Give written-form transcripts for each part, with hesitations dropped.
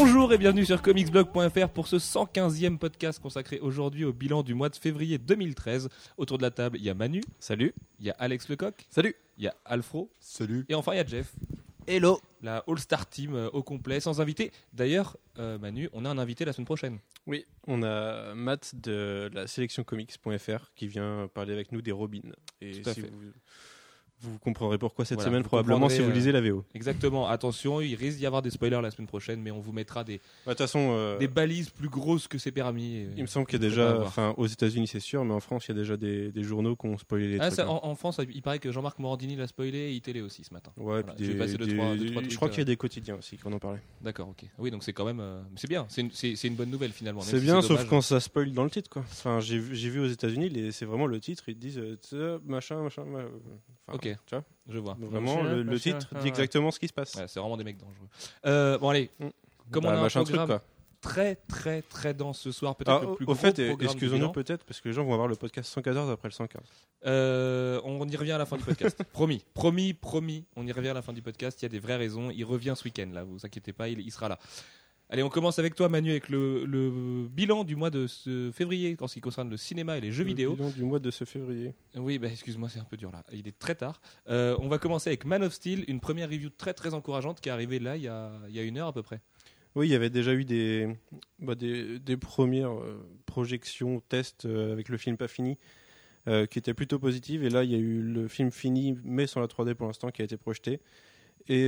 Bonjour et bienvenue sur comicsblog.fr pour ce 115e podcast consacré aujourd'hui au bilan du mois de février 2013. Autour de la table, il y a Manu. Salut. Il y a Alex Lecoq. Salut. Il y a Alfro. Salut. Et enfin, il y a Jeff. Hello. La All-Star Team au complet, sans invité. D'ailleurs, Manu, on a un invité la semaine prochaine. Oui, on a Matt de la sélection comics.fr qui vient parler avec nous des Robins. Et Tout à si fait. vous comprendrez pourquoi cette Voilà, semaine, vous probablement si vous comprendrez, lisez la VO. Exactement, attention, il risque d'y avoir des spoilers la semaine prochaine, mais on vous mettra De toute façon, des balises plus grosses que ces permis. il me semble qu'il y a faut pas déjà, avoir. enfin aux États-Unis c'est sûr, mais en France il y a déjà des journaux qui ont spoilé les trucs. Ça, hein. en France, il paraît que Jean-Marc Morandini l'a spoilé et ITélé aussi ce matin. Ouais, Voilà, puis je vais passer deux, trois je tweets, crois qu'il y a des quotidiens aussi qui en ont parlé. D'accord, ok. Oui, donc c'est quand même, c'est bien, c'est une bonne nouvelle finalement. même C'est si bien, dommage. sauf quand ça spoil dans le titre, quoi. Enfin, j'ai vu aux États-Unis, c'est vraiment le titre, ils te disent machin. Enfin, Ok. tu vois. Je vois. Donc, vraiment, le Machin, titre ouais. dit exactement ce qui se passe. Ouais, c'est vraiment des mecs dangereux. Bon allez, comme on a un machin programme truc, quoi. très très très dense ce soir, peut-être le plus Au gros fait, programme du excusons-nous bilan. peut-être parce que les gens vont avoir le podcast 114 après le 115. On y revient à la fin du podcast. promis, on y revient à la fin du podcast. Il y a des vraies raisons. Il revient ce week-end là, vous inquiétez pas, il sera là. Allez, on commence avec toi Manu avec le bilan du mois de ce février en ce qui concerne le cinéma et les jeux vidéo. Le bilan du mois de ce février. Oui, bah excuse-moi, c'est un peu dur là. Il est très tard. On va commencer avec Man of Steel, une première review très très encourageante qui est arrivée là il y a une heure à peu près. Oui, il y avait déjà eu des premières projections, tests avec le film pas fini, qui étaient plutôt positives. Et là, il y a eu le film fini, mais sans la 3D pour l'instant, qui a été projeté. Et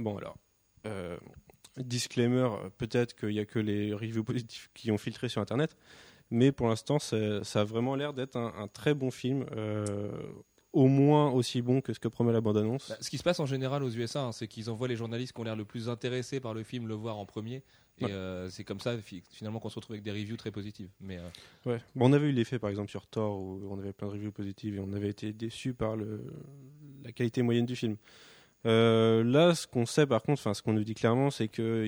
disclaimer, peut-être qu'il n'y a que les reviews positifs qui ont filtré sur Internet, mais pour l'instant, ça a vraiment l'air d'être un très bon film, au moins aussi bon que ce que promet la bande-annonce. Bah, ce qui se passe en général aux USA, c'est qu'ils envoient les journalistes qui ont l'air le plus intéressés par le film le voir en premier. Et c'est comme ça finalement qu'on se retrouve avec des reviews très positives. Mais Ouais. Bon, on avait eu l'effet par exemple sur Thor où on avait plein de reviews positives et on avait été déçus par la qualité moyenne du film. Là, ce qu'on sait par contre, enfin ce qu'on nous dit clairement, c'est que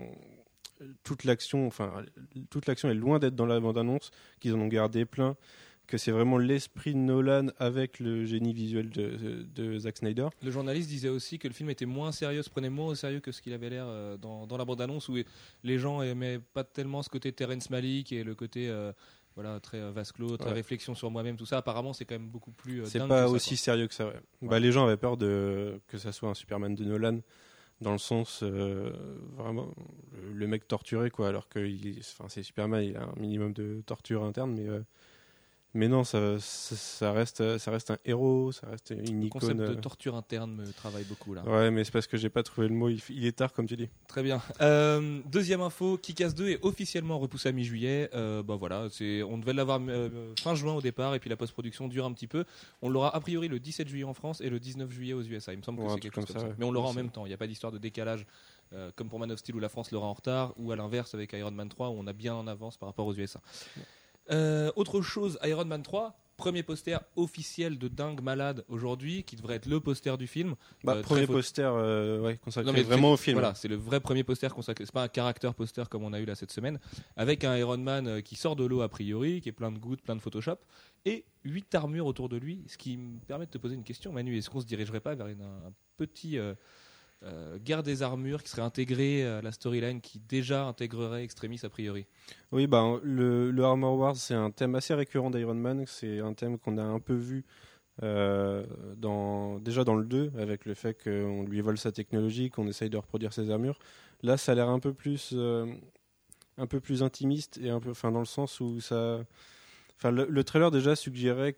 toute l'action est loin d'être dans la bande-annonce, qu'ils en ont gardé plein, que c'est vraiment l'esprit de Nolan avec le génie visuel de Zack Snyder. le journaliste disait aussi que le film était moins sérieux, se prenait moins au sérieux que ce qu'il avait l'air dans la bande-annonce où les gens aimaient pas tellement ce côté Terrence Malick et le côté très vase clos, très réflexion sur moi-même, tout ça. Apparemment, c'est quand même beaucoup plus C'est dingue pas que ça, aussi quoi. sérieux que ça. Ouais. Ouais. Bah, les gens avaient peur que ça soit un Superman de Nolan, dans le sens vraiment le mec torturé, quoi. Alors que c'est Superman, il a un minimum de torture interne, mais non, ça reste un héros, ça reste une Le icône. concept de torture interne me travaille beaucoup là. Ouais, mais c'est parce que j'ai pas trouvé le mot. Il est tard, comme tu dis. Très bien. Deuxième info, Kick-Ass 2 est officiellement repoussé à mi-juillet. On devait l'avoir fin juin au départ et puis la post-production dure un petit peu. On l'aura a priori le 17 juillet en France et le 19 juillet aux USA. Il me semble que Ouais, un c'est truc quelque chose comme ça. ouais. Mais on l'aura en C'est- même temps. Il n'y a pas d'histoire de décalage comme pour Man of Steel où la France l'aura en retard ou à l'inverse avec Iron Man 3 où on a bien en avance par rapport aux USA. Autre chose, Iron Man 3. Premier poster officiel de dingue malade aujourd'hui, qui devrait être le poster du film. Premier très poster consacré Non, mais vraiment au film. Voilà, c'est le vrai premier poster consacré. C'est pas un character poster comme on a eu là cette semaine, avec un Iron Man qui sort de l'eau a priori, qui est plein de gouttes, plein de Photoshop, et 8 armures autour de lui. Ce qui me permet de te poser une question, Manu. Est-ce qu'on se dirigerait pas vers un petit guerre des armures qui serait intégré à la storyline qui déjà intégrerait Extremis a priori? Oui, le Armor Wars, c'est un thème assez récurrent d'Iron Man. C'est un thème qu'on a un peu vu déjà dans le 2, avec le fait qu'on lui vole sa technologie, qu'on essaye de reproduire ses armures. Là, ça a l'air un peu plus intimiste et dans le sens où le trailer déjà suggérait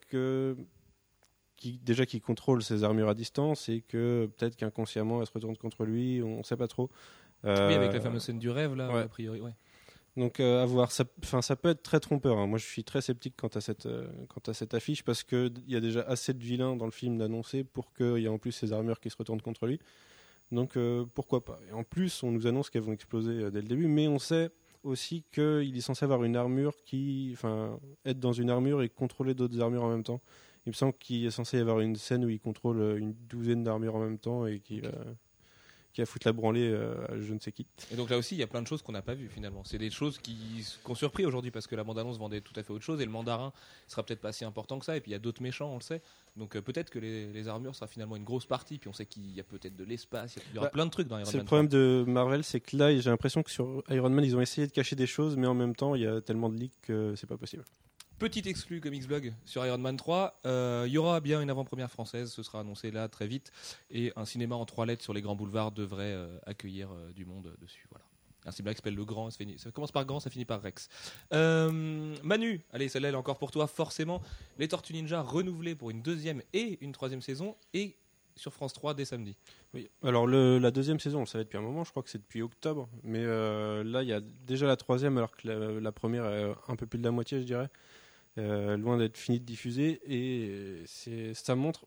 qu'il contrôle ses armures à distance et que peut-être qu'inconsciemment elle se retourne contre lui, on ne sait pas trop. Oui, avec la fameuse scène du rêve là, ouais. a priori. Ouais. Donc à voir, ça peut être très trompeur. Hein. Moi je suis très sceptique quant à cette affiche parce qu'il y a déjà assez de vilains dans le film d'annoncer pour qu'il y ait en plus ces armures qui se retournent contre lui. Donc pourquoi pas. Et en plus on nous annonce qu'elles vont exploser dès le début, mais on sait aussi qu'il est censé avoir une armure être dans une armure et contrôler d'autres armures en même temps. Il me semble qu'il est censé y avoir une scène où il contrôle une douzaine d'armures en même temps et qui va foutre la branlée à je ne sais qui. Et donc là aussi, il y a plein de choses qu'on n'a pas vues finalement. C'est des choses qu'on surpris aujourd'hui parce que la bande-annonce vendait tout à fait autre chose et le mandarin sera peut-être pas si important que ça. Et puis il y a d'autres méchants, on le sait. Donc peut-être que les armures sera finalement une grosse partie. Puis on sait qu'il y a peut-être de l'espace, il y aura plein de trucs dans Iron Man. C'est le problème de Marvel, c'est que là, j'ai l'impression que sur Iron Man, ils ont essayé de cacher des choses, mais en même temps, il y a tellement de leaks que c'est pas possible. Petit exclu Comics Blog sur Iron Man 3, il y aura bien une avant-première française, ce sera annoncé là très vite, et un cinéma en 3 lettres sur les grands boulevards devrait accueillir du monde dessus. Voilà. Un cinéma qui s'appelle Le Grand, ça commence par Grand, ça finit par Rex. Manu, allez, celle-là elle est encore pour toi, forcément. Les Tortues Ninja renouvelées pour une 2e et une 3e saison, et sur France 3 dès samedi. Oui. Alors la 2e saison, on le savait depuis un moment, je crois que c'est depuis octobre, mais là, il y a déjà la 3e, alors que la première est un peu plus de la moitié, je dirais. Loin d'être fini de diffuser, et ça montre,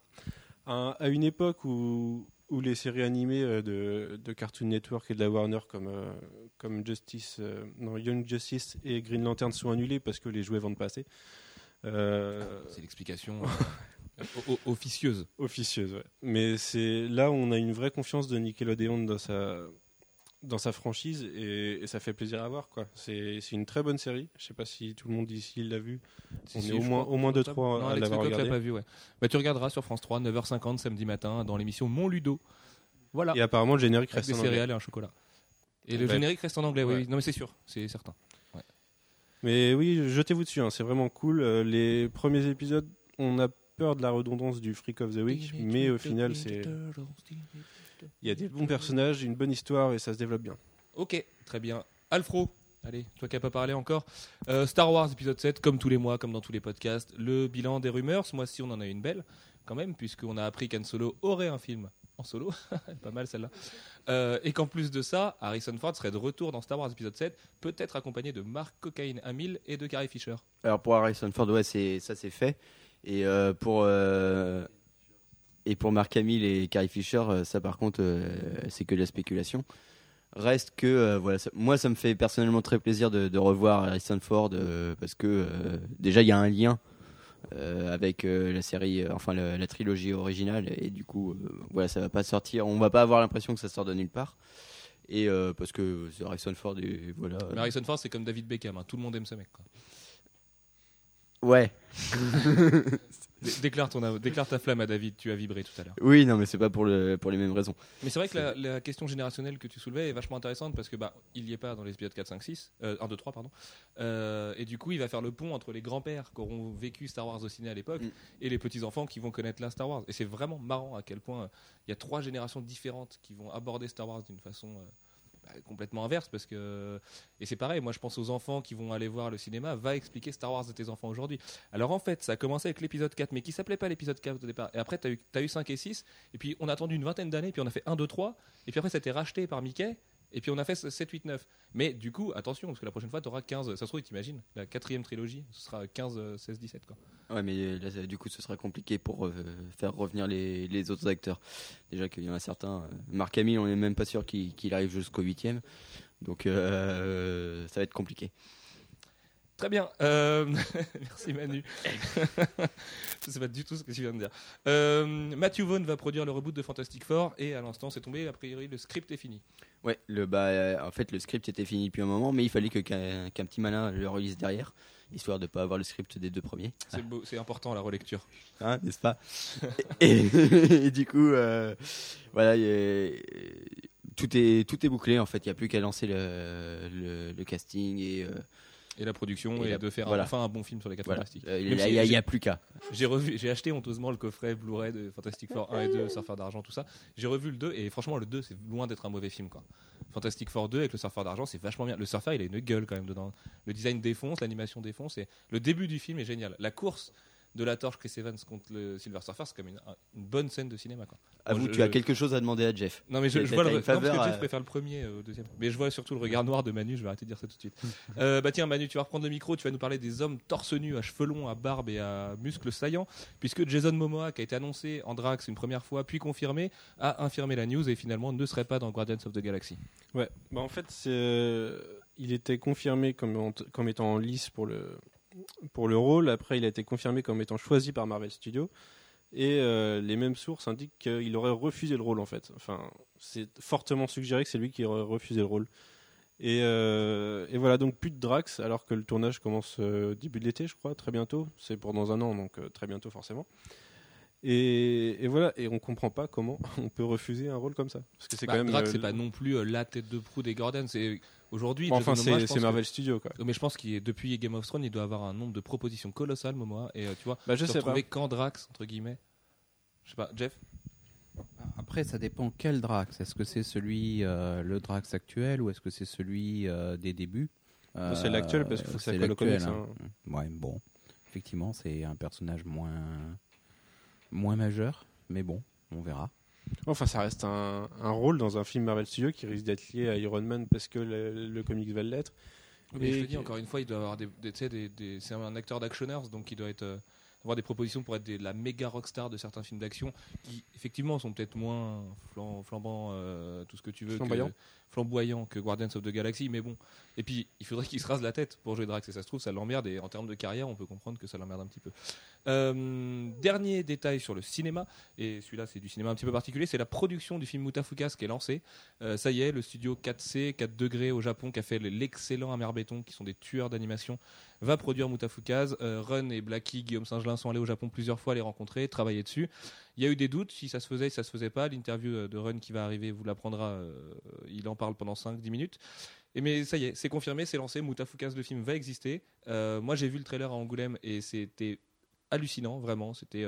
à une époque où les séries animées de Cartoon Network et de la Warner comme Young Justice et Green Lantern sont annulées parce que les jouets vendent pas assez. C'est l'explication officieuse. Officieuse, ouais. Mais là on a une vraie confiance de Nickelodeon dans sa franchise et ça fait plaisir à voir, quoi. C'est une très bonne série. Je sais pas si tout le monde ici l'a vu. On est au moins 2-3 à l'avoir regardé. L'a pas vu, ouais. Bah, tu regarderas sur France 3 9h50 samedi matin dans l'émission Mon Ludo. Voilà. Et apparemment le générique reste des en anglais. céréales et un chocolat. Et le générique reste en anglais, oui. Non mais c'est sûr, c'est certain. Ouais. Mais oui, jetez-vous dessus, hein, c'est vraiment cool. Les premiers épisodes, on a peur de la redondance du Freak of the Week, mais au final il y a des bons personnages, une bonne histoire et ça se développe bien. Ok, très bien. Alfro, allez, toi qui n'as pas parlé encore. Star Wars épisode 7, comme tous les mois, comme dans tous les podcasts. Le bilan des rumeurs, ce mois-ci on en a une belle, quand même, puisqu'on a appris qu'Han Solo aurait un film en solo, pas mal celle-là, et qu'en plus de ça, Harrison Ford serait de retour dans Star Wars épisode 7, peut-être accompagné de Mark Cocaine Hamill et de Carrie Fisher. Alors pour Harrison Ford, ouais, ça c'est fait. Et pour Mark Hamill et Carrie Fisher, ça par contre, c'est que de la spéculation. Reste que, moi ça me fait personnellement très plaisir de revoir Harrison Ford parce que déjà il y a un lien avec la série, la trilogie originale, et du coup, ça va pas sortir, on va pas avoir l'impression que ça sort de nulle part. Et parce que c'est Harrison Ford et voilà. Mais Harrison Ford, c'est comme David Beckham, hein. Tout le monde aime ce mec, quoi. Ouais. Déclare ta flamme à David, tu as vibré tout à l'heure. Oui, non, mais c'est pas pour les mêmes raisons. Mais c'est vrai que la question générationnelle que tu soulevais est vachement intéressante parce que il y est pas dans les épisodes 4, 5, 6, 1, 2, 3, pardon. Et du coup, il va faire le pont entre les grands-pères qui auront vécu Star Wars au ciné à l'époque et les petits-enfants qui vont connaître la Star Wars. Et c'est vraiment marrant à quel point il y a 3 générations différentes qui vont aborder Star Wars d'une façon complètement inverse, parce que, et c'est pareil, moi je pense aux enfants qui vont aller voir le cinéma, va expliquer Star Wars à tes enfants aujourd'hui. Alors en fait ça a commencé avec l'épisode 4 mais qui s'appelait pas l'épisode 4 au départ, et après t'as eu 5 et 6, et puis on a attendu une vingtaine d'années, puis on a fait 1, 2, 3, et puis après ça a été racheté par Mickey, et puis on a fait 7, 8, 9. Mais du coup, attention, parce que la prochaine fois t'auras 15, ça se trouve, t'imagines, la 4e trilogie, ce sera 15, 16, 17 quoi. Ouais, mais là, du coup, ce sera compliqué pour faire revenir les autres acteurs. Déjà qu'il y en a certains. Mark Hamill, on n'est même pas sûr qu'il arrive jusqu'au 8e. Donc, ça va être compliqué. Très bien. Merci Manu. Je sais pas du tout ce que tu viens de dire. Matthew Vaughn va produire le reboot de Fantastic Four et à l'instant c'est tombé, a priori le script est fini. Ouais, en fait le script était fini depuis un moment, mais il fallait qu'un petit malin le relise derrière, histoire de pas avoir le script des 2 premiers. C'est beau, c'est important la relecture. Hein, n'est-ce pas? et du coup, tout est bouclé en fait. Il n'y a plus qu'à lancer le casting et la production et de faire enfin un bon film sur les 4 Fantastiques. Il n'y a plus qu'à. J'ai acheté honteusement le coffret Blu-ray de Fantastic Four 1 et 2, Surfeur d'argent, tout ça. J'ai revu le 2 et franchement le 2 c'est loin d'être un mauvais film, quoi. Fantastic Four 2 avec le Surfeur d'argent, c'est vachement bien. Le surfeur il a une gueule quand même dedans. Le design défonce, l'animation défonce et le début du film est génial. La course de la torche Chris Evans contre le Silver Surfer, c'est comme une bonne scène de cinéma, quoi. Avoue, tu as quelque chose à demander à Jeff. Non mais je vois non, parce que Jeff préfère le premier au deuxième. Mais je vois surtout le regard noir de Manu, je vais arrêter de dire ça tout de suite. Tiens Manu, tu vas reprendre le micro, tu vas nous parler des hommes torse nu à cheveux longs, à barbe et à muscles saillants, puisque Jason Momoa, qui a été annoncé en Drax une première fois, puis confirmé, a infirmé la news et finalement ne serait pas dans Guardians of the Galaxy. Ouais, en fait il était confirmé comme étant en lice pour le rôle. Après, il a été confirmé comme étant choisi par Marvel Studios. Et les mêmes sources indiquent qu'il aurait refusé le rôle en fait. Enfin, c'est fortement suggéré que c'est lui qui aurait refusé le rôle. Et voilà, donc plus de Drax, alors que le tournage commence début de l'été, je crois, très bientôt. C'est pour dans un an, donc très bientôt forcément. Et voilà, et on comprend pas comment on peut refuser un rôle comme ça. Parce que c'est quand même. Drax, c'est pas non plus la tête de proue des Gordon. C'est aujourd'hui. Enfin, Jason Momoa, je c'est pense Marvel Studios, quoi. mais je pense qu'il depuis Game of Thrones, il doit avoir un nombre de propositions colossales, Momoa. Et tu vois, Bah, je se sais retrouver quand Drax entre guillemets. Je sais pas, Jeff. Après, ça dépend quel Drax. Est-ce que c'est celui, le Drax actuel, ou est-ce que c'est celui des débuts? C'est l'actuel parce qu'il faut que ça c'est colle au comics. l'actuel, hein. Ouais, bon. Effectivement, c'est un personnage moins majeur, mais bon, on verra. Enfin, ça reste un rôle dans un film Marvel Studios qui risque d'être lié à Iron Man parce que le comics va l'être. Mais Et je te dis encore une fois, il doit avoir c'est un acteur d'actionneurs, donc il doit avoir des propositions pour être la méga rockstar de certains films d'action qui effectivement sont peut-être moins flambants, tout ce que tu veux, flamboyants que Guardians of the Galaxy, mais bon. Et puis il faudrait qu'il se rase la tête pour jouer Drax, et ça se trouve ça l'emmerde, et en termes de carrière on peut comprendre que ça l'emmerde un petit peu. Dernier détail sur le cinéma, et celui-là c'est du cinéma un petit peu particulier, c'est la production du film Mutafukas qui est lancée. Ça y est, le studio 4C, 4 degrés au Japon, qui a fait l'excellent Amer Béton, qui sont des tueurs d'animation, va produire Mutafukas. Run et Blackie, Guillaume Singelin sont allés au Japon plusieurs fois les rencontrer, travailler dessus. Il y a eu des doutes si ça se faisait, si ça se faisait pas. L'interview de Run qui va arriver vous l'apprendra, il en parle pendant 5-10 minutes. Mais ça y est, c'est confirmé, c'est lancé. Mutafukas, le film, va exister. Moi j'ai vu le trailer à Angoulême et c'était hallucinant, vraiment. C'était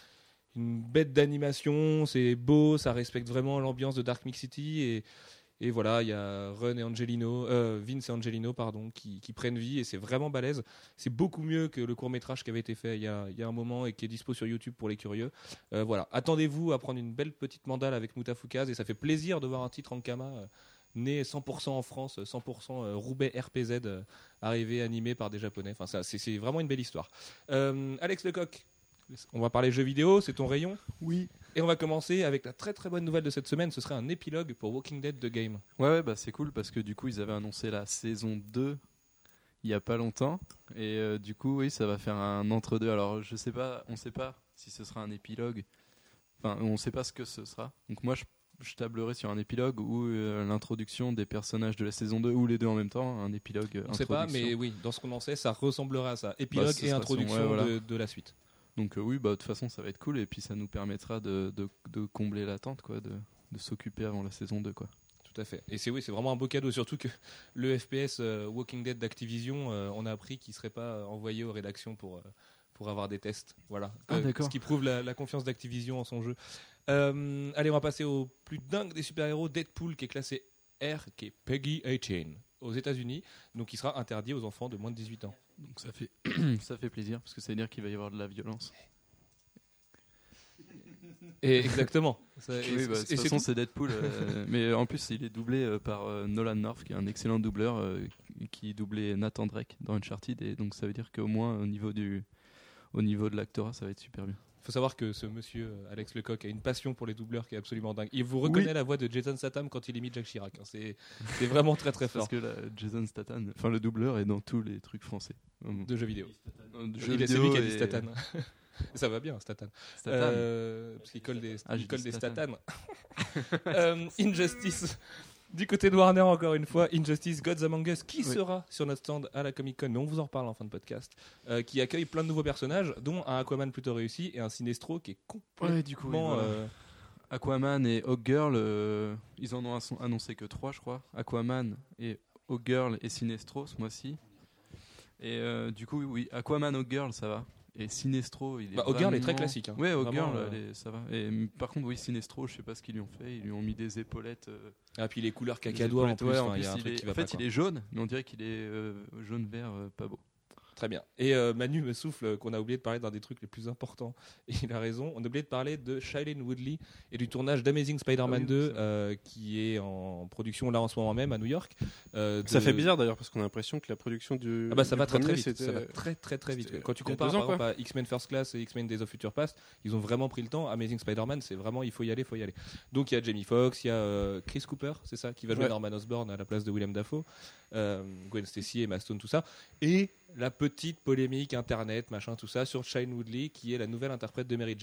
une bête d'animation, c'est beau, ça respecte vraiment l'ambiance de Dark Mix City, et voilà, il y a Vince et Angelino qui prennent vie, et c'est vraiment balèze. C'est beaucoup mieux que le court-métrage qui avait été fait il y a un moment et qui est dispo sur YouTube pour les curieux. Voilà, attendez-vous à prendre une belle petite mandale avec Mutafukas, et ça fait plaisir de voir un titre Ankama né 100% en France, 100% Roubaix RPZ, arrivé animé par des Japonais. Enfin, c'est vraiment une belle histoire. Alex Lecoq, on va parler jeux vidéo, c'est ton rayon. Oui. Et on va commencer avec la très très bonne nouvelle de cette semaine, ce serait un épilogue pour Walking Dead The Game. Ouais, bah c'est cool parce que du coup ils avaient annoncé la saison 2 il y a pas longtemps, et du coup oui, ça va faire un entre-deux. Alors on sait pas si ce sera un épilogue, enfin on sait pas ce que ce sera. Donc moi je tablerai sur un épilogue ou l'introduction des personnages de la saison 2, ou les deux en même temps, un épilogue. On sait pas, mais oui, dans ce qu'on en sait, ça ressemblerait à ça. Épilogue et introduction de la suite. Donc oui, bah de toute façon ça va être cool, et puis ça nous permettra de combler l'attente, quoi, de s'occuper avant la saison 2, quoi. Tout à fait. Et c'est vraiment un beau cadeau, surtout que le FPS Walking Dead d'Activision, on a appris qu'il serait pas envoyé aux rédactions pour avoir des tests. Voilà. D'accord. Ce qui prouve la confiance d'Activision en son jeu. Allez, on va passer au plus dingue des super-héros, Deadpool, qui est classé R, qui est Peggy 18 aux États-Unis, donc il sera interdit aux enfants de moins de 18 ans. Donc ça fait ça fait plaisir, parce que ça veut dire qu'il va y avoir de la violence. Et exactement. Oui, bah, de toute façon c'est Deadpool, mais en plus il est doublé par Nolan North, qui est un excellent doubleur, qui doublait Nathan Drake dans Uncharted, et donc ça veut dire qu'au moins au niveau de l'actorat ça va être super bien. Il faut savoir que ce monsieur Alex Lecoq a une passion pour les doubleurs qui est absolument dingue. Il vous reconnaît la voix de Jason Statham quand il imite Jacques Chirac. C'est vraiment très très fort. Parce que Jason Statham, enfin le doubleur est dans tous les trucs français. De jeux vidéo. C'est lui qui a dit Statham. Ça va bien, Statham. Parce qu'il colle des Statham. Injustice. Du côté de Warner, encore une fois, Injustice Gods Among Us, qui sera sur notre stand à la Comic Con, mais on vous en reparle en fin de podcast, qui accueille plein de nouveaux personnages, dont un Aquaman plutôt réussi et un Sinestro qui est complètement... Aquaman et Hawkgirl, ils en ont annoncé que 3, je crois. Aquaman et Hawkgirl et Sinestro ce mois-ci. Et du coup, oui, Aquaman, Hawkgirl, ça va. Et Sinestro, il est Hawkgirl est très classique. Hein. Ouais, Hawkgirl, ça va. Et par contre, oui, Sinestro, je sais pas ce qu'ils lui ont fait. Ils lui ont mis des épaulettes. Ah, puis les couleurs cacadois en plus. Il y a un truc qui va pas. En fait, il est jaune, mais on dirait qu'il est jaune-vert, pas beau. Très bien. Et Manu me souffle qu'on a oublié de parler d'un des trucs les plus importants. Et il a raison. On a oublié de parler de Shailene Woodley et du tournage d'Amazing Spider-Man 2 qui est en production là en ce moment même à New York. Ça fait bizarre d'ailleurs parce qu'on a l'impression que la production du. Ah bah ça du va très premier, vite. Ça va très vite. Quand tu il y a compares 2 ans, par exemple à X-Men First Class et X-Men Days of Future Past, ils ont vraiment pris le temps. Amazing Spider-Man, c'est vraiment il faut y aller. Donc il y a Jamie Foxx, il y a Chris Cooper, c'est ça, qui va jouer Norman Osborn à la place de Willem Dafoe, Gwen Stacy, Emma Stone, tout ça. Et la petite polémique internet, machin, tout ça, sur Shailene Woodley, qui est la nouvelle interprète de Mary Jane.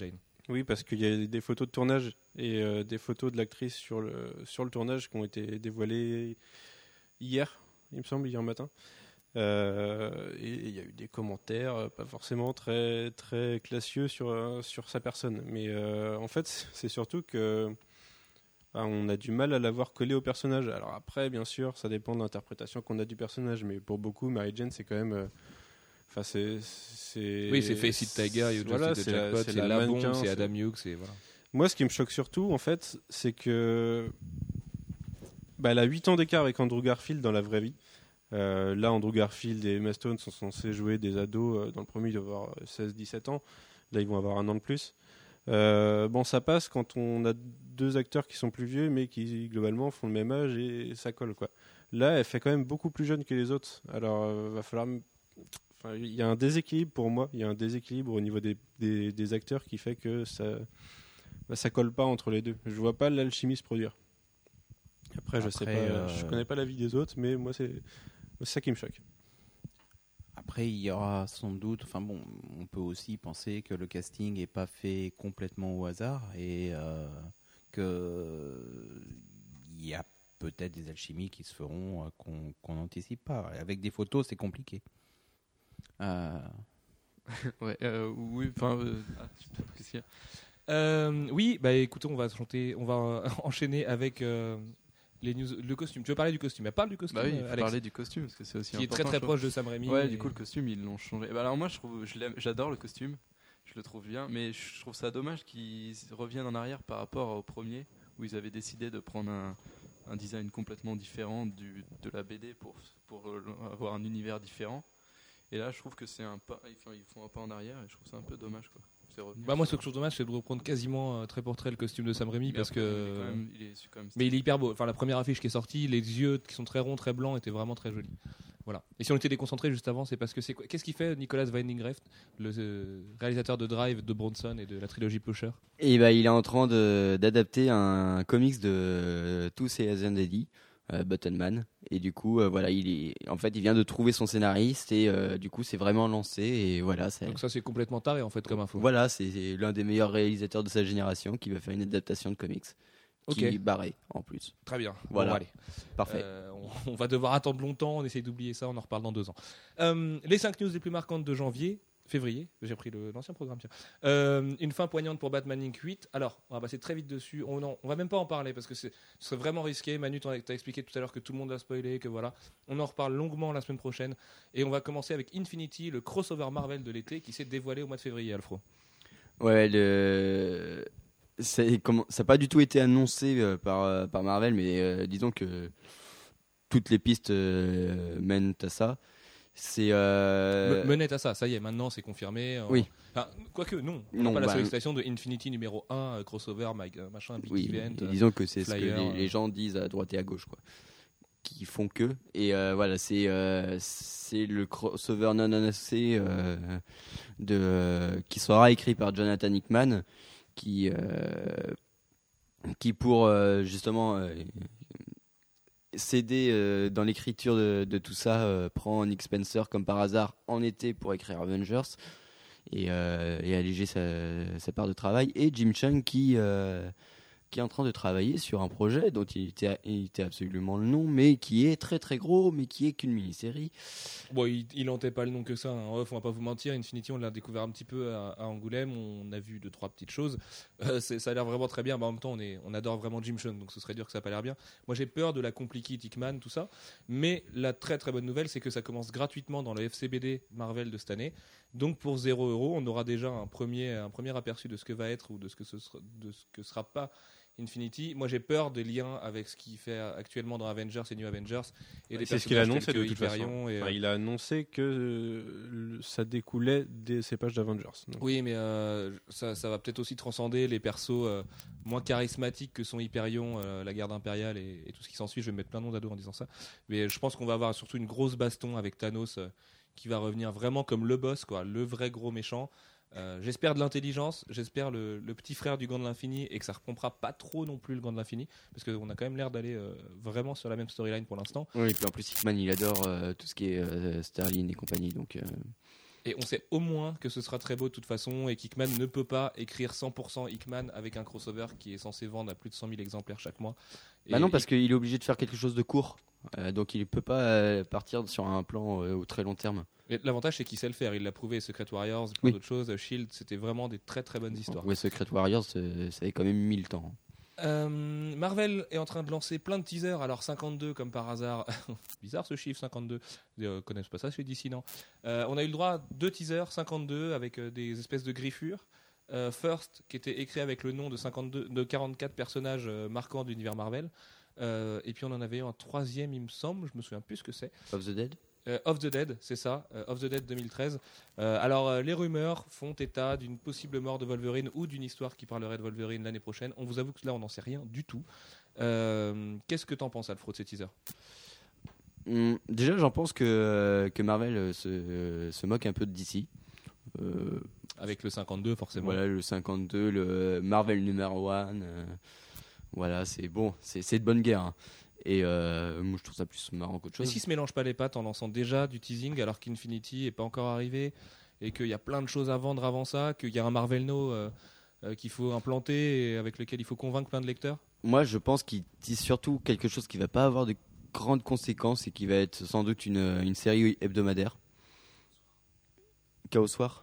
Oui, parce qu'il y a des photos de tournage et des photos de l'actrice sur le tournage qui ont été dévoilées hier, il me semble, hier matin. Et il y a eu des commentaires pas forcément très, très classieux sur sa personne. Mais en fait, c'est surtout que on a du mal à l'avoir collé au personnage. Alors après, bien sûr, ça dépend de l'interprétation qu'on a du personnage. Mais pour beaucoup, Mary Jane, c'est quand même... Enfin, Oui, c'est Face It Tiger, You Just voilà, Hit the Jackpot, c'est la Labon, mannequin, c'est Adam Hughes, c'est voilà. Moi, ce qui me choque surtout, en fait, c'est que elle a 8 ans d'écart avec Andrew Garfield dans la vraie vie. Là, Andrew Garfield et Emma Stone sont censés jouer des ados. Dans le premier, ils doivent avoir 16-17 ans. Là, ils vont avoir un an de plus. Ça passe quand on a deux acteurs qui sont plus vieux, mais qui, globalement, font le même âge et ça colle, quoi. Là, elle fait quand même beaucoup plus jeune que les autres. Alors, va falloir... Enfin, il y a un déséquilibre pour moi. Il y a un déséquilibre au niveau des acteurs qui fait que ça colle pas entre les deux. Je vois pas l'alchimie se produire. Après, je sais pas, je connais pas l'avis des autres, mais moi c'est ça qui me choque. Après, il y aura sans doute, on peut aussi penser que le casting n'est pas fait complètement au hasard et que il y a peut-être des alchimies qui se feront qu'on n'anticipe pas. Avec des photos, c'est compliqué. Ouais, oui, enfin, qu'est-ce qu'il y a Oui, écoutez, on va enchaîner avec les news, le costume. Tu veux parler du costume? Parle du costume, Bah oui, il faut Alex. parler du costume parce que c'est aussi Qui est important, très très je trouve. proche de Sam Raimi. Ouais, du coup le costume ils l'ont changé. Alors moi j'adore le costume, je le trouve bien, mais je trouve ça dommage qu'ils reviennent en arrière par rapport au premier où ils avaient décidé de prendre un design complètement différent de la BD pour avoir un univers différent. Et là je trouve que c'est ils font un pas en arrière et je trouve ça un peu dommage quoi. Moi, ce que je trouve dommage, c'est de reprendre quasiment trait pour trait le costume de Sam Raimi parce que. Il est quand même Mais il est hyper beau. Enfin, la première affiche qui est sortie, les yeux qui sont très ronds, très blancs, étaient vraiment très jolis. Voilà. Et si on était déconcentré juste avant, c'est parce que qu'est-ce qu'il fait Nicolas Winding Refn, le réalisateur de Drive, de Bronson et de la trilogie Pusher? Et il est en train d'adapter un comics de Tous ces Eddie, Buttonman. Et du coup, il vient de trouver son scénariste et du coup, c'est vraiment lancé. Et voilà, donc ça, c'est complètement taré en fait comme info. Voilà, c'est l'un des meilleurs réalisateurs de sa génération qui va faire une adaptation de comics. Qui est barré en plus. Très bien. Voilà. Bon, allez. Parfait. On va devoir attendre longtemps. On essaye d'oublier ça. On en reparle dans 2 ans. Les 5 news les plus marquantes de février. J'ai pris l'ancien programme. Tiens. Une fin poignante pour Batman Inc. 8. Alors, on va passer très vite dessus. On va même pas en parler parce que ce serait vraiment risqué. Manu, t'as expliqué tout à l'heure que tout le monde a spoilé, que voilà. On en reparle longuement la semaine prochaine. Et on va commencer avec Infinity, le crossover Marvel de l'été qui s'est dévoilé au mois de février, Alfro. Ouais, ça n'a pas du tout été annoncé par Marvel, mais disons que toutes les pistes mènent à ça. C'est menait à ça, ça y est, maintenant c'est confirmé. Oui. Enfin, quoique, non. On Non, n'a pas la sollicitation de Infinity numéro 1, crossover, machin, big oui, event. disons que c'est flyer, ce que les gens disent à droite et à gauche, quoi. Qui font que. Et voilà, c'est le crossover non annoncé qui sera écrit par Jonathan Hickman, qui pour justement s'aider dans l'écriture de tout ça, prend Nick Spencer comme par hasard en été pour écrire Avengers et alléger sa part de travail, et Jim Chung qui est en train de travailler sur un projet dont il était absolument le nom, mais qui est très très gros, mais qui est qu'une mini-série. Bon, il n'entait pas le nom que ça. Hein. On va pas vous mentir, Infinity, on l'a découvert un petit peu à Angoulême. On a vu 2-3 petites choses. Ça a l'air vraiment très bien. En même temps, on adore vraiment Jim Chung, donc ce serait dur que ça n'a pas l'air bien. Moi, j'ai peur de la compliquée Hickman, tout ça. Mais la très très bonne nouvelle, c'est que ça commence gratuitement dans le FCBD Marvel de cette année. Donc pour 0€, on aura déjà un premier aperçu de ce que va être ou de ce que sera pas Infinity. Moi, j'ai peur des liens avec ce qu'il fait actuellement dans Avengers et New Avengers et des c'est ce qu'il a annoncé de toute Hyperion façon. Il a annoncé que ça découlait de ces pages d'Avengers. Donc. Oui, mais ça va peut-être aussi transcender les persos moins charismatiques que sont Hyperion, la garde impériale et tout ce qui s'ensuit. Je vais me mettre plein de noms d'ados en disant ça. Mais je pense qu'on va avoir surtout une grosse baston avec Thanos qui va revenir vraiment comme le boss, quoi, le vrai gros méchant. J'espère de l'intelligence, j'espère le petit frère du gant de l'infini et que ça repompera pas trop non plus le gant de l'infini parce qu'on a quand même l'air d'aller vraiment sur la même storyline pour l'instant. Oui, et puis en plus Hickman il adore tout ce qui est Sterling et compagnie, donc Et on sait au moins que ce sera très beau de toute façon et qu'Hickman ne peut pas écrire 100% Hickman avec un crossover qui est censé vendre à plus de 100 000 exemplaires chaque mois. Bah non, parce qu'il est obligé de faire quelque chose de court. Donc il peut pas partir sur un plan au très long terme. Et l'avantage, c'est qu'il sait le faire. Il l'a prouvé, Secret Warriors, plein Oui. d'autres choses, Shield, c'était vraiment des très très bonnes histoires. Ouais, Secret Warriors, ça avait quand même mis le temps. Marvel est en train de lancer plein de teasers. Alors 52 comme par hasard. Bizarre ce chiffre 52. Ils connaissent pas ça chez DC, non. On a eu le droit à 2 teasers, 52 avec des espèces de griffures. First qui était écrit avec le nom de 44 personnages marquants de l'univers Marvel. Et puis on en avait un troisième, il me semble. Je me souviens plus ce que c'est. Of the Dead. Of the Dead, c'est ça, Of the Dead 2013. Alors, les rumeurs font état d'une possible mort de Wolverine ou d'une histoire qui parlerait de Wolverine l'année prochaine. On vous avoue que là, on n'en sait rien du tout. Qu'est-ce que t'en penses, Alfred, de ces teasers ? Déjà, j'en pense que Marvel se moque un peu de DC. Avec le 52, forcément. Voilà, le 52, le Marvel numéro 1. Voilà, c'est bon, c'est de bonne guerre. Hein. Et moi, je trouve ça plus marrant qu'autre Mais chose. s'ils se mélangent pas les pattes en lançant déjà du teasing alors qu'Infinity n'est pas encore arrivé et qu'il y a plein de choses à vendre avant ça, qu'il y a un Marvel No qu'il faut implanter et avec lequel il faut convaincre plein de lecteurs. Moi, je pense qu'ils disent surtout quelque chose qui va pas avoir de grandes conséquences et qui va être sans doute une série hebdomadaire. Chaos War.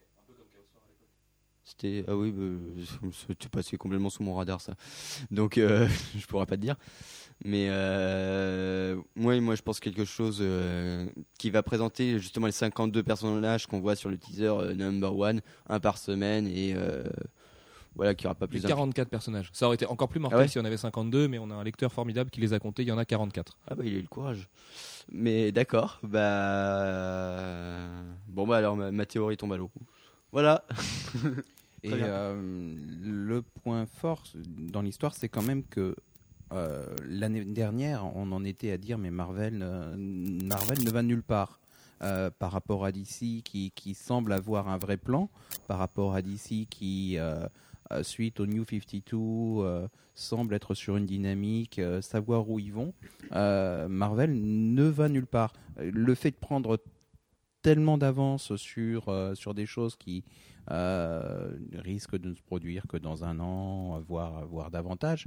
C'était ah oui, c'était passé complètement sous mon radar ça. Donc je pourrais pas te dire. Mais moi je pense quelque chose qui va présenter justement les 52 personnages qu'on voit sur le teaser number 1, un par semaine et voilà, qui aura pas Les plus 44 personnages. Ça aurait été encore plus mortel Ah ouais si on avait 52, mais on a un lecteur formidable qui les a comptés, il y en a 44. Ah bah il a eu le courage. Mais d'accord, bah bon bah alors ma théorie tombe à l'eau. Voilà. Et Très bien. le point fort dans l'histoire, c'est quand même que l'année dernière, on en était à dire mais Marvel ne va nulle part. Par rapport à DC qui semble avoir un vrai plan, par rapport à DC qui, suite au New 52, semble être sur une dynamique, savoir où ils vont, Marvel ne va nulle part. Le fait de prendre tellement d'avance sur des choses qui risquent de ne se produire que dans un an, voire davantage,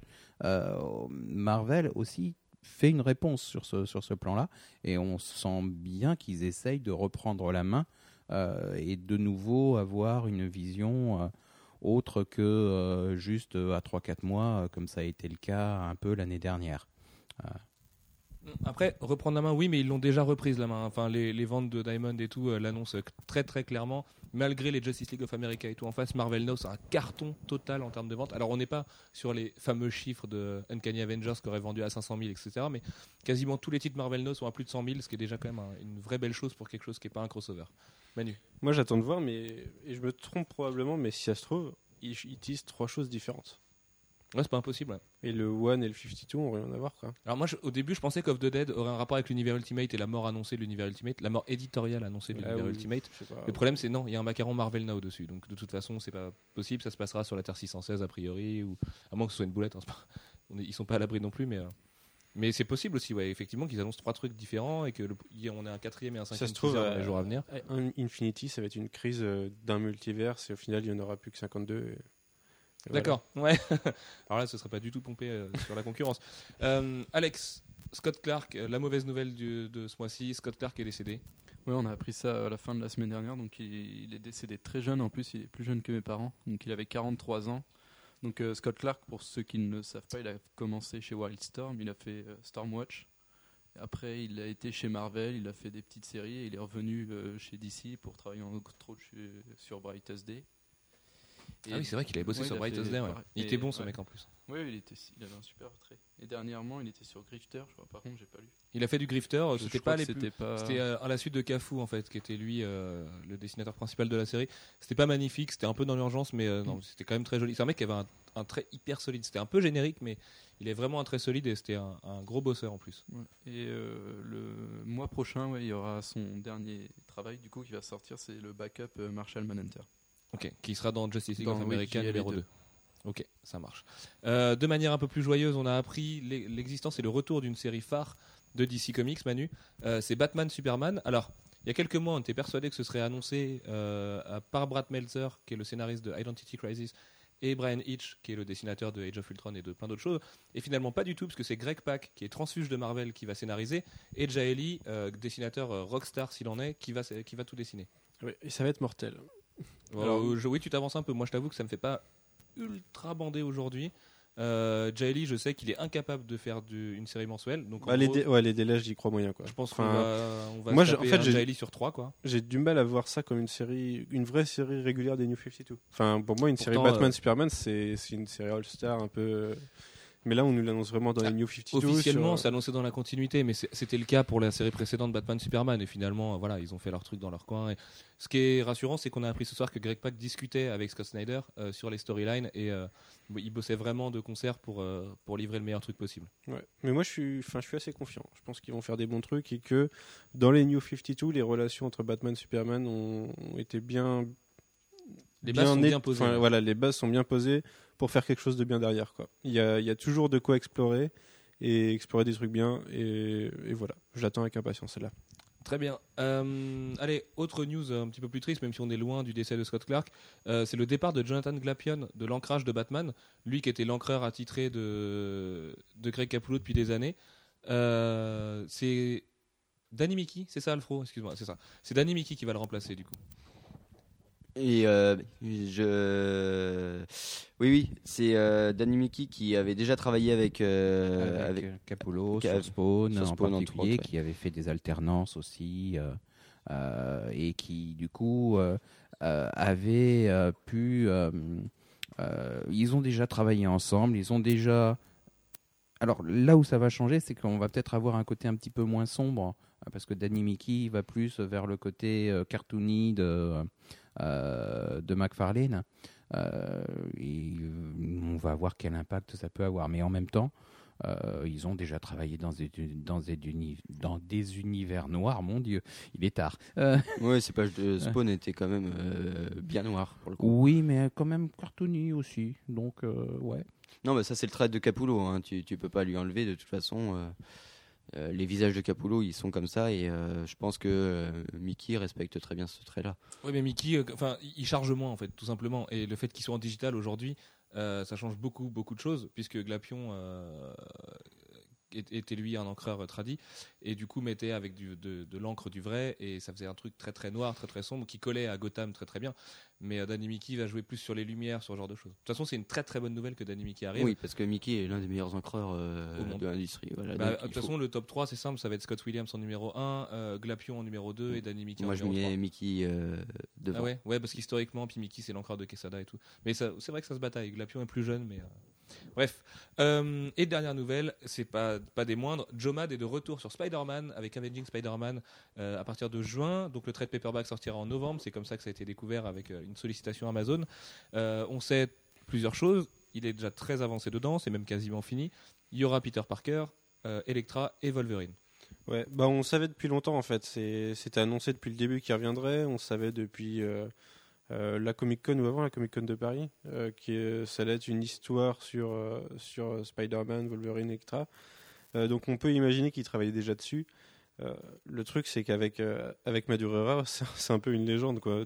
Marvel aussi fait une réponse sur ce plan-là, et on sent bien qu'ils essayent de reprendre la main et de nouveau avoir une vision autre que juste à 3-4 mois, comme ça a été le cas un peu l'année dernière. Après, reprendre la main, oui, mais ils l'ont déjà reprise la main. Enfin, les ventes de Diamond et tout l'annoncent très très clairement. Malgré les Justice League of America et tout en face, Marvel Now, c'est un carton total en termes de vente. Alors, on n'est pas sur les fameux chiffres de Uncanny Avengers qui auraient vendu à 500 000, etc. Mais quasiment tous les titres Marvel Now sont à plus de 100 000, ce qui est déjà quand même une vraie belle chose pour quelque chose qui n'est pas un crossover. Manu. Moi, j'attends de voir, et je me trompe probablement, mais si ça se trouve, ils disent 3 choses différentes. Ouais, c'est pas impossible. Ouais. Et le 1 et le 52 ont rien à voir, quoi. Alors moi, au début, je pensais qu'Of the Dead aurait un rapport avec l'univers Ultimate et la mort annoncée de l'univers Ultimate, la mort éditoriale annoncée de l'univers oui, Ultimate. je sais pas. Le problème, c'est non, il y a un macaron Marvel Now dessus, donc de toute façon, c'est pas possible. Ça se passera sur la Terre 616 a priori, ou à moins que ce soit une boulette. Hein, ils sont pas à l'abri non plus, mais c'est possible aussi, ouais, effectivement, qu'ils annoncent 3 trucs différents et que on a un 4e et un 5e Ça se trouve, teaser dans les jours à venir. Infinity, ça va être une crise d'un multiverse, et au final, il n'y en aura plus que 52. Et voilà. D'accord, ouais. Alors là, ce serait pas du tout pompé sur la concurrence. Alex, Scott Clark, la mauvaise nouvelle de ce mois-ci, Scott Clark est décédé. Ouais, on a appris ça à la fin de la semaine dernière. Donc il est décédé très jeune. En plus, il est plus jeune que mes parents. Donc il avait 43 ans. Donc Scott Clark, pour ceux qui ne le savent pas, il a commencé chez Wildstorm. Il a fait Stormwatch. Après, il a été chez Marvel. Il a fait des petites séries. Et il est revenu chez DC pour travailler en contrôle sur Brightest Day. Et Ah oui, c'est vrai qu'il avait bossé ouais, sur il a Brightest fait- Day. Ouais. Il était bon, ce ouais. mec en plus. Oui, il avait un super trait. Et dernièrement, il était sur Grifter. Je crois. Par contre, j'ai pas lu. Il a fait du Grifter. Je C'était crois pas que les plus. c'était pas. C'était à la suite de Cafu en fait, qui était lui le dessinateur principal de la série. C'était pas magnifique, c'était un peu dans l'urgence, mais non, c'était quand même très joli. C'est un mec qui avait un trait hyper solide. C'était un peu générique, mais il est vraiment un trait solide et c'était un gros bosseur en plus. Ouais. Et le mois prochain, ouais, il y aura son dernier travail du coup qui va sortir, c'est le backup Marshall Manhunter. Ok, qui sera dans Justice League Dans, of oui, America JLA numéro 2. 2. Ok, ça marche. De manière un peu plus joyeuse, on a appris l'existence et le retour d'une série phare de DC Comics, Manu. C'est Batman Superman. Alors, Il y a quelques mois, on était persuadé que ce serait annoncé par Brad Meltzer, qui est le scénariste de Identity Crisis, et Brian Hitch, qui est le dessinateur de Age of Ultron et de plein d'autres choses. Et finalement, pas du tout, parce que c'est Greg Pak, qui est transfuge de Marvel, qui va scénariser, et Jaeli, dessinateur rockstar s'il en est, qui va tout dessiner. Oui, et ça va être mortel. Alors, oui, tu t'avances un peu. Moi, je t'avoue que ça me fait pas ultra bander aujourd'hui. Jaeli, je sais qu'il est incapable de faire une série mensuelle. Donc les délais, j'y crois moyen. Quoi. Je pense enfin, qu'on va moi, se taper un j'ai Jaeli sur 3. Quoi. J'ai du mal à voir ça comme une vraie série régulière des New 52. Enfin, pour moi, série Pourtant, Batman-Superman, c'est une série All-Star un peu... Mais là, on nous l'annonce vraiment dans les New 52. Officiellement, c'est annoncé dans la continuité, mais c'était le cas pour la série précédente Batman-Superman. Et finalement, voilà, ils ont fait leur truc dans leur coin. Et ce qui est rassurant, c'est qu'on a appris ce soir que Greg Pak discutait avec Scott Snyder sur les storylines et il bossait vraiment de concert pour livrer le meilleur truc possible. Ouais. Mais moi, je suis assez confiant. Je pense qu'ils vont faire des bons trucs et que dans les New 52, les relations entre Batman et Superman ont été bien... Les bases sont bien posées. Voilà, les bases sont bien posées pour faire quelque chose de bien derrière. Quoi. Il y a toujours de quoi explorer et explorer des trucs bien. Et voilà, j'attends avec impatience celle-là. Très bien. Allez, autre news un petit peu plus triste, même si on est loin du décès de Scott Clark. C'est le départ de Jonathan Glapion de l'ancrage de Batman. Lui qui était l'ancreur attitré de Greg Capullo depuis des années. C'est Danny Mickey, c'est ça Alfro ? Excuse-moi, c'est ça. C'est Danny Mickey qui va le remplacer du coup. Et oui, c'est Danny Mickey qui avait déjà travaillé avec Capullo sur Spawn en particulier, ouais. qui avait fait des alternances aussi et qui du coup avait pu. Ils ont déjà travaillé ensemble, ils ont déjà. Alors là où ça va changer, c'est qu'on va peut-être avoir un côté un petit peu moins sombre, parce que Danny Mickey va plus vers le côté cartoony de McFarlane. Et on va voir quel impact ça peut avoir. Mais en même temps, ils ont déjà travaillé dans des univers noirs. Mon Dieu, il est tard. Oui, ces pages de Spawn étaient quand même bien noires pour le coup. Oui, mais quand même cartoony aussi. Donc, ouais. Non, mais ça c'est le trait de Capullo. Hein. Tu peux pas lui enlever de toute façon. Les visages de Capullo, ils sont comme ça, et je pense que Mickey respecte très bien ce trait-là. Oui, mais Mickey, il charge moins en fait, tout simplement. Et le fait qu'il soit en digital aujourd'hui, ça change beaucoup de choses, puisque Glapion était lui un encreur tradi, et du coup mettait avec de l'encre du vrai, et ça faisait un truc très très noir, très très sombre, qui collait à Gotham très très bien. Mais Danny Mickey va jouer plus sur les lumières, sur ce genre de choses. De toute façon, c'est une très très bonne nouvelle que Danny Mickey arrive. Oui, parce que Mickey est l'un des meilleurs encreurs de l'industrie. Voilà, de toute façon, le top 3, c'est simple, ça va être Scott Williams en numéro 1, Glapion en numéro 2 et Danny Mickey en numéro 3. Moi, je mets Mickey devant. Ah ouais, parce qu'historiquement, puis Mickey, c'est l'encreur de Quesada et tout. Mais c'est vrai que ça se bataille. Glapion est plus jeune, mais... Bref. Et dernière nouvelle, c'est pas des moindres, Joe Mad est de retour sur Spider-Man avec Avenging Spider-Man à partir de juin. Donc le trade paperback sortira en novembre. C'est comme ça que ça a été découvert avec une sollicitation Amazon. On sait plusieurs choses. Il est déjà très avancé dedans, c'est même quasiment fini. Il y aura Peter Parker, Elektra et Wolverine. Ouais, on savait depuis longtemps en fait. C'était annoncé depuis le début qu'il reviendrait. On savait depuis la Comic Con ou avant la Comic Con de Paris ça allait être une histoire sur Spider-Man, Wolverine, Elektra. Donc on peut imaginer qu'il travaillait déjà dessus. Le truc c'est qu'avec Madureira, c'est un peu une légende quoi.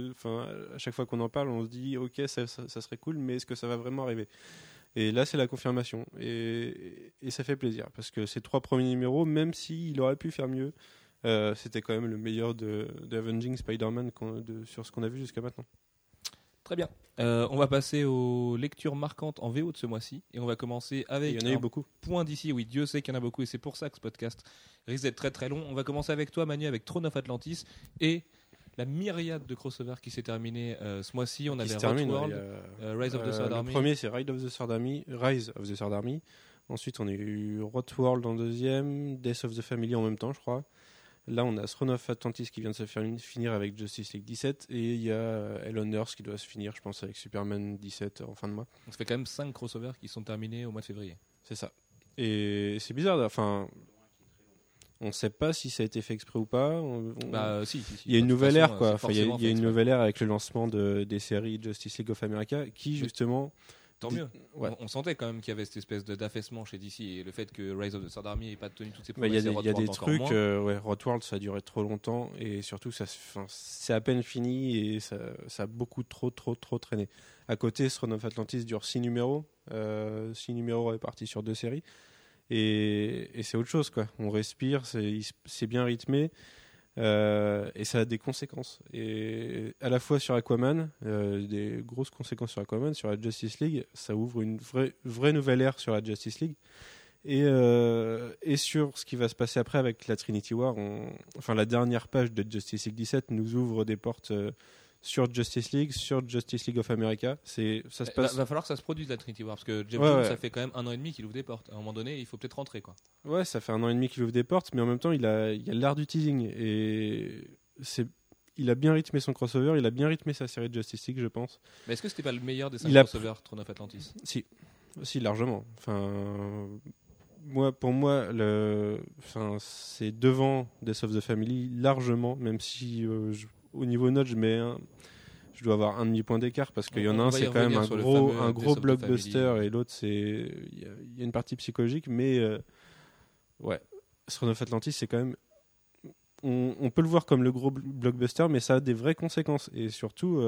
À chaque fois qu'on en parle, on se dit ok ça serait cool, mais est-ce que ça va vraiment arriver? Et là c'est la confirmation et ça fait plaisir parce que ces 3 premiers numéros, même s'il aurait pu faire mieux, c'était quand même le meilleur de Avenging Spider-Man sur ce qu'on a vu jusqu'à maintenant. Très bien. On va passer aux lectures marquantes en VO de ce mois-ci. Et on va commencer avec il y en a eu beaucoup. Point d'ici. Oui, Dieu sait qu'il y en a beaucoup. Et c'est pour ça que ce podcast risque d'être très très long. On va commencer avec toi, Manu, avec Throne of Atlantis. Et la myriade de crossovers qui s'est terminée ce mois-ci. On avait World, Rise of the Third Army. Le premier, c'est Rise of the Third Army. Ensuite, on a eu World en deuxième. Death of the Family en même temps, je crois. Là, on a Throne of Atlantis qui vient de se finir avec Justice League 17 et il y a Hell on Earth qui doit se finir, je pense, avec Superman 17 en fin de mois. Donc ça fait quand même 5 crossovers qui sont terminés au mois de février. C'est ça. Et c'est bizarre, on ne sait pas si ça a été fait exprès ou pas. Si. Il y a une nouvelle ère, quoi. Il y a une nouvelle ère avec le lancement des séries Justice League of America qui, justement, Tant mieux. Ouais. On sentait quand même qu'il y avait cette espèce d'affaissement chez DC et le fait que Rise of the Sword Army n'ait pas tenu toutes ses Bah, il promesses. y a des encore trucs, moins. ouais, Roadworld ça a duré trop longtemps et surtout c'est à peine fini et ça a beaucoup trop traîné. À côté, Throne of Atlantis dure 6 numéros, 6 numéros répartis sur 2 séries et c'est autre chose quoi. On respire, c'est bien rythmé. Et ça a des conséquences. Et à la fois sur Aquaman, des grosses conséquences sur Aquaman, sur la Justice League, ça ouvre une vraie nouvelle ère sur la Justice League. Et sur ce qui va se passer après avec la Trinity War, enfin la dernière page de Justice League 17 nous ouvre des portes sur Justice League, sur Justice League of America. Ça se passe. Va falloir que ça se produise la Trinity War parce que Jeff Ouais, Jones, ouais. ça fait quand même 1 an et demi qu'il ouvre des portes. À un moment donné, il faut peut-être rentrer quoi. Ouais, ça fait 1 an et demi qu'il ouvre des portes, mais en même temps, il y a l'art du teasing et il a bien rythmé son crossover, il a bien rythmé sa série de Justice League, je pense. Mais est-ce que c'était pas le meilleur des 5 Il a- crossovers Throne of Atlantis? Si, largement. Pour moi, c'est devant Death of the Family, largement, même si au niveau note, je dois avoir un demi-point d'écart, parce qu'il y en a On un, va y c'est quand même revenir un sur le gros, fameux un Death gros of the blockbuster, Family. et l'autre, il y a une partie psychologique, mais ouais, Throne of Atlantis, c'est quand même... On peut le voir comme le gros blockbuster, mais ça a des vraies conséquences, et surtout...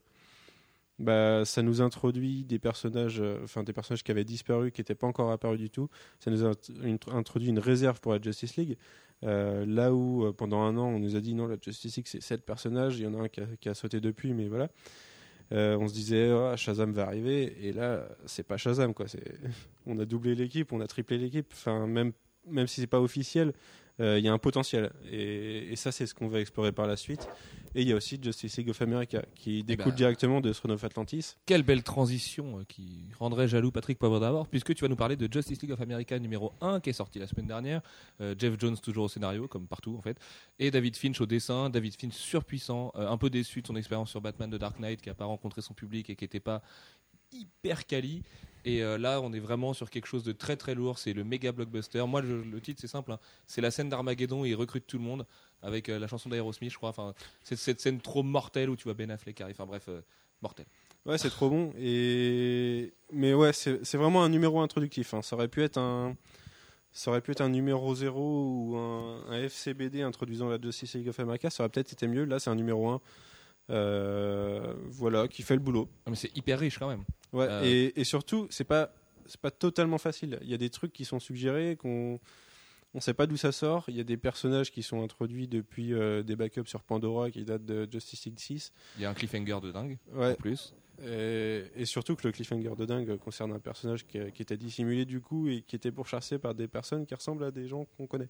ça nous introduit des personnages qui avaient disparu, qui n'étaient pas encore apparus du tout. Ça nous a introduit une réserve pour la Justice League. Là où, pendant 1 an, on nous a dit non, la Justice League, c'est 7 personnages. Il y en a un qui a sauté depuis, mais voilà. On se disait, Shazam va arriver. Et là, c'est pas Shazam, quoi. On a doublé l'équipe, on a triplé l'équipe. Enfin, même si c'est pas officiel, il y a un potentiel. Et ça, c'est ce qu'on va explorer par la suite. Et il y a aussi Justice League of America, qui découle directement de Throne of Atlantis. Quelle belle transition qui rendrait jaloux Patrick Poivre d'abord, puisque tu vas nous parler de Justice League of America numéro 1 qui est sorti la semaine dernière. Jeff Jones toujours au scénario, comme partout en fait. Et David Finch au dessin. David Finch surpuissant, un peu déçu de son expérience sur Batman de Dark Knight, qui n'a pas rencontré son public et qui n'était pas hyper quali. Et là, on est vraiment sur quelque chose de très très lourd. C'est le méga blockbuster. Moi, le titre, c'est simple. C'est la scène d'Armageddon où il recrute tout le monde avec la chanson d'Aerosmith, je crois. Enfin, c'est cette scène trop mortelle où tu vois Ben Affleck arriver. Enfin bref, mortel. Ouais, c'est trop bon. Mais ouais, c'est vraiment un numéro introductif. Ça aurait pu être un numéro 0 ou un FCBD introduisant la Justice League of America. Ça aurait peut-être été mieux. Là, c'est un numéro 1. Voilà, qui fait le boulot. Mais c'est hyper riche quand même. Ouais, et surtout, c'est pas totalement facile. Il y a des trucs qui sont suggérés, qu'on ne sait pas d'où ça sort. Il y a des personnages qui sont introduits depuis des backups sur Pandora qui datent de Justice League 6. Il y a un cliffhanger de dingue, Ouais. en plus. Et surtout que le cliffhanger de dingue concerne un personnage qui était dissimulé du coup et qui était pourchassé par des personnes qui ressemblent à des gens qu'on connaît.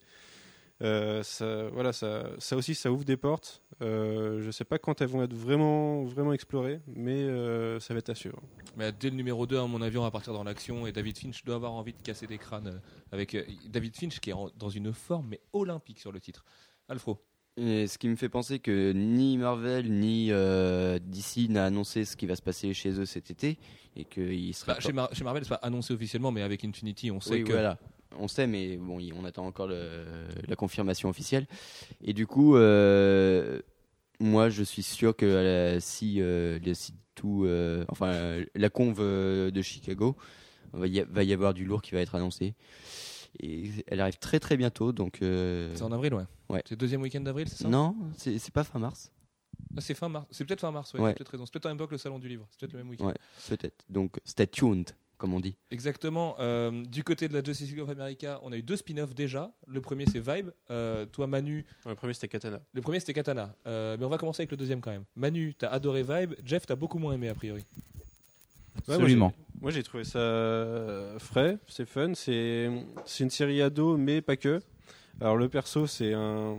Ça aussi, ça ouvre des portes. Je sais pas quand elles vont être vraiment, vraiment explorées, mais ça va être à suivre. Mais dès le numéro 2, à mon avis, on va partir dans l'action et David Finch doit avoir envie de casser des crânes avec David Finch qui est dans une forme mais olympique sur le titre. Alfro. Et ce qui me fait penser que ni Marvel ni DC n'a annoncé ce qui va se passer chez eux cet été et qu'il sera Chez Marvel, c'est pas annoncé officiellement, mais avec Infinity, on sait oui, que. Voilà. On sait, mais bon, on attend encore la confirmation officielle. Et du coup, moi, je suis sûr que la conve de Chicago, va y avoir du lourd qui va être annoncé. Et elle arrive très très bientôt, donc. C'est en avril, ouais. C'est le deuxième week-end d'avril, c'est ça? Non, c'est pas fin mars. Ah, c'est fin mars. C'est peut-être fin mars, ouais. Ouais. T'as peut-être raison. C'est peut-être en même temps que le salon du livre. C'est peut-être le même week-end. Ouais, peut-être. Donc, stay tuned, comme on dit. Exactement. Du côté de la Justice League of America, on a eu 2 spin-offs déjà. Le premier, c'est Vibe. Toi, Manu. Le premier, c'était Katana. Le premier, c'était Katana. Mais on va commencer avec le deuxième quand même. Manu, t'as adoré Vibe. Jeff, t'as beaucoup moins aimé a priori. Ouais, Absolument. Moi, j'ai trouvé ça frais, c'est fun. C'est une série ado, mais pas que. Alors, le perso, c'est un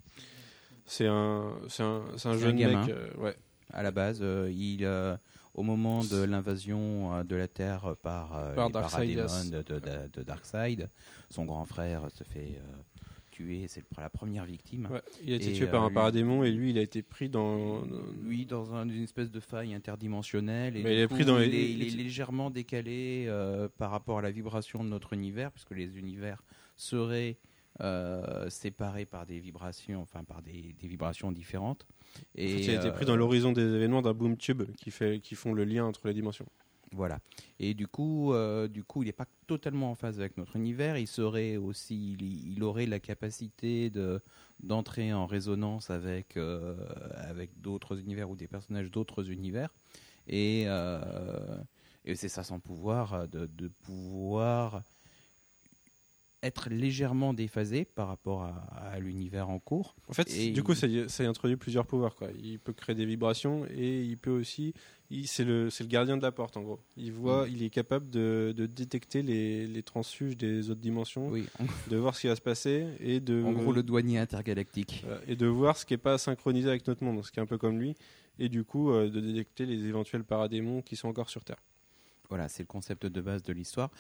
jeune gamin. mec. Ouais. À la base, au moment de l'invasion de la Terre par Darkseid, Parademon de Darkseid, son grand frère se fait tuer. C'est la première victime. Ouais, il a été Et, tué par un lui- paradémon et lui, il a été pris dans. Lui, dans une espèce de faille interdimensionnelle. Et Mais du il est coup, pris dans les- il est légèrement décalé par rapport à la vibration de notre univers, puisque les univers seraient séparés par des vibrations, par des vibrations différentes. En fait, il a été pris dans l'horizon des événements d'un boom tube qui font le lien entre les dimensions. Voilà. Et du coup, il n'est pas totalement en phase avec notre univers. Il aurait la capacité d'entrer en résonance avec d'autres univers ou des personnages d'autres univers. Et c'est ça son pouvoir, de pouvoir être légèrement déphasé par rapport à l'univers en cours. En fait, du coup, ça introduit plusieurs pouvoirs, quoi. Il peut créer des vibrations et il peut aussi... c'est le gardien de la porte, en gros. Il est capable de détecter les transfuges des autres dimensions, Oui. de voir ce qui va se passer et En gros, le douanier intergalactique. et de voir ce qui n'est pas synchronisé avec notre monde, ce qui est un peu comme lui, et du coup, de détecter les éventuels paradémons qui sont encore sur Terre. Voilà, c'est le concept de base de l'histoire.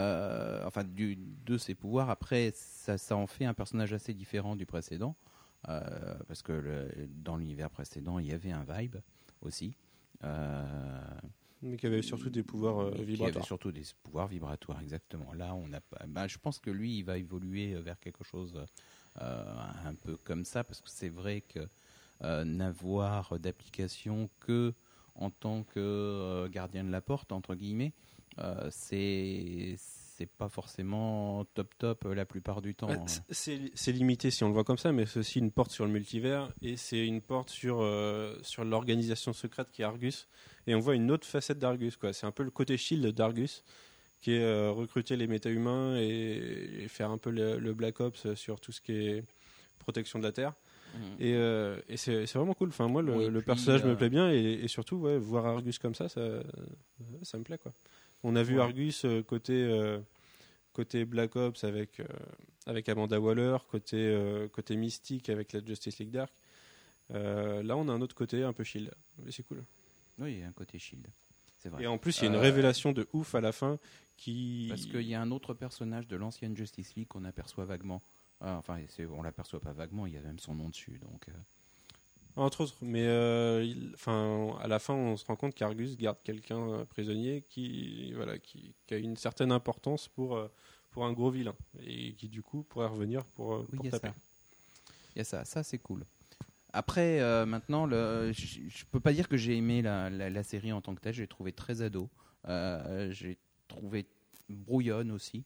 De ses pouvoirs. Après, ça en fait un personnage assez différent du précédent. Parce que dans l'univers précédent, il y avait un vibe aussi. Mais qui avait surtout des pouvoirs Qui vibratoires. avait surtout des pouvoirs vibratoires, exactement. Là, on a pas. Je pense que lui, il va évoluer vers quelque chose un peu comme ça, parce que c'est vrai que n'avoir d'application que en tant que gardien de la porte, entre guillemets, c'est pas forcément top la plupart du temps. Ouais, c'est limité si on le voit comme ça, mais c'est aussi une porte sur le multivers et c'est une porte sur l'organisation secrète qui est Argus. Et on voit une autre facette d'Argus, quoi. C'est un peu le côté shield d'Argus qui est recruter les méta-humains et faire un peu le Black Ops sur tout ce qui est protection de la Terre. Et c'est vraiment cool. Enfin, moi, le personnage me plaît bien et surtout, voir Argus comme ça me plaît, quoi. On a vu Argus côté Black Ops avec Amanda Waller, côté Mystique avec la Justice League Dark. Là, on a un autre côté un peu Shield. Mais c'est cool. Oui, il y a un côté Shield. C'est vrai. Et en plus, il y a une révélation de ouf à la fin qui... Parce qu'il y a un autre personnage de l'ancienne Justice League qu'on aperçoit vaguement. On l'aperçoit pas vaguement, il y a même son nom dessus. Donc, Entre autres, mais à la fin, on se rend compte qu'Argus garde quelqu'un prisonnier qui a une certaine importance pour un gros vilain et qui du coup pourrait revenir pour taper. Il y a ça c'est cool. Après, maintenant, je peux pas dire que j'ai aimé la série en tant que telle. J'ai trouvé très ado. J'ai trouvé brouillonne aussi.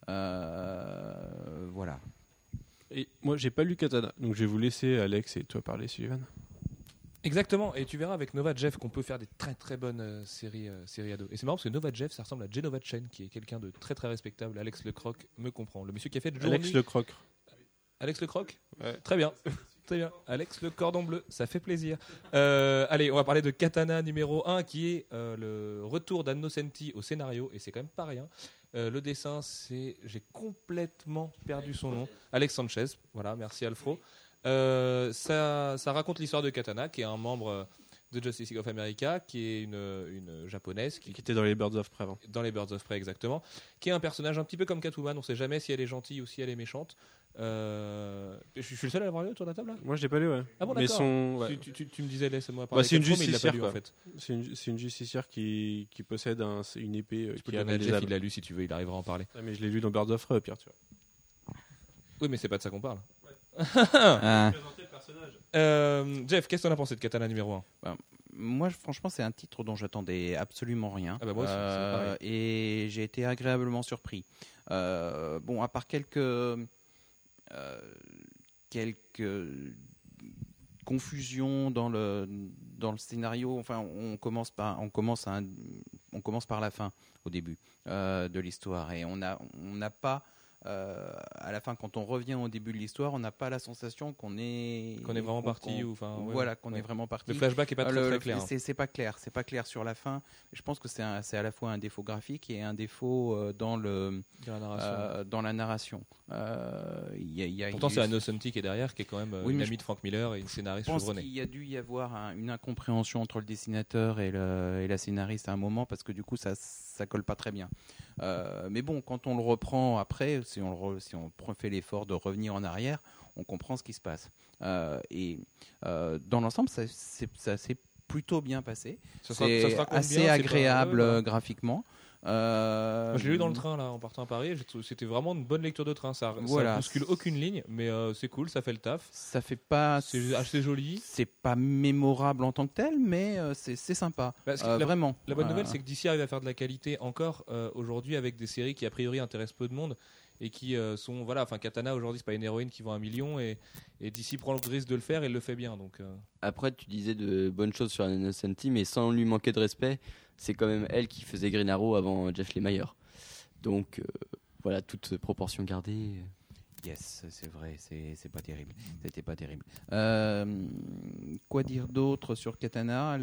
Voilà. Et moi, j'ai pas lu Katana, donc je vais vous laisser Alex et toi parler, Sullivan. Exactement, et tu verras avec Nova Jeff qu'on peut faire des très très bonnes séries ados. Et c'est marrant parce que Nova Jeff, ça ressemble à Genova Chen, qui est quelqu'un de très très respectable. Alex Lecroc me comprend. Le monsieur qui a fait Alex Lecroc. Alex Lecroc ? Ouais. Très bien. Très bien. Alex le cordon bleu, ça fait plaisir. Allez, on va parler de Katana numéro 1, qui est le retour d'Anno Senti au scénario, et c'est quand même pas rien. Le dessin, j'ai complètement perdu son nom. Alex Sanchez, voilà, merci Alfro. Ça raconte l'histoire de Katana, qui est un membre de Justice League of America, qui est une japonaise Qui était dans les Birds of Prey avant. Dans les Birds of Prey, exactement, qui est un personnage un petit peu comme Catwoman. On sait jamais si elle est gentille ou si elle est méchante. Je suis le seul à l'avoir lu autour de la table là. Moi, je l'ai pas lu, ouais. Ah bon, mais d'accord. Tu me disais, laisse-moi parler. C'est une Catwoman, mais il l'a pas justicière, lu, quoi. en fait. C'est une justicière qui possède une épée Tu peux qui le est donner à Jeff, analysable. il l'a lu si tu veux, il arrivera à en parler. Ah, mais je l'ai lu dans Birds of Prey, Pierre, tu vois. Oui, mais c'est pas de ça qu'on parle. Ah. Jeff, qu'est-ce que t'en as pensé de Katana numéro 1 ? Moi, franchement, c'est un titre dont j'attendais absolument rien. Ah bah moi aussi, c'est pareil. Et j'ai été agréablement surpris. Bon, à part quelques confusions dans le scénario. Enfin, on commence par la fin au début de l'histoire, et on n'a pas à la fin, quand on revient au début de l'histoire, on n'a pas la sensation qu'on est vraiment parti ou enfin voilà, qu'on est vraiment parti. Le flashback est pas très clair. C'est pas clair, c'est pas clair sur la fin. Je pense que c'est à la fois un défaut graphique et un défaut dans la narration. Pourtant, c'est Anno Senti qui est derrière, qui est quand même Oui, une mais amie de Frank Miller et une scénariste Je pense chevronnée. qu'il y a dû y avoir une incompréhension entre le dessinateur et la scénariste à un moment, parce que du coup ça colle pas très bien. Mais bon, quand on le reprend après, si on fait l'effort de revenir en arrière, on comprend ce qui se passe. Et dans l'ensemble, ça s'est plutôt bien passé. C'est assez agréable graphiquement. Moi, je l'ai lu dans le train là, en partant à Paris. J'ai trouvé que c'était vraiment une bonne lecture de train. Ça bouscule aucune ligne, mais c'est cool, ça fait le taf. Ça fait pas. C'est assez joli. C'est pas mémorable en tant que tel, mais c'est sympa. Vraiment. La bonne nouvelle, c'est que DC arrive à faire de la qualité encore aujourd'hui avec des séries qui a priori intéressent peu de monde et qui sont voilà. Enfin, Katana aujourd'hui, c'est pas une héroïne qui vend 1 million et DC prend le risque de le faire et le fait bien. Donc. Après, tu disais de bonnes choses sur Innocenti, mais sans lui manquer de respect, c'est quand même elle qui faisait Green Arrow avant Jeff Lemire. Donc voilà, toute proportion gardée. Yes, c'est vrai, c'est pas terrible. C'était pas terrible. Quoi dire d'autre sur Katana?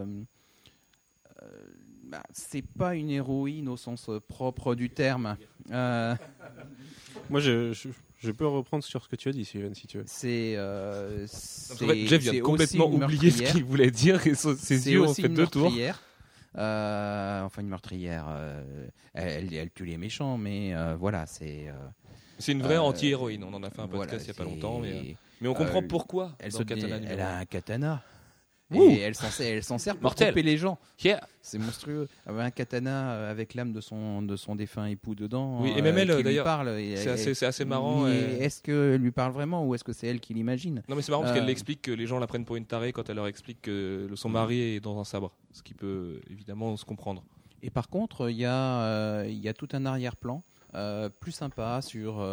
C'est pas une héroïne au sens propre du terme. Moi, je peux reprendre sur ce que tu as dit, Sylvain, si tu veux. En fait, Jeff vient complètement oublier ce qu'il voulait dire et ses yeux ont fait 2 tours. Enfin, une meurtrière, elle tue les méchants, mais voilà, c'est une vraie anti-héroïne. On en a fait un podcast il n'y a pas longtemps, mais on comprend pourquoi. Elle a un katana. Et elle s'en sert pour couper les gens. Yeah. C'est monstrueux. Un katana avec l'âme de son défunt époux dedans. Oui, et même elle, d'ailleurs, parle. C'est assez marrant. Est-ce qu'elle lui parle vraiment ou est-ce que c'est elle qui l'imagine? Non, mais c'est marrant parce qu'elle explique que les gens la prennent pour une tarée quand elle leur explique que son mari est dans un sabre. Ce qui peut évidemment se comprendre. Et par contre, il y a tout un arrière-plan. Plus sympa sur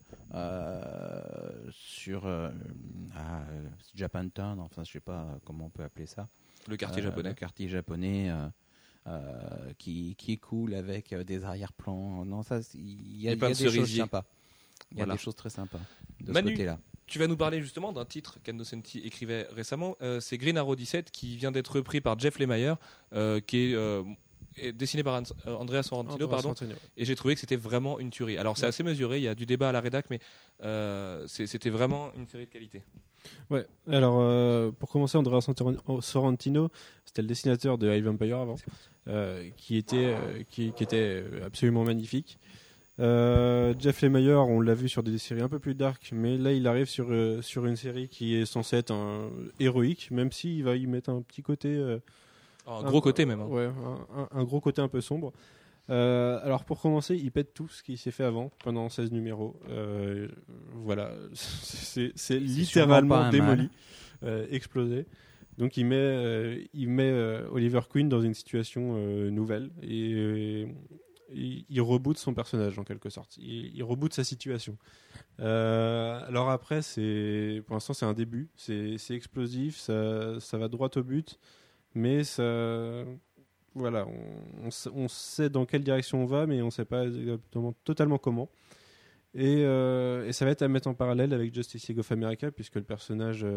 Japantown, enfin je sais pas comment on peut appeler ça. Le quartier japonais. Le quartier japonais qui est cool avec des arrière-plans. Non, ça, il y a des choses sympas. Il y a des choses très sympas de Manu, ce côté-là. Tu vas nous parler justement d'un titre qu'Annocenti écrivait récemment. C'est Green Arrow 17 qui vient d'être repris par Jeff Lemire, qui est dessiné par Andrea Sorrentino, et j'ai trouvé que c'était vraiment une tuerie. Alors c'est assez mesuré, il y a du débat à la rédac, mais c'était vraiment une série de qualité. Ouais. Alors pour commencer, Andrea Sorrentino, c'était le dessinateur de High Vampire avant, qui était absolument magnifique. Jeff Lemire, on l'a vu sur des séries un peu plus dark, mais là il arrive sur une série qui est censée être héroïque, même s'il va y mettre un petit côté. Un gros côté même. Hein. Ouais, un gros côté un peu sombre. Alors pour commencer, il pète tout ce qui s'est fait avant pendant 16 numéros. Voilà, c'est littéralement démoli, explosé. Donc il met Oliver Queen dans une situation nouvelle et il reboot son personnage en quelque sorte. Il reboot sa situation. Alors après, pour l'instant c'est un début, c'est explosif, ça va droit au but. Mais ça, voilà, on sait dans quelle direction on va, mais on ne sait pas exactement, totalement comment. Et ça va être à mettre en parallèle avec Justice League of America, puisque le personnage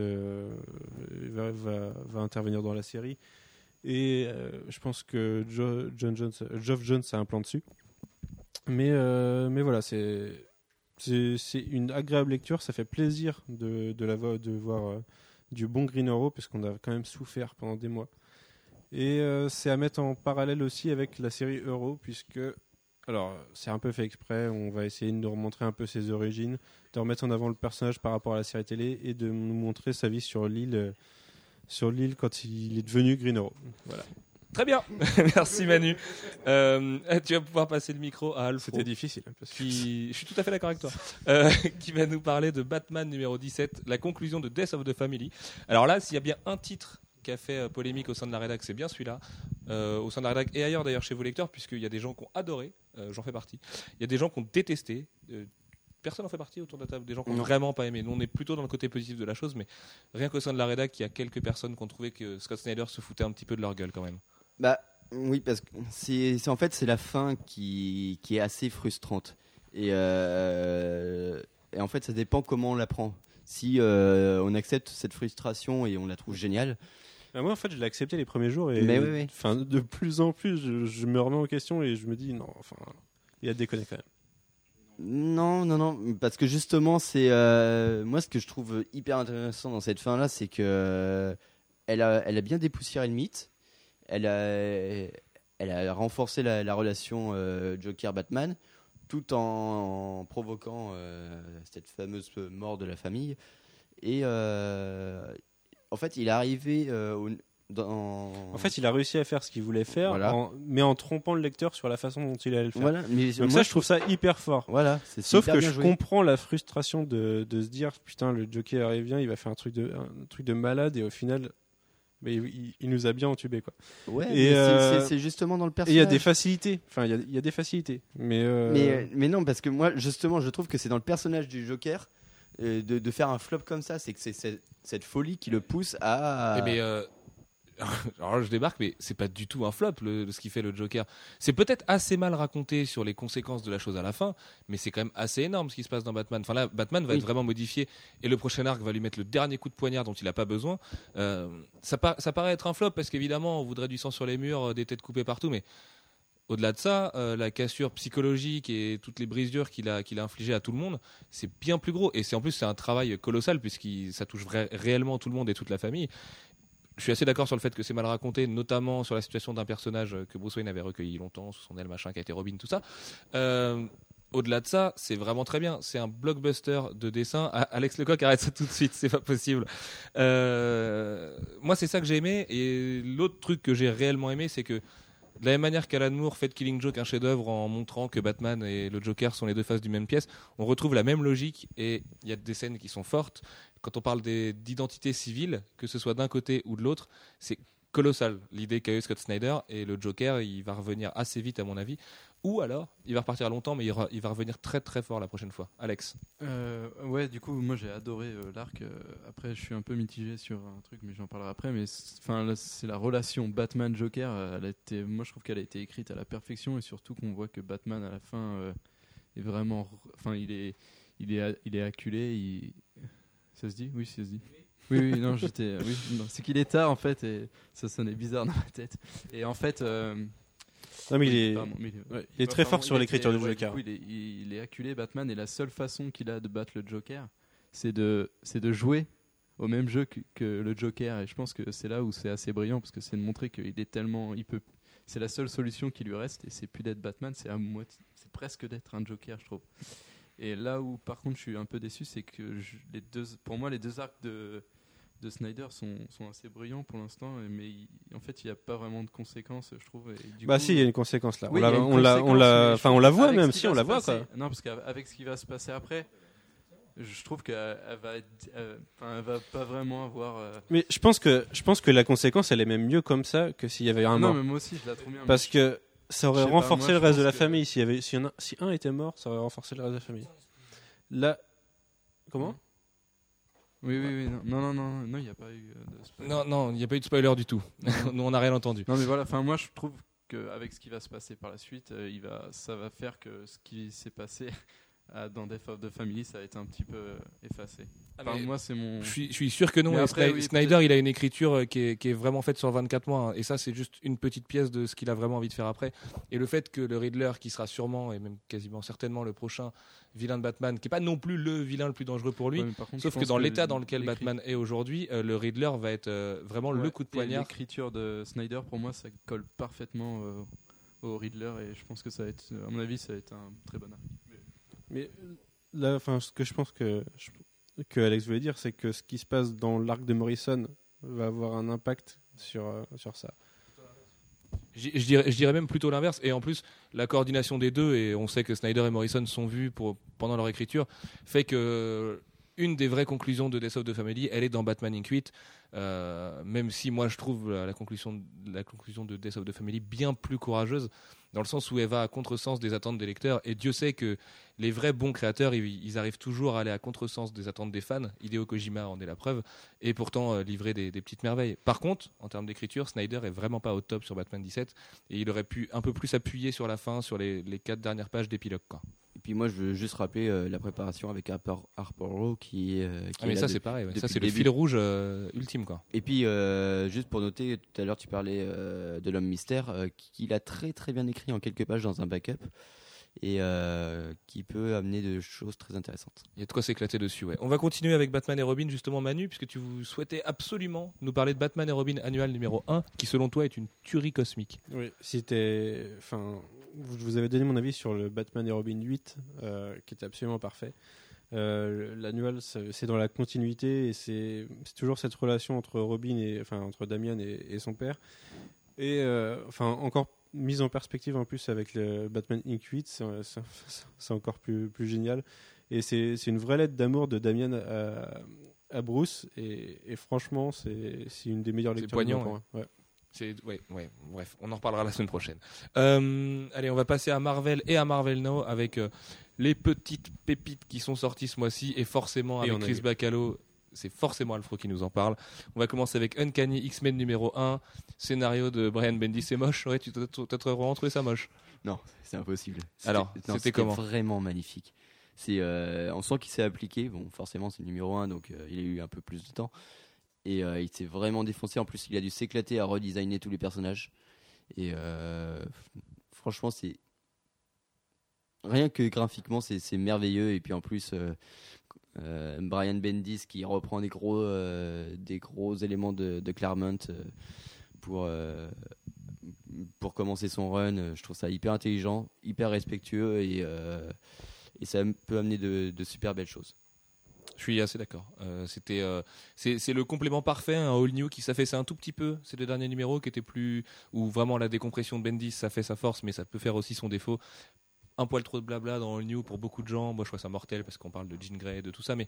va intervenir dans la série. Et je pense que Geoff Johns a un plan dessus. Mais voilà, c'est une agréable lecture. Ça fait plaisir de voir du bon Green Arrow, parce qu'on a quand même souffert pendant des mois. Et c'est à mettre en parallèle aussi avec la série Euro, puisque, alors c'est un peu fait exprès, on va essayer de nous remontrer un peu ses origines, de remettre en avant le personnage par rapport à la série télé et de nous montrer sa vie sur l'île quand il est devenu Green Arrow. Voilà. Très bien, merci Manu. Tu vas pouvoir passer le micro à Alfred. C'était difficile. Je suis tout à fait d'accord avec toi. Qui va nous parler de Batman numéro 17, la conclusion de Death of the Family. Alors là, s'il y a bien un titre qui a fait polémique au sein de la rédac, c'est bien celui-là. Au sein de la rédac et ailleurs d'ailleurs chez vos lecteurs, puisqu'il y a des gens qui ont adoré, j'en fais partie. Il y a des gens qui ont détesté. Personne n'en fait partie autour de la table, des gens qui n'ont vraiment pas aimé. Nous, on est plutôt dans le côté positif de la chose, mais rien qu'au sein de la rédac, il y a quelques personnes qui ont trouvé que Scott Snyder se foutait un petit peu de leur gueule quand même. Bah oui, parce que c'est en fait c'est la fin qui est assez frustrante et en fait ça dépend comment on la prend. Si on accepte cette frustration et on la trouve géniale. Moi en fait je l'ai accepté les premiers jours et de plus en plus je me remets en question et je me dis non, enfin il y a déconné quand même. Non, parce que justement c'est moi ce que je trouve hyper intéressant dans cette fin là, c'est que elle a bien dépoussiéré le mythe. Elle a renforcé la relation Joker-Batman tout en provoquant cette fameuse mort de la famille. Et en fait, il est arrivé dans... En fait, il a réussi à faire ce qu'il voulait faire, Voilà. mais en trompant le lecteur sur la façon dont il allait le faire. Voilà, mais Donc moi, ça, je trouve ça hyper fort. Voilà, c'est Sauf hyper que bien je joué. comprends la frustration de se dire putain, le Joker il vient, il va faire un truc de malade et au final, mais il nous a bien entubé quoi. Ouais, Et, mais c'est justement dans le Et personnage. il y a des facilités, enfin il y a des facilités, Mais non, parce que moi, justement, je trouve que c'est dans le personnage du Joker de faire un flop comme ça. C'est que c'est cette folie qui le pousse à. Mais alors là, je débarque, mais c'est pas du tout un flop ce qui fait le Joker. C'est peut-être assez mal raconté sur les conséquences de la chose à la fin, mais c'est quand même assez énorme ce qui se passe dans Batman. Enfin là, Batman va être vraiment modifié et le prochain arc va lui mettre le dernier coup de poignard dont il n'a pas besoin. Ça paraît être un flop parce qu'évidemment, on voudrait du sang sur les murs, des têtes coupées partout, mais au-delà de ça, la cassure psychologique et toutes les brisures qu'il a infligées à tout le monde, c'est bien plus gros. Et en plus, c'est un travail colossal puisque ça touche réellement tout le monde et toute la famille. Je suis assez d'accord sur le fait que c'est mal raconté, notamment sur la situation d'un personnage que Bruce Wayne avait recueilli longtemps sous son aile, machin, qui a été Robin, tout ça. Au-delà de ça, c'est vraiment très bien. C'est un blockbuster de dessin. Alex Lecoq, arrête ça tout de suite, c'est pas possible. Moi, c'est ça que j'ai aimé. Et l'autre truc que j'ai réellement aimé, c'est que de la même manière qu'Alan Moore fait de Killing Joke un chef-d'œuvre en montrant que Batman et le Joker sont les deux faces d'une même pièce, on retrouve la même logique et il y a des scènes qui sont fortes. Quand on parle d'identité civile, que ce soit d'un côté ou de l'autre, c'est colossal l'idée qu'a eu Scott Snyder, et le Joker, il va revenir assez vite à mon avis. Ou alors, il va repartir longtemps, mais il va revenir très très fort la prochaine fois. Alex. Ouais, du coup, moi j'ai adoré l'arc. Après, je suis un peu mitigé sur un truc, mais j'en parlerai après. Mais c'est la relation Batman-Joker. Moi, je trouve qu'elle a été écrite à la perfection, et surtout qu'on voit que Batman à la fin est vraiment. Enfin, il est acculé. Ça se dit? Oui, ça se dit. Oui, non, c'est qu'il est tard en fait, et ça sonnait bizarre dans ma tête. Et en fait. Non, mais il est très Pardon, fort sur l'écriture du Joker. Du coup, il est acculé, Batman, et la seule façon qu'il a de battre le Joker, c'est de jouer au même jeu que le Joker. Et je pense que c'est là où c'est assez brillant, parce que c'est de montrer qu'il est tellement. C'est la seule solution qui lui reste, et c'est plus d'être Batman, c'est presque d'être un Joker, je trouve. Et là où, par contre, je suis un peu déçu, c'est que pour moi, les deux arcs de Snyder sont assez brillants pour l'instant, mais en fait, il n'y a pas vraiment de conséquences, je trouve. Et si, il y a une conséquence là. Oui, on la voit même, si on la voit quoi. Non, parce qu'avec ce qui va se passer après, je trouve qu'elle va pas vraiment avoir. Mais je pense que la conséquence, elle est même mieux comme ça que s'il y avait un mort. Non, mais moi aussi, je la trouve bien. Parce que ça aurait renforcé le reste de la famille. Si un était mort, ça aurait renforcé le reste de la famille. Là, comment? Oui, non, il n'y a pas eu de spoiler. Non, il n'y a pas eu de spoiler du tout. Nous, on n'a rien entendu. Non, mais voilà, moi je trouve qu'avec ce qui va se passer par la suite, ça va faire que ce qui s'est passé dans Death of the Family, ça a été un petit peu effacé. Moi, c'est mon. Je suis sûr que non. Mais après, Snyder, il a une écriture qui est vraiment faite sur 24 mois. Hein, et ça, c'est juste une petite pièce de ce qu'il a vraiment envie de faire après. Et le fait que le Riddler, qui sera sûrement, et même quasiment certainement, le prochain vilain de Batman, qui n'est pas non plus le vilain le plus dangereux pour lui, contre, sauf que dans l'état dans lequel Batman est aujourd'hui, le Riddler va être vraiment le coup de poignard. L'écriture de Snyder, pour moi, ça colle parfaitement au Riddler, et je pense que ça va être, à mon avis, ça va être un très bon arc. Mais là, ce que je pense que Alex voulait dire, c'est que ce qui se passe dans l'arc de Morrison va avoir un impact sur ça. Je dirais même plutôt l'inverse. Et en plus, la coordination des deux, et on sait que Snyder et Morrison sont vus pendant leur écriture, fait que une des vraies conclusions de Death of the Family, elle est dans Batman Inc. 8. Même si moi je trouve la conclusion de Death of the Family bien plus courageuse, dans le sens où elle va à contresens des attentes des lecteurs, et Dieu sait que les vrais bons créateurs, ils arrivent toujours à aller à contresens des attentes des fans. Hideo Kojima en est la preuve, et pourtant livrer des petites merveilles. Par contre, en termes d'écriture, Snyder est vraiment pas au top sur Batman 17, et il aurait pu un peu plus appuyer sur la fin, sur les 4 dernières pages d'épilogue, quoi. Et puis moi, je veux juste rappeler la préparation avec Harper Row qui mais ça c'est pareil, ça c'est le fil rouge ultime, quoi. Et puis juste pour noter, tout à l'heure tu parlais de l'homme mystère, qu'il a très très bien écrit en quelques pages dans un backup, et qui peut amener de choses très intéressantes. Il y a de quoi s'éclater dessus, ouais. On va continuer avec Batman et Robin, justement, Manu, puisque tu souhaitais absolument nous parler de Batman et Robin annual numéro 1, qui selon toi est une tuerie cosmique. Oui, vous avez donné mon avis sur le Batman et Robin 8, qui était absolument parfait. L'annual, c'est dans la continuité et c'est toujours cette relation entre entre Damian et son père. Et encore mise en perspective en plus avec le Batman Inc. 8, c'est encore plus génial. Et c'est une vraie lettre d'amour de Damian à Bruce. Et franchement, c'est une des meilleures lectures. C'est poignant. Pour moi. Ouais. Bref, on en reparlera la semaine prochaine. Allez, on va passer à Marvel et à Marvel Now avec les petites pépites qui sont sorties ce mois-ci et forcément avec Chris Bacalo. C'est forcément Alfro qui nous en parle. On va commencer avec Uncanny X-Men numéro 1, scénario de Brian Bendis. C'est moche, ouais, tu t'as vraiment trouvé ça moche? Non, c'est impossible. C'était comment? Vraiment magnifique. On sent qu'il s'est appliqué. Bon, forcément, c'est le numéro 1, donc il a eu un peu plus de temps. Et il s'est vraiment défoncé. En plus, il a dû s'éclater à redesigner tous les personnages. Et franchement, c'est rien que graphiquement, c'est merveilleux. Et puis en plus, Brian Bendis qui reprend des gros éléments de Claremont pour commencer son run. Je trouve ça hyper intelligent, hyper respectueux et ça peut amener de super belles choses. Je suis assez d'accord. C'est le complément parfait, un All New qui s'affaissait un tout petit peu ces 2 derniers numéros, qui étaient plus où vraiment la décompression de Bendis ça fait sa force, mais ça peut faire aussi son défaut. Un poil trop de blabla dans All New pour beaucoup de gens. Moi, je trouve ça mortel parce qu'on parle de Jean Grey, de tout ça. Mais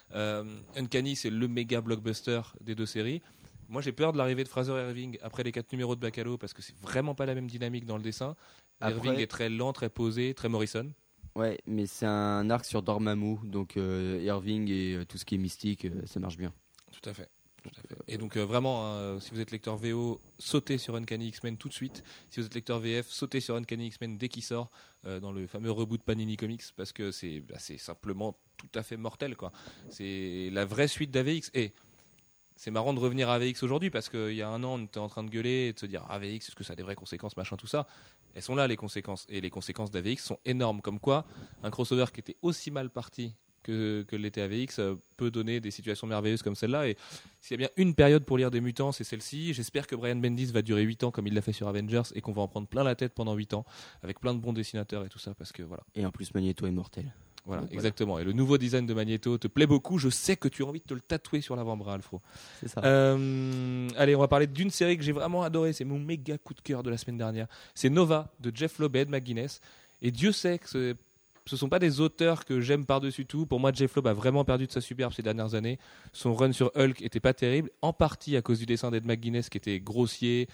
Uncanny, c'est le méga blockbuster des 2 séries. Moi, j'ai peur de l'arrivée de Fraser Irving après les 4 numéros de Bacalo parce que c'est vraiment pas la même dynamique dans le dessin. Irving est très lent, très posé, très Morrison. Ouais, mais c'est un arc sur Dormammu, donc Irving et tout ce qui est mystique, ça marche bien. Tout à fait. Et donc vraiment, si vous êtes lecteur VO, sautez sur Uncanny X-Men tout de suite. Si vous êtes lecteur VF, sautez sur Uncanny X-Men dès qu'il sort dans le fameux reboot Panini Comics parce que c'est simplement tout à fait mortel, quoi. C'est la vraie suite d'AVX. Et c'est marrant de revenir à AVX aujourd'hui parce qu'il y a un an, on était en train de gueuler et de se dire AVX, est-ce que ça a des vraies conséquences, machin, tout ça. Elles sont là, les conséquences. Et les conséquences d'AVX sont énormes. Comme quoi, un crossover qui était aussi mal parti que l'était AVX peut donner des situations merveilleuses comme celle-là. Et s'il y a bien une période pour lire des mutants, c'est celle-ci. J'espère que Brian Bendis va durer 8 ans comme il l'a fait sur Avengers et qu'on va en prendre plein la tête pendant 8 ans avec plein de bons dessinateurs et tout ça. Parce que voilà. Et en plus, Magneto est mortel. Voilà, exactement. Et le nouveau design de Magneto te plaît beaucoup. Je sais que tu as envie de te le tatouer sur l'avant-bras, Alfro. C'est ça. Allez, on va parler d'une série que j'ai vraiment adorée. C'est mon méga coup de cœur de la semaine dernière. C'est Nova de Jeff Loeb et Ed McGuinness. Et Dieu sait que ce ne sont pas des auteurs que j'aime par-dessus tout. Pour moi, Jeff Loeb a vraiment perdu de sa superbe ces dernières années. Son run sur Hulk était pas terrible, en partie à cause du dessin d'Ed McGuinness qui était grossier.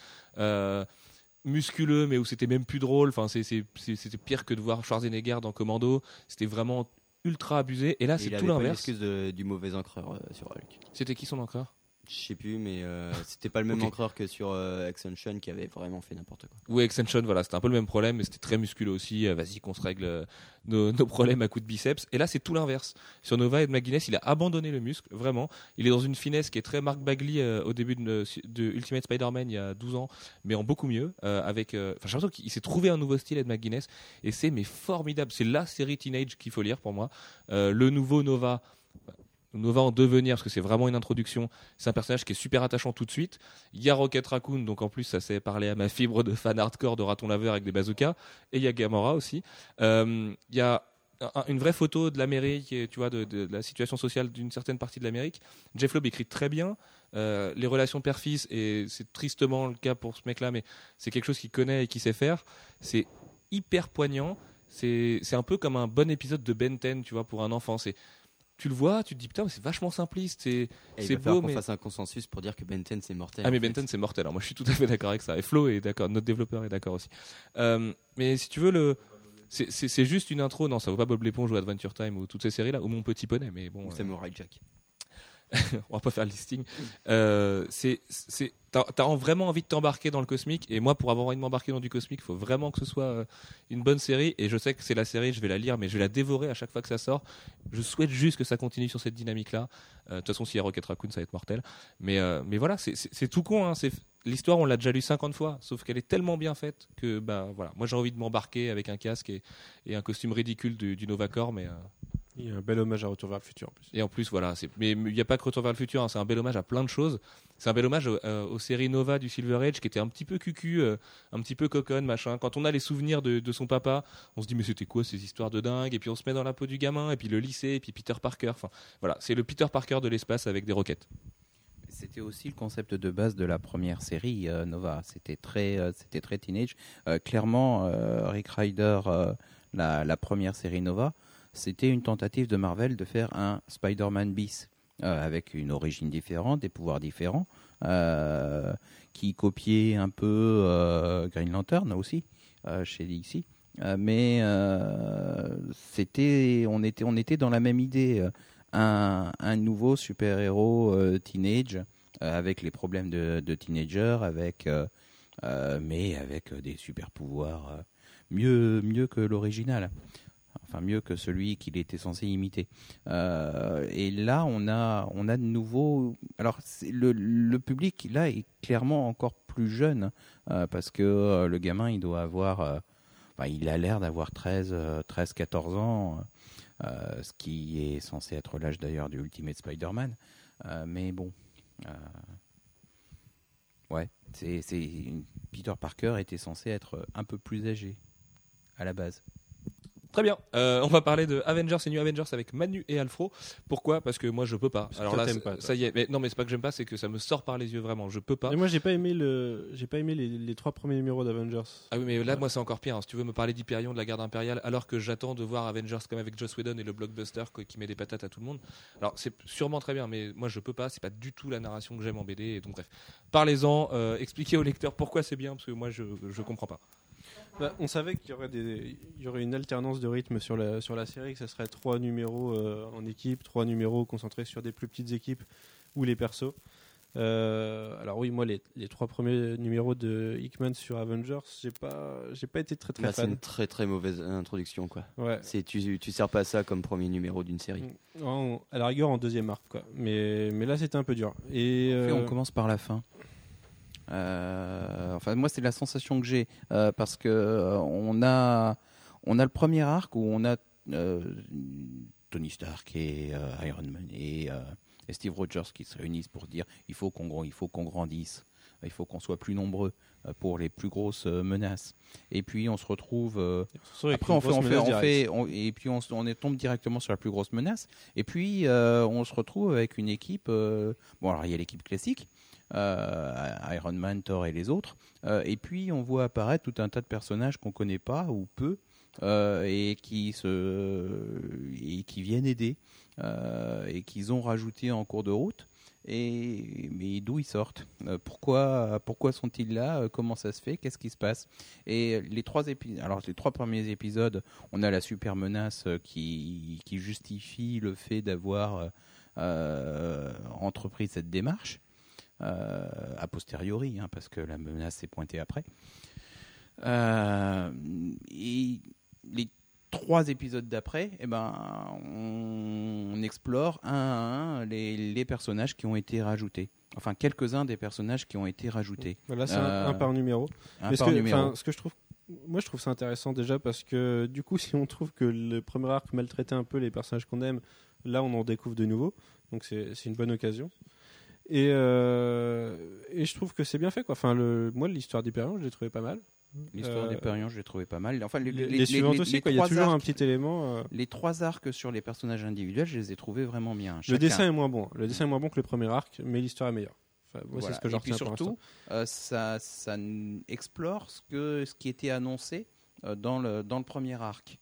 Musculeux mais où c'était même plus drôle, enfin c'était pire que de voir Schwarzenegger dans Commando, c'était vraiment ultra abusé et là c'est tout l'inverse. Il avait pas l'excuse du mauvais encreur sur Hulk. C'était qui son encreur? Je sais plus, mais c'était pas le même encreur que sur Extension qui avait vraiment fait n'importe quoi. Oui, Extension, voilà, c'était un peu le même problème, mais c'était très musculeux aussi. Vas-y, qu'on se règle nos problèmes à coups de biceps. Et là, c'est tout l'inverse. Sur Nova, Ed McGuinness, il a abandonné le muscle, vraiment. Il est dans une finesse qui est très Mark Bagley au début de Ultimate Spider-Man il y a 12 ans, mais en beaucoup mieux. J'ai l'impression qu'il s'est trouvé un nouveau style, Ed McGuinness, et c'est formidable. C'est la série Teenage qu'il faut lire pour moi. Le nouveau Nova en devenir, parce que c'est vraiment une introduction. C'est un personnage qui est super attachant tout de suite. Il y a Rocket Raccoon, donc en plus ça s'est parlé à ma fibre de fan hardcore de raton laveur avec des bazookas. Et il y a Gamora aussi. Il y a une vraie photo de l'Amérique, et, tu vois, de la situation sociale d'une certaine partie de l'Amérique. Jeff Loeb écrit très bien. Les relations père-fils, et c'est tristement le cas pour ce mec-là, mais c'est quelque chose qu'il connaît et qu'il sait faire. C'est hyper poignant. C'est un peu comme un bon épisode de Ben 10, tu vois, pour un enfant. Tu le vois, tu te dis putain, mais c'est vachement simpliste, c'est beau, mais qu'on fasse un consensus pour dire que Ben 10 c'est mortel. Ah mais Ben 10 c'est mortel. Alors moi je suis tout à fait d'accord avec ça. Et Flo est d'accord, notre développeur est d'accord aussi. Mais si tu veux c'est juste une intro. Non, ça vaut pas Bob l'éponge ou Adventure Time ou toutes ces séries là ou Mon Petit Poney. Mais bon. Samurai Jack. On va pas faire le listing. T'as vraiment envie de t'embarquer dans le cosmique, et moi pour avoir envie de m'embarquer dans du cosmique il faut vraiment que ce soit une bonne série, et je sais que c'est la série, je vais la lire mais je vais la dévorer à chaque fois que ça sort. Je souhaite juste que ça continue sur cette dynamique là. De toute façon s'il y a Rocket Raccoon ça va être mortel, mais voilà, c'est tout con, hein. L'histoire on l'a déjà lu 50 fois, sauf qu'elle est tellement bien faite que voilà, moi j'ai envie de m'embarquer avec un casque et un costume ridicule du Nova Corps, mais Il y a un bel hommage à Retour vers le futur en plus. Et en plus, voilà, mais il n'y a pas que Retour vers le futur, hein, c'est un bel hommage à plein de choses. C'est un bel hommage aux séries Nova du Silver Age qui étaient un petit peu cucu, un petit peu coconne, machin. Quand on a les souvenirs de son papa, on se dit mais c'était quoi ces histoires de dingue. Et puis on se met dans la peau du gamin, et puis le lycée, et puis Peter Parker. Enfin, voilà, c'est le Peter Parker de l'espace avec des roquettes. C'était aussi le concept de base de la première série Nova. C'était très teenage. Clairement, Rick Rider, la première série Nova, c'était une tentative de Marvel de faire un Spider-Man bis avec une origine différente, des pouvoirs différents, qui copiait un peu Green Lantern aussi chez DC. Mais on était dans la même idée. Un nouveau super-héros teenage avec les problèmes de teenager, mais avec des super-pouvoirs mieux que l'original. Enfin, mieux que celui qu'il était censé imiter. Et là, on a de nouveau... Alors, le public, là, est clairement encore plus jeune, parce que le gamin, il doit avoir... il a l'air d'avoir 13-14 ans, ce qui est censé être l'âge d'ailleurs du Ultimate Spider-Man. Mais bon... ouais, Peter Parker était censé être un peu plus âgé, à la base. Très bien, on va parler de Avengers et New Avengers avec Manu et Alfro. Pourquoi ? Parce que moi je peux pas. Alors là, ça y est. Mais non, mais c'est pas que j'aime pas, c'est que ça me sort par les yeux vraiment. Je peux pas. Et moi j'ai pas aimé les 3 premiers numéros d'Avengers. Ah oui, mais là moi c'est encore pire. Hein. Si tu veux me parler d'Hyperion, de la Garde impériale, alors que j'attends de voir Avengers comme avec Joss Whedon et le blockbuster qui met des patates à tout le monde. Alors c'est sûrement très bien, mais moi je peux pas. C'est pas du tout la narration que j'aime en BD. Et donc bref, parlez-en, expliquez aux lecteurs pourquoi c'est bien, parce que moi je comprends pas. On savait qu'il y aurait une alternance de rythme sur la série, que ce serait 3 numéros en équipe, 3 numéros concentrés sur des plus petites équipes ou les persos. Alors oui, moi les 3 premiers numéros de Hickman sur Avengers, j'ai pas été très fan. C'est une très très mauvaise introduction quoi. Ouais. Tu sers pas ça comme premier numéro d'une série. À la rigueur en deuxième arc quoi. Mais là c'était un peu dur. Et en fait, on commence par la fin. Moi c'est la sensation que j'ai parce que on a le premier arc où on a Tony Stark et Iron Man et Steve Rogers qui se réunissent pour dire il faut qu'on grandisse, il faut qu'on soit plus nombreux pour les plus grosses menaces. Et puis on se retrouve après on tombe directement sur la plus grosse menace. Et puis on se retrouve avec une équipe. Alors il y a l'équipe classique. Iron Man, Thor et les autres. Et puis on voit apparaître tout un tas de personnages qu'on connaît pas ou peu et qui viennent aider et qu'ils ont rajouté en cours de route. Mais d'où ils sortent ? Pourquoi sont-ils là ? Comment ça se fait ? Qu'est-ce qui se passe ? Et les 3 premiers épisodes, on a la super menace qui justifie le fait d'avoir entrepris cette démarche. A posteriori, parce que la menace s'est pointée après. Et les 3 épisodes d'après, on explore un à un les personnages qui ont été rajoutés. Enfin, quelques-uns des personnages qui ont été rajoutés. Là, c'est un par numéro. Ce que je trouve, moi, je trouve ça intéressant déjà parce que du coup, si on trouve que le premier arc maltraitait un peu les personnages qu'on aime, là, on en découvre de nouveaux. Donc, c'est une bonne occasion. Et je trouve que c'est bien fait quoi. Enfin, moi l'histoire d'Hyperion, je l'ai trouvé pas mal. L'histoire d'Hyperion, je l'ai trouvé pas mal. Enfin, les suivantes aussi, quoi. Il y a toujours un petit élément. Les 3 arcs sur les personnages individuels, je les ai trouvés vraiment bien. Le dessin est moins bon. Le dessin est moins bon que le premier arc, mais l'histoire est meilleure. Enfin, moi, c'est ce que j'en retiens pour l'instant. Et puis surtout, ça explore ce qui était annoncé dans le premier arc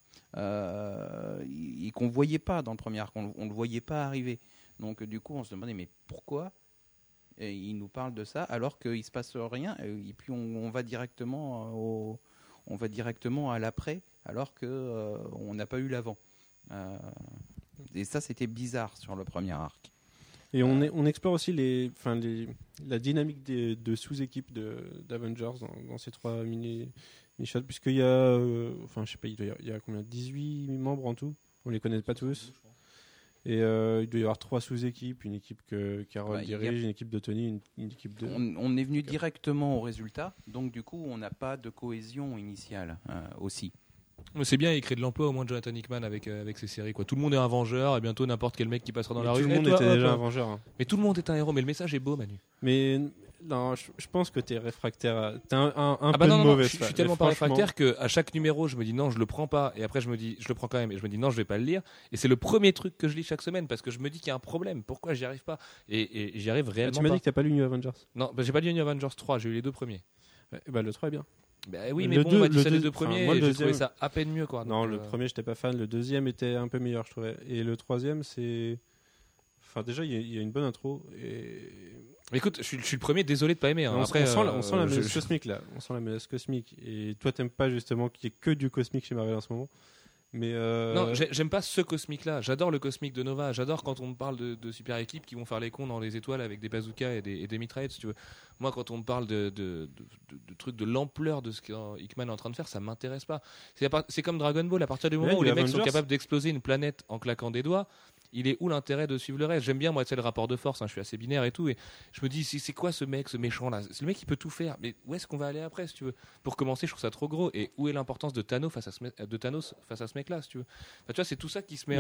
et qu'on voyait pas dans le premier arc. On le voyait pas arriver. Donc du coup, on se demandait mais pourquoi il nous parle de ça alors qu'il se passe rien et puis on va directement à l'après alors que on n'a pas eu l'avant. Et ça c'était bizarre sur le premier arc. Et on explore aussi la dynamique de sous-équipes d'Avengers dans ces 3 mini-shots puisqu'il y a je sais pas, il y a combien, 18 membres en tout. On les connaît pas tous. Et il doit y avoir 3 sous-équipes, une équipe que Carol dirige, une équipe de Tony, une équipe de... On est venu directement au résultat, donc du coup on n'a pas de cohésion initiale aussi. Mais c'est bien, il crée de l'emploi au moins de Jonathan Hickman avec ses séries, quoi. Tout le monde est un vengeur et bientôt n'importe quel mec qui passera dans la rue. Tout le monde toi, était hop, déjà hop. un vengeur. Hein. Mais tout le monde est un héros, mais le message est beau, Manu. Mais non, je pense que t'es réfractaire. T'es un Ah peu bah de non, mauvaise je foi. suis tellement Mais pas franchement, réfractaire qu'à chaque numéro, je me dis non, je le prends pas. Et après, je me dis, je le prends quand même. Et je me dis non, je vais pas le lire. Et c'est le premier truc que je lis chaque semaine parce que je me dis qu'il y a un problème. Pourquoi j'y arrive pas et j'y arrive réellement tu m'as pas. dit que t'as pas lu New Avengers. Non, bah, j'ai pas lu New Avengers 3, j'ai eu les 2 premiers. Ouais, bah, le 3 est bien. Bah oui, mais Le bon, deux- on m'a dit le ça les deux- 2 premiers moi, le et j'ai trouvé deuxième- ça à peine mieux, quoi. Non, Donc, le premier, j'étais pas fan. Le deuxième était un peu meilleur, je trouvais. Et le troisième, c'est. Enfin, déjà, il y a une bonne intro. Et. Mais écoute, je suis le premier, désolé de pas aimer. Hein. on, Après, on sent la je- menace cosmique là. On sent la menace cosmique. Et toi, t'aimes pas justement qu'il y ait que du cosmique chez Marvel en ce moment. Mais Non, j'aime pas ce cosmique-là. J'adore le cosmique de Nova. J'adore quand on me parle de super équipes qui vont faire les cons dans les étoiles avec des bazookas et des mitraillettes, si tu veux. Moi, quand on me parle de trucs de l'ampleur de ce que Hickman est en train de faire, ça m'intéresse pas. C'est comme Dragon Ball. À partir du moment Ouais, où les New mecs sont Avengers. capables d'exploser une planète en claquant des doigts, il est où l'intérêt de suivre le reste? J'aime bien, moi, tu sais, le rapport de force. Hein, je suis assez binaire et tout. Et je me dis, c'est quoi ce mec, ce méchant là? Le mec, il peut tout faire. Mais où est-ce qu'on va aller après, si tu veux? Pour commencer, je trouve ça trop gros. Et où est l'importance de Thanos face à ce mec-là, si tu veux? Enfin, tu vois, c'est tout ça qui se met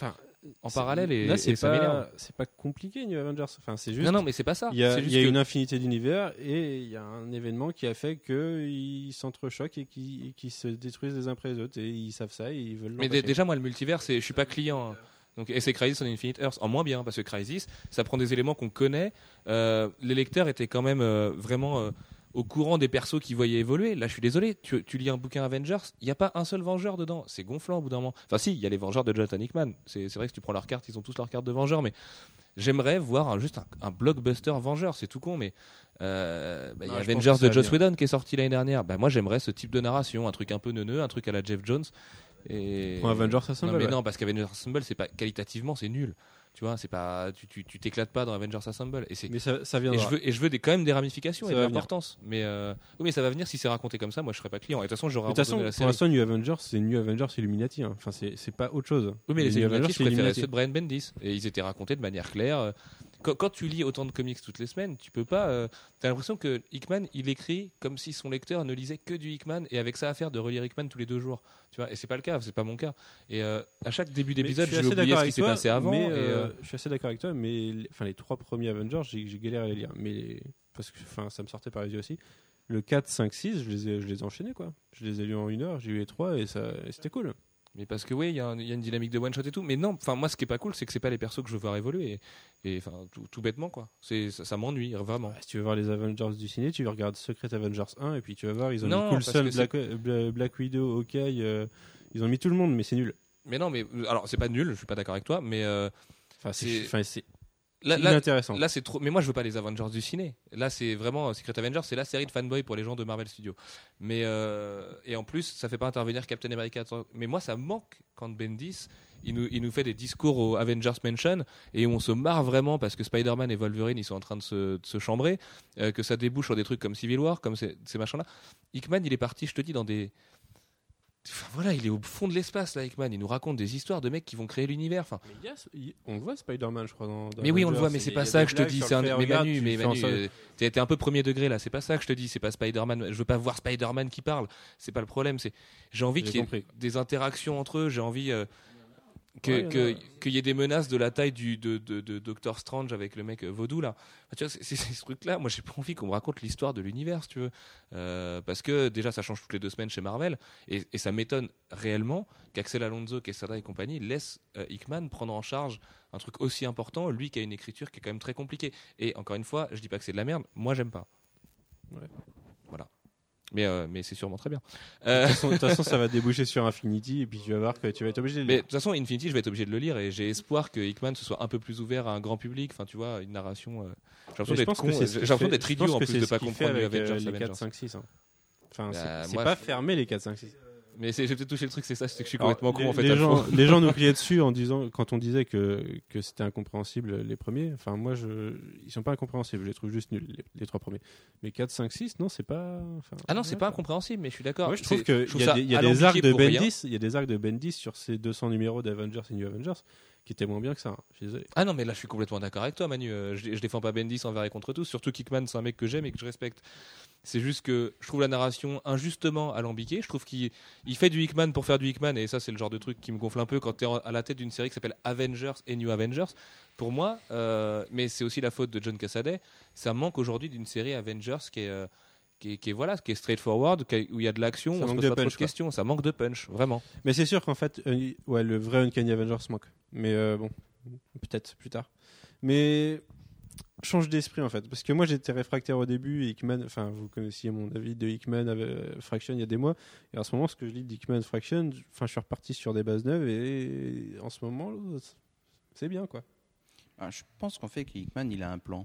en parallèle et, là, et ça m'énerve. c'est pas compliqué New Avengers. Enfin, c'est juste. Non, non, mais c'est pas ça. Il y a, C'est il juste y a que- une infinité d'univers et il y a un événement qui a fait qu'ils s'entrechoquent et qu'ils se détruisent les uns après les autres et ils savent ça et ils veulent Mais l'empêcher. déjà, moi, le multivers, je suis pas client. Hein. Donc, et c'est Crisis on Infinite Earths en moins bien parce que Crisis, ça prend des éléments qu'on connaît. Les lecteurs étaient quand même vraiment au courant des persos qu'ils voyaient évoluer. Là, je suis désolé, tu lis un bouquin Avengers, il n'y a pas un seul Vengeur dedans. C'est gonflant au bout d'un moment. Enfin, si, il y a les Vengeurs de Jonathan Hickman. C'est vrai que si tu prends leurs cartes, ils ont tous leurs cartes de Vengeurs, mais j'aimerais voir juste un blockbuster Vengeur. C'est tout con, mais il y a je pense Avengers que ça de va Joss venir. Whedon qui est sorti l'année dernière. Bah, moi, j'aimerais ce type de narration, un truc un peu neuneux, un truc à la Jeff Jones. Et... Pour Avengers Assemble, Non, mais ouais. non, parce qu'Avengers Assemble, c'est pas qualitativement, c'est nul. Tu vois, c'est pas, tu t'éclates pas dans Avengers Assemble. Et c'est, Mais ça et viendra. je veux quand même des ramifications Ça et de va venir. l'importance. Mais oui, mais ça va venir si c'est raconté comme ça. Moi, je serais pas client. Et de toute façon, j'aurais De toute façon, abandonné la pour série. l'instant, New Avengers, c'est New Avengers Illuminati. Hein. Enfin, c'est pas autre chose. Oui, mais les New Illuminati, je c'est préférais Illuminati. ceux de Brian Bendis. Et ils étaient racontés de manière claire. Quand tu lis autant de comics toutes les semaines, tu peux pas. T'as l'impression que Hickman, il écrit comme si son lecteur ne lisait que du Hickman et avec ça à faire de relire Hickman tous les 2 jours. Tu vois, et c'est pas le cas, c'est pas mon cas. Et à chaque début d'épisode, Mais je suis vais assez oublier d'accord ce qui avec s'est toi, passé avant. mais, et, je suis assez d'accord avec toi, mais les 3 premiers Avengers, j'ai galéré à les lire. Mais parce que ça me sortait par les yeux aussi. Le 4, 5, 6, je les ai enchaînés, quoi. Je les ai lus en 1 heure, j'ai eu les 3 et c'était cool. Mais parce que oui, il y a une dynamique de one shot et tout. Mais non, enfin moi, ce qui est pas cool, c'est que c'est pas les persos que je veux voir évoluer. Et enfin, tout bêtement quoi. Ça m'ennuie vraiment. Si tu veux voir les Avengers du ciné, tu regardes Secret Avengers 1 et puis tu vas voir, ils ont Non, mis parce Coulson, que Black Widow, Hawkeye, ils ont mis tout le monde, mais c'est nul. Mais non, mais alors c'est pas nul. Je suis pas d'accord avec toi. Mais Enfin, C'est- c'est là, inintéressant. là c'est trop. Mais moi, je veux pas les Avengers du ciné. Là, c'est vraiment Secret Avengers, c'est la série de fanboy pour les gens de Marvel Studios. Mais et en plus, ça fait pas intervenir Captain America. Mais moi, ça me manque quand Bendis il nous fait des discours au Avengers Mansion et on se marre vraiment parce que Spider-Man et Wolverine ils sont en train de se chambrer, que ça débouche sur des trucs comme Civil War, comme ces machins-là. Hickman, il est parti, je te dis, dans des. Enfin, voilà, il est au fond de l'espace là, Hickman. Il nous raconte des histoires de mecs qui vont créer l'univers. Enfin, Mais on voit Spider-Man, je crois. Dans mais oui, on le Avengers, voit, mais et c'est il y pas a ça des que je te blagues dis. sur C'est le un. fait, Mais regarde, Manu, tu fais en sorte- t'es un peu premier degré là. C'est pas ça que je te dis. C'est pas Spider-Man. Je veux pas voir Spider-Man qui parle. C'est pas le problème. C'est j'ai envie J'ai qu'il y ait compris. des interactions entre eux. J'ai envie Ouais, qu'il y ait des menaces de la taille de Doctor Strange avec le mec vaudou là. Enfin, tu vois, c'est ce truc-là. Moi, j'ai pas envie qu'on me raconte l'histoire de l'univers, si tu veux, parce que déjà, ça change toutes les 2 semaines chez Marvel, et ça m'étonne réellement qu'Axel Alonso, Quesada et compagnie laissent Hickman prendre en charge un truc aussi important, lui qui a une écriture qui est quand même très compliquée. Et encore une fois, je dis pas que c'est de la merde. Moi, j'aime pas. Ouais. Voilà. Mais c'est sûrement très bien. De toute façon, ça va déboucher sur Infinity et puis tu vas voir que tu vas être obligé de Mais de lire. toute façon, Infinity, je vais être obligé de le lire et j'ai espoir que Hickman se soit un peu plus ouvert à un grand public. Enfin, tu vois, une narration. J'ai l'impression Mais je d'être pense con. que c'est ce J'ai qu'il l'impression fait- d'être je idiot pense en que plus c'est de ce pas qu'il fait comprendre les avec, Avengers. les 4, Avengers. 5, 6. Hein. Enfin, Bah, c'est moi, pas je- fermé les 4, 5, 6. Mais j'ai peut-être touché le truc, c'est ça, c'est que je suis Alors, complètement con en fait. les, à le gens, fond. les gens nous criaient dessus en disant, quand on disait que c'était incompréhensible les premiers. Enfin, moi, ils sont pas incompréhensibles, je les trouve juste nuls, les 3 premiers. Mais 4, 5, 6, non, c'est pas. Enfin, Ah non, c'est ouais, pas quoi. incompréhensible, mais je suis d'accord. Moi, je trouve C'est- qu'il trouve y ça a des alambiqué arcs de pour rien. Bendis, il y a des arcs de Bendis sur ces 200 numéros d'Avengers et New Avengers qui était moins bien que ça. Je suis désolé. Ah non, mais là, je suis complètement d'accord avec toi, Manu. Je défends pas Bendis envers et contre tous. Surtout Kickman, c'est un mec que j'aime et que je respecte. C'est juste que je trouve la narration injustement alambiquée. Je trouve qu'il fait du Hickman pour faire du Hickman. Et ça, c'est le genre de truc qui me gonfle un peu quand tu es à la tête d'une série qui s'appelle Avengers et New Avengers. Pour moi, mais c'est aussi la faute de John Cassaday, ça manque aujourd'hui d'une série Avengers qui est straightforward, où il y a de l'action, Ça on se manque pose de pas trop de punch, quoi. questions. Ça manque de punch, vraiment. Mais c'est sûr qu'en fait, le vrai Uncanny Avengers manque. Mais bon, peut-être plus tard. Mais change d'esprit en fait, parce que moi j'étais réfractaire au début. Hickman, enfin vous connaissiez mon avis de Hickman Fraction il y a des mois, et en ce moment ce que je lis de Hickman Fraction, enfin je suis reparti sur des bases neuves et en ce moment c'est bien quoi. Je pense qu'en fait, Hickman, il a un plan.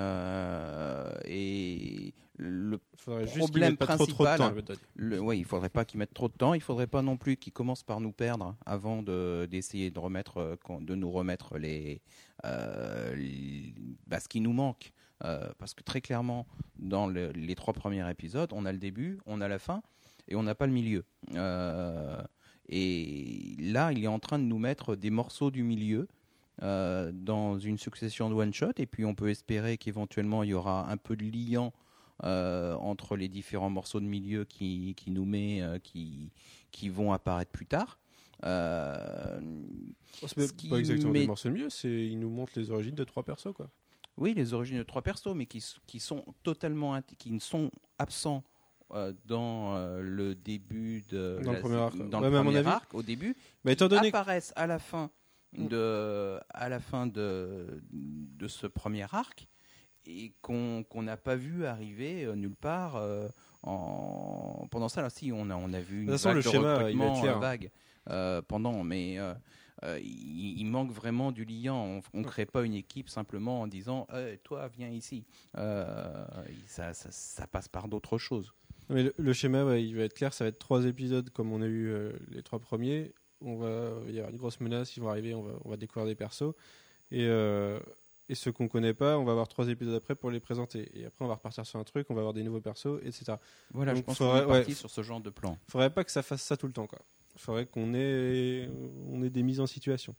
Et le Faudrait juste problème qu'il mette pas trop de principal, temps. à méthode. il faudrait pas qu'il mette trop de temps. Il faudrait pas non plus qu'il commence par nous perdre avant d'essayer de nous remettre ce qui nous manque. Parce que très clairement, dans les 3 premiers épisodes, on a le début, on a la fin et on n'a pas le milieu. Et là, il est en train de nous mettre des morceaux du milieu dans une succession de one-shot, et puis on peut espérer qu'éventuellement il y aura un peu de liant entre les différents morceaux de milieu qui nous met, qui vont apparaître plus tard. C'est pas exactement des morceaux de mieux, il nous montre les origines de 3 persos quoi. Oui, les origines de 3 persos, mais qui sont totalement qui ne sont absents dans le début de Dans le premier arc. dans Ouais, le mais à mon premier avis- arc au début, Mais étant donné que- apparaissent à la fin de ce premier arc et qu'on n'a pas vu arriver nulle part pendant ça. Là, si on a vu une De toute façon, vague le de schéma, recrutement, il va être clair. vague pendant, mais il manque vraiment du liant. On ne crée pas une équipe simplement en disant toi viens ici. Ça passe par d'autres choses. Mais le schéma, il va être clair. Ça va être 3 épisodes comme on a eu les 3 premiers. Il va y avoir une grosse menace. Ils vont arriver. On va découvrir des persos. Et ceux qu'on connaît pas, on va avoir 3 épisodes après pour les présenter. Et après, on va repartir sur un truc. On va avoir des nouveaux persos, etc. Voilà, Donc, je pense faudrait- qu'on est parti ouais. sur ce genre de plan. Faudrait pas que ça fasse ça tout le temps, quoi. Faudrait qu'on ait des mises en situation.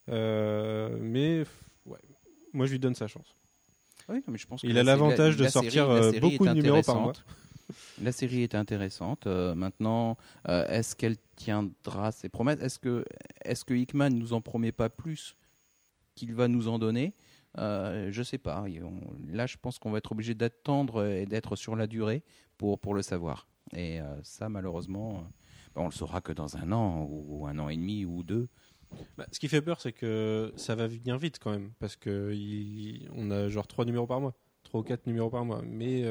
Mais ouais, moi je lui donne sa chance. Oui, non, mais je pense que Il a l'avantage de sortir beaucoup de numéros par mois. La série est intéressante. Maintenant, est-ce qu'elle tiendra ses promesses ? Est-ce que Hickman nous en promet pas plus qu'il va nous en donner ? Je sais pas. Là, je pense qu'on va être obligé d'attendre et d'être sur la durée pour le savoir. Et ça, malheureusement, on le saura que dans 1 an ou 1 an et demi ou 2. Ce qui fait peur, c'est que ça va venir vite quand même, parce que on a genre 3 numéros par mois, 3 ou 4 numéros par mois, mais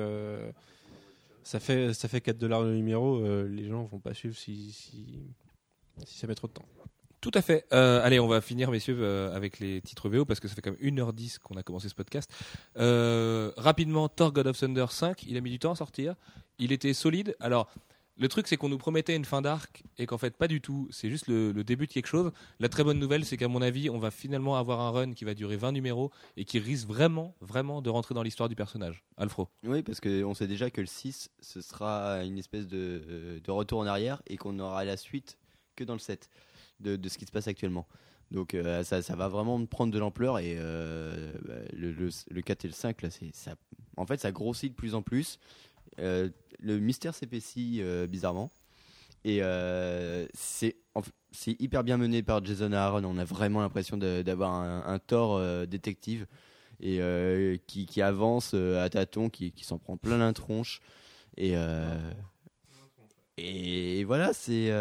ça fait $4 le numéro. Les gens vont pas suivre si ça met trop de temps. Tout à fait. Allez, on va finir, messieurs, avec les titres VO, parce que ça fait quand même 1h10 qu'on a commencé ce podcast. Rapidement, Thor God of Thunder 5, il a mis du temps à sortir. Il était solide. Alors, le truc, c'est qu'on nous promettait une fin d'arc, et qu'en fait, pas du tout. C'est juste le début de quelque chose. La très bonne nouvelle, c'est qu'à mon avis, on va finalement avoir un run qui va durer 20 numéros, et qui risque vraiment, vraiment de rentrer dans l'histoire du personnage. Alfro. Oui, parce qu'on sait déjà que le 6, ce sera une espèce de retour en arrière, et qu'on aura la suite que dans le 7 de ce qui se passe actuellement. Donc ça va vraiment prendre de l'ampleur, et le 4 et le 5, là, en fait, ça grossit de plus en plus. Le mystère s'épaissit bizarrement, et c'est hyper bien mené par Jason Aaron. On a vraiment l'impression d'avoir un Thor détective, et qui avance à tâtons, qui s'en prend plein la tronche, et voilà, c'est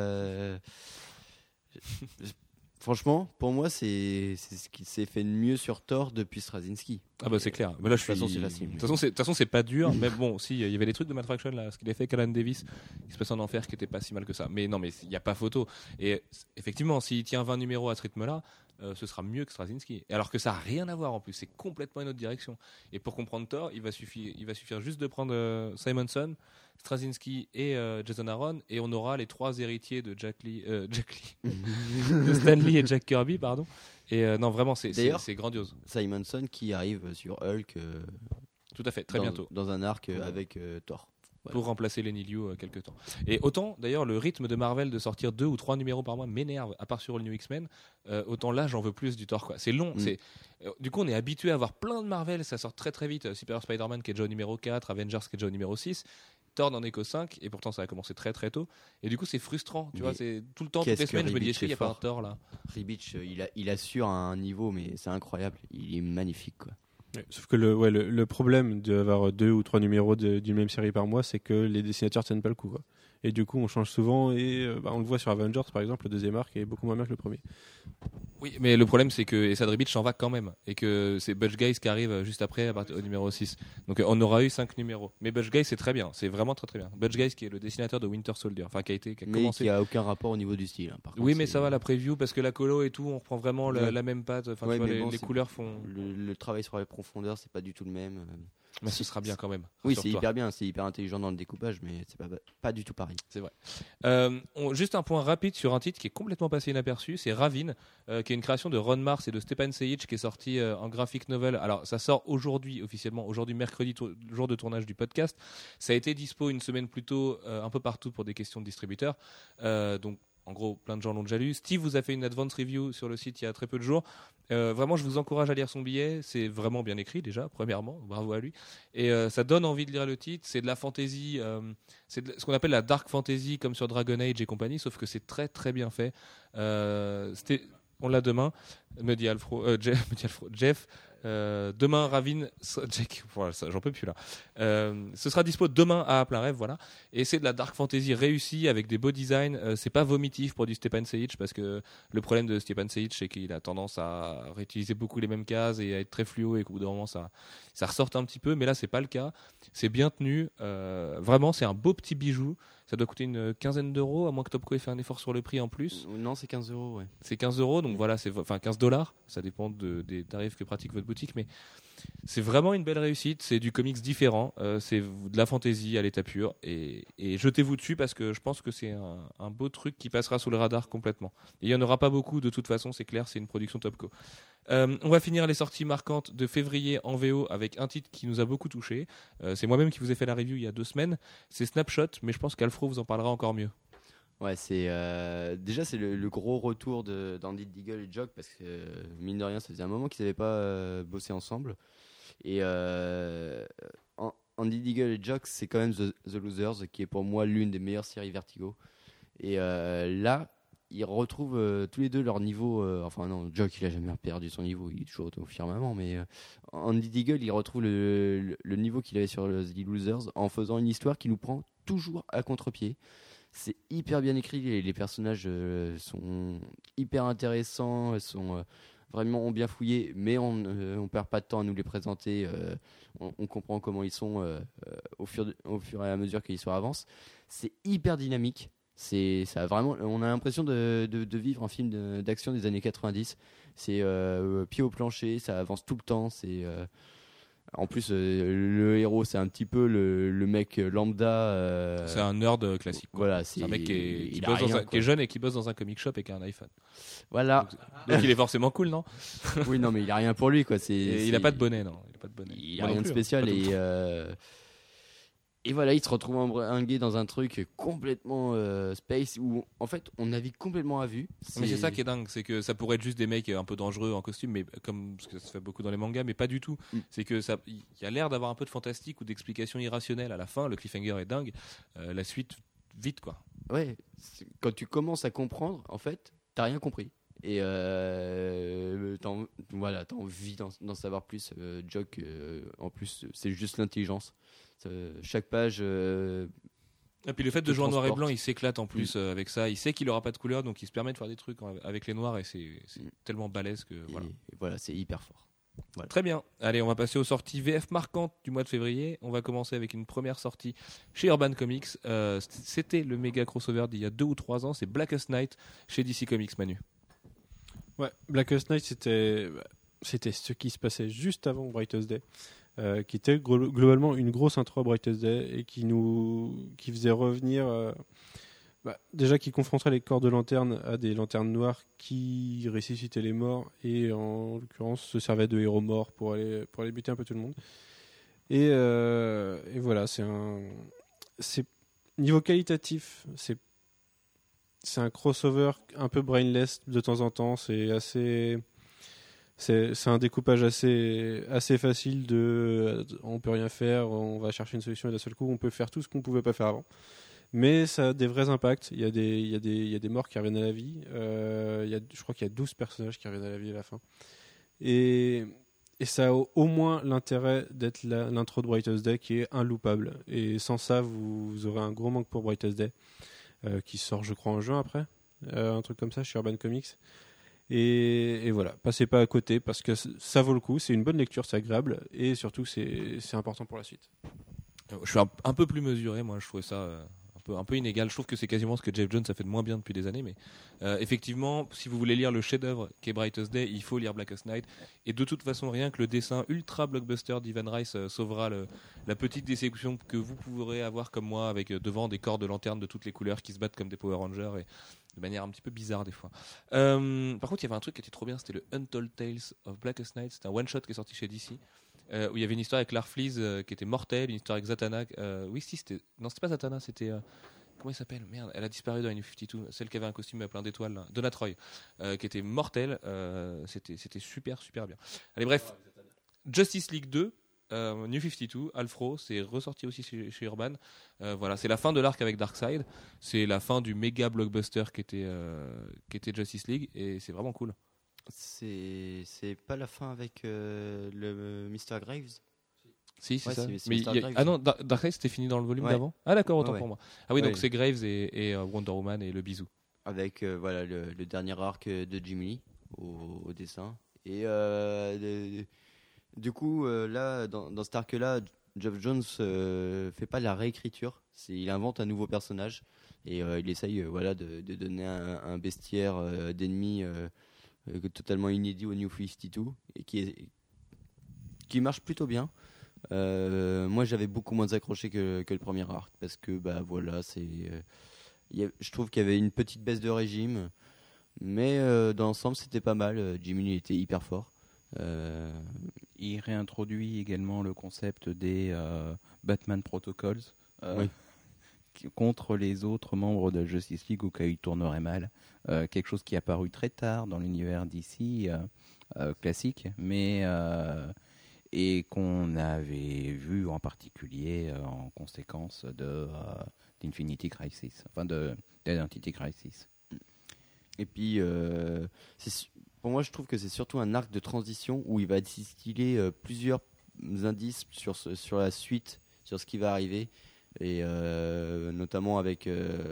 franchement, pour moi, c'est ce qui s'est fait de mieux sur Thor depuis Straczynski. Ah bah c'est clair. Mais là, je suis. De toute façon, c'est facile. De toute façon, c'est pas dur. Mais bon, si il y avait des trucs de Matt Fraction là, ce qu'il a fait avec Alan Davis, qui se passe en enfer, qui était pas si mal que ça. Mais non, mais il y a pas photo. Et effectivement, s'il tient 20 numéros à ce rythme-là, ce sera mieux que Straczynski. Et alors que ça a rien à voir en plus. C'est complètement une autre direction. Et pour comprendre Thor, il va suffire juste de prendre Simonson, Straczynski et Jason Aaron, et on aura les 3 héritiers de Jack Lee, de Stan Lee et Jack Kirby, pardon. Et non, vraiment, c'est grandiose. Simonson qui arrive sur Hulk Tout à fait, très bientôt. dans un arc avec Thor. pour remplacer Lenny Liu quelques temps. Et autant, d'ailleurs, le rythme de Marvel de sortir 2 ou 3 numéros par mois m'énerve, à part sur le New X-Men, autant là, j'en veux plus du Thor, quoi. C'est long. Du coup, on est habitué à avoir plein de Marvel, ça sort très très vite. Super Spider-Man qui est déjà au numéro 4, Avengers qui est déjà au numéro 6. Thor n'en est qu'au 5, et pourtant ça a commencé très très tôt. Et du coup, c'est frustrant, tu vois, c'est tout le temps, toutes les semaines, je me dis, est-ce qu'il n'y a pas un Thor là? Rebic, il assure un niveau, mais c'est incroyable. Il est magnifique, quoi. Ouais, sauf que le problème d'avoir 2 ou 3 numéros d'une même série par mois, c'est que les dessinateurs tiennent pas le coup, quoi. Et du coup, on change souvent, et on le voit sur Avengers, par exemple, le deuxième arc est beaucoup moins bien que le premier. Oui, mais le problème, c'est que Esad Ribic s'en va quand même. Et que c'est Butch Guys qui arrive juste après, au numéro 6. Donc on aura eu 5 numéros. Mais Butch Guys, c'est très bien. C'est vraiment très très bien. Butch Guys, qui est le dessinateur de Winter Soldier. Enfin, qui a mais commencé. qui a aucun rapport au niveau du style. Hein, par contre, Oui, mais ça va, la preview, parce que la colo et tout, on reprend vraiment la même patte. Enfin, Ouais, tu vois, mais bon, les couleurs font. Le travail sur les profondeurs, c'est pas du tout le même. Mais ce sera bien quand même. Oui, c'est rassure-toi. hyper bien, c'est hyper intelligent dans le découpage, mais c'est pas du tout pareil. C'est vrai. Juste un point rapide sur un titre qui est complètement passé inaperçu, c'est Ravin, qui est une création de Ron Mars et de Stepan Sejic, qui est sorti en graphic novel. Alors ça sort aujourd'hui officiellement, aujourd'hui mercredi, jour de tournage du podcast. Ça a été dispo une semaine plus tôt, un peu partout pour des questions de distributeurs. Donc en gros, plein de gens l'ont déjà lu. Steve vous a fait une advance review sur le site il y a très peu de jours. Vraiment, je vous encourage à lire son billet. C'est vraiment bien écrit déjà, premièrement. Bravo à lui. Et ça donne envie de lire le titre. C'est de la fantasy, ce qu'on appelle la dark fantasy, comme sur Dragon Age et compagnie, sauf que c'est très très bien fait. On l'a demain, me dit Jeff. Demain, Ravin, Jack, voilà, j'en peux plus là. Ce sera dispo demain à plein rêve, voilà. Et c'est de la dark fantasy réussie avec des beaux designs. C'est pas vomitif pour du Stepan Sejic, parce que le problème de Stepan Sejic, c'est qu'il a tendance à réutiliser beaucoup les mêmes cases et à être très fluo, et qu'au bout d'un moment ça ressorte un petit peu. Mais là, c'est pas le cas. C'est bien tenu. Vraiment, c'est un beau petit bijou. Ça doit coûter une quinzaine d'euros, à moins que Topco ait fait un effort sur le prix en plus. Non, c'est 15 €, ouais. C'est 15 €, donc voilà, enfin $15. Ça dépend des tarifs que pratique votre boutique, mais c'est vraiment une belle réussite. C'est du comics différent, c'est de la fantasy à l'état pur, et jetez-vous dessus, parce que je pense que c'est un beau truc qui passera sous le radar complètement. Et il n'y en aura pas beaucoup de toute façon, c'est clair, c'est une production Topco. On va finir les sorties marquantes de février en VO avec un titre qui nous a beaucoup touché. C'est moi-même qui vous ai fait la review il y a 2 semaines. C'est Snapshot, mais je pense qu'Alfro vous en parlera encore mieux. Ouais, c'est déjà c'est le gros retour d'Andy Deagle et Jock, parce que mine de rien, ça faisait un moment qu'ils n'avaient pas bossé ensemble. Et Andy Deagle et Jock, c'est quand même The Losers, qui est pour moi l'une des meilleures séries Vertigo. Et là, ils retrouvent tous les deux leur niveau. Enfin non, Jock, il a jamais perdu son niveau, il est toujours au firmament. Mais Andy Deagle, il retrouve le niveau qu'il avait sur The Losers, en faisant une histoire qui nous prend toujours à contre-pied. C'est hyper bien écrit, les personnages sont hyper intéressants, sont vraiment bien fouillés, mais on perd pas de temps à nous les présenter. On comprend comment ils sont au fur et à mesure que l'histoire avance. C'est hyper dynamique. Ça a vraiment, on a l'impression de vivre un film d'action des années 90. C'est pied au plancher, ça avance tout le temps. En plus, le héros, c'est un petit peu le mec lambda. C'est un nerd classique, quoi. Voilà, c'est un mec qui qui est jeune et qui bosse dans un comic shop et qui a un iPhone. Voilà. Donc il est forcément cool, non? Oui, non, mais il a rien pour lui, quoi. Il a pas de bonnet, non. Il a pas de bonnet. Il a rien de spécial, et voilà, il se retrouve embringué dans un truc complètement space, où en fait on navigue complètement à vue. Mais c'est ça qui est dingue, c'est que ça pourrait être juste des mecs un peu dangereux en costume, mais comme parce que ça se fait beaucoup dans les mangas, mais pas du tout. C'est que ça, il y a l'air d'avoir un peu de fantastique ou d'explication irrationnelle à la fin. Le cliffhanger est dingue. La suite, vite, quoi. Ouais, quand tu commences à comprendre, en fait, t'as rien compris. Et t'as envie d'en savoir plus. Jock, en plus, c'est juste l'intelligence. Chaque page. Et puis le fait de jouer en noir et blanc, il s'éclate en plus avec ça. Il sait qu'il aura pas de couleur, donc il se permet de faire des trucs avec les noirs, et c'est tellement balèze que voilà. Et voilà, c'est hyper fort. Voilà. Très bien. Allez, on va passer aux sorties VF marquantes du mois de février. On va commencer avec une première sortie chez Urban Comics. C'était le méga crossover d'il y a 2 ou 3 ans. C'est Blackest Night chez DC Comics, Manu. Ouais, Blackest Night, c'était ce qui se passait juste avant Brightest Day. Qui était globalement une grosse intro à Brightest Day, et qui faisait revenir déjà, qui confronterait les corps de lanterne à des lanternes noires qui ressuscitaient les morts, et en l'occurrence se servaient de héros morts pour aller buter un peu tout le monde. Et voilà, c'est niveau qualitatif, c'est un crossover un peu brainless de temps en temps. C'est un découpage assez facile on peut rien faire, on va chercher une solution et d'un seul coup on peut faire tout ce qu'on pouvait pas faire avant. Mais ça a des vrais impacts. Il y a des morts qui reviennent à la vie. Je crois qu'il y a 12 personnages qui reviennent à la vie à la fin. Et ça a au moins l'intérêt d'être l'intro de Brightest Day qui est inloupable. Et sans ça, vous aurez un gros manque pour Brightest Day, qui sort, je crois, en juin après. Un truc comme ça chez Urban Comics. Et voilà, passez pas à côté parce que ça vaut le coup. C'est une bonne lecture, c'est agréable. Et surtout, c'est important pour la suite. Je suis un peu plus mesuré, moi, je trouvais ça un peu inégal. Je trouve que c'est quasiment ce que Jeff Jones a fait de moins bien depuis des années, mais effectivement, si vous voulez lire le chef-d'œuvre qui est Brightest Day, il faut lire Blackest Night. Et de toute façon, rien que le dessin ultra blockbuster d'Ivan Rice sauvera la petite déception que vous pourrez avoir comme moi, avec devant des corps de lanterne de toutes les couleurs qui se battent comme des Power Rangers et de manière un petit peu bizarre des fois. Par contre, il y avait un truc qui était trop bien, c'était le Untold Tales of Blackest Night. C'était un one shot qui est sorti chez DC. Où il y avait une histoire avec Larfleeze qui était mortelle, une histoire avec Zatanna. Oui, si, c'était pas Zatanna, c'était. Comment elle s'appelle ? Merde, elle a disparu dans New 52, celle qui avait un costume à plein d'étoiles, là. Donna Troy, qui était mortelle. C'était super bien. Allez, bref. Justice League 2, New 52, Alfro, c'est ressorti aussi chez Urban. Voilà, c'est la fin de l'arc avec Darkseid. C'est la fin du méga blockbuster qui était Justice League, et c'est vraiment cool. C'est pas la fin avec le Mr. Graves? Si, c'est Ouais, ça. c'est Mais Mr. Graves. Ah non, Darkseid c'était fini dans le volume Ouais. d'avant. Ah d'accord, autant Ouais, pour moi. Ah oui, donc Ouais. c'est Graves et Wonder Woman et le bisou. Avec voilà, le dernier arc de Jim Lee au dessin. Et du coup, là, dans cet arc-là, Geoff Jones fait pas de la réécriture. Il invente un nouveau personnage et il essaye voilà, de donner un bestiaire d'ennemis totalement inédit au New 52 et qui marche plutôt bien. Moi, j'avais beaucoup moins accroché que le premier arc parce que bah voilà, je trouve qu'il y avait une petite baisse de régime, mais dans l'ensemble, c'était pas mal. Jimmy était hyper fort. Il réintroduit également le concept des Batman Protocols Oui. contre les autres membres de Justice League au cas où il tournerait mal. Quelque chose qui est apparu très tard dans l'univers DC classique, mais et qu'on avait vu en particulier en conséquence d'Infinity Crisis, enfin d'Identity Crisis. Et puis, pour moi, je trouve que c'est surtout un arc de transition où il va distiller plusieurs indices sur la suite, sur ce qui va arriver, et notamment avec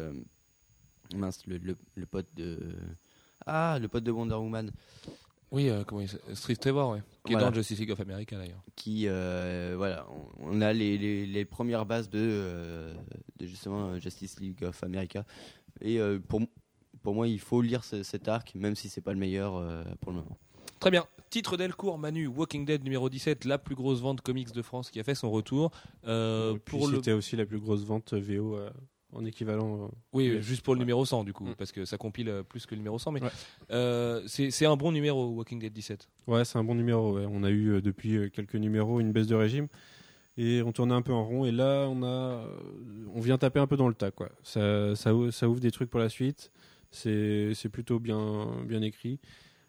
le pote de Wonder Woman. Oui, comment Steve Trevor, ouais. Qui Voilà. est dans Justice League of America d'ailleurs. Qui voilà, on a les premières bases de justement Justice League of America, et pour moi il faut lire cet arc même si c'est pas le meilleur pour le moment. Très bien. Titre Delcourt, Manu, Walking Dead numéro 17, la plus grosse vente comics de France qui a fait son retour. C'était aussi la plus grosse vente VO en équivalent. Oui, juste pour le Ouais. numéro 100 du coup, parce que ça compile plus que le numéro 100, mais c'est un bon numéro, Walking Dead 17. Ouais, c'est un bon numéro. Ouais. On a eu depuis quelques numéros une baisse de régime et on tournait un peu en rond. Et là, on vient taper un peu dans le tas, quoi. Ça ouvre des trucs pour la suite. C'est plutôt bien écrit.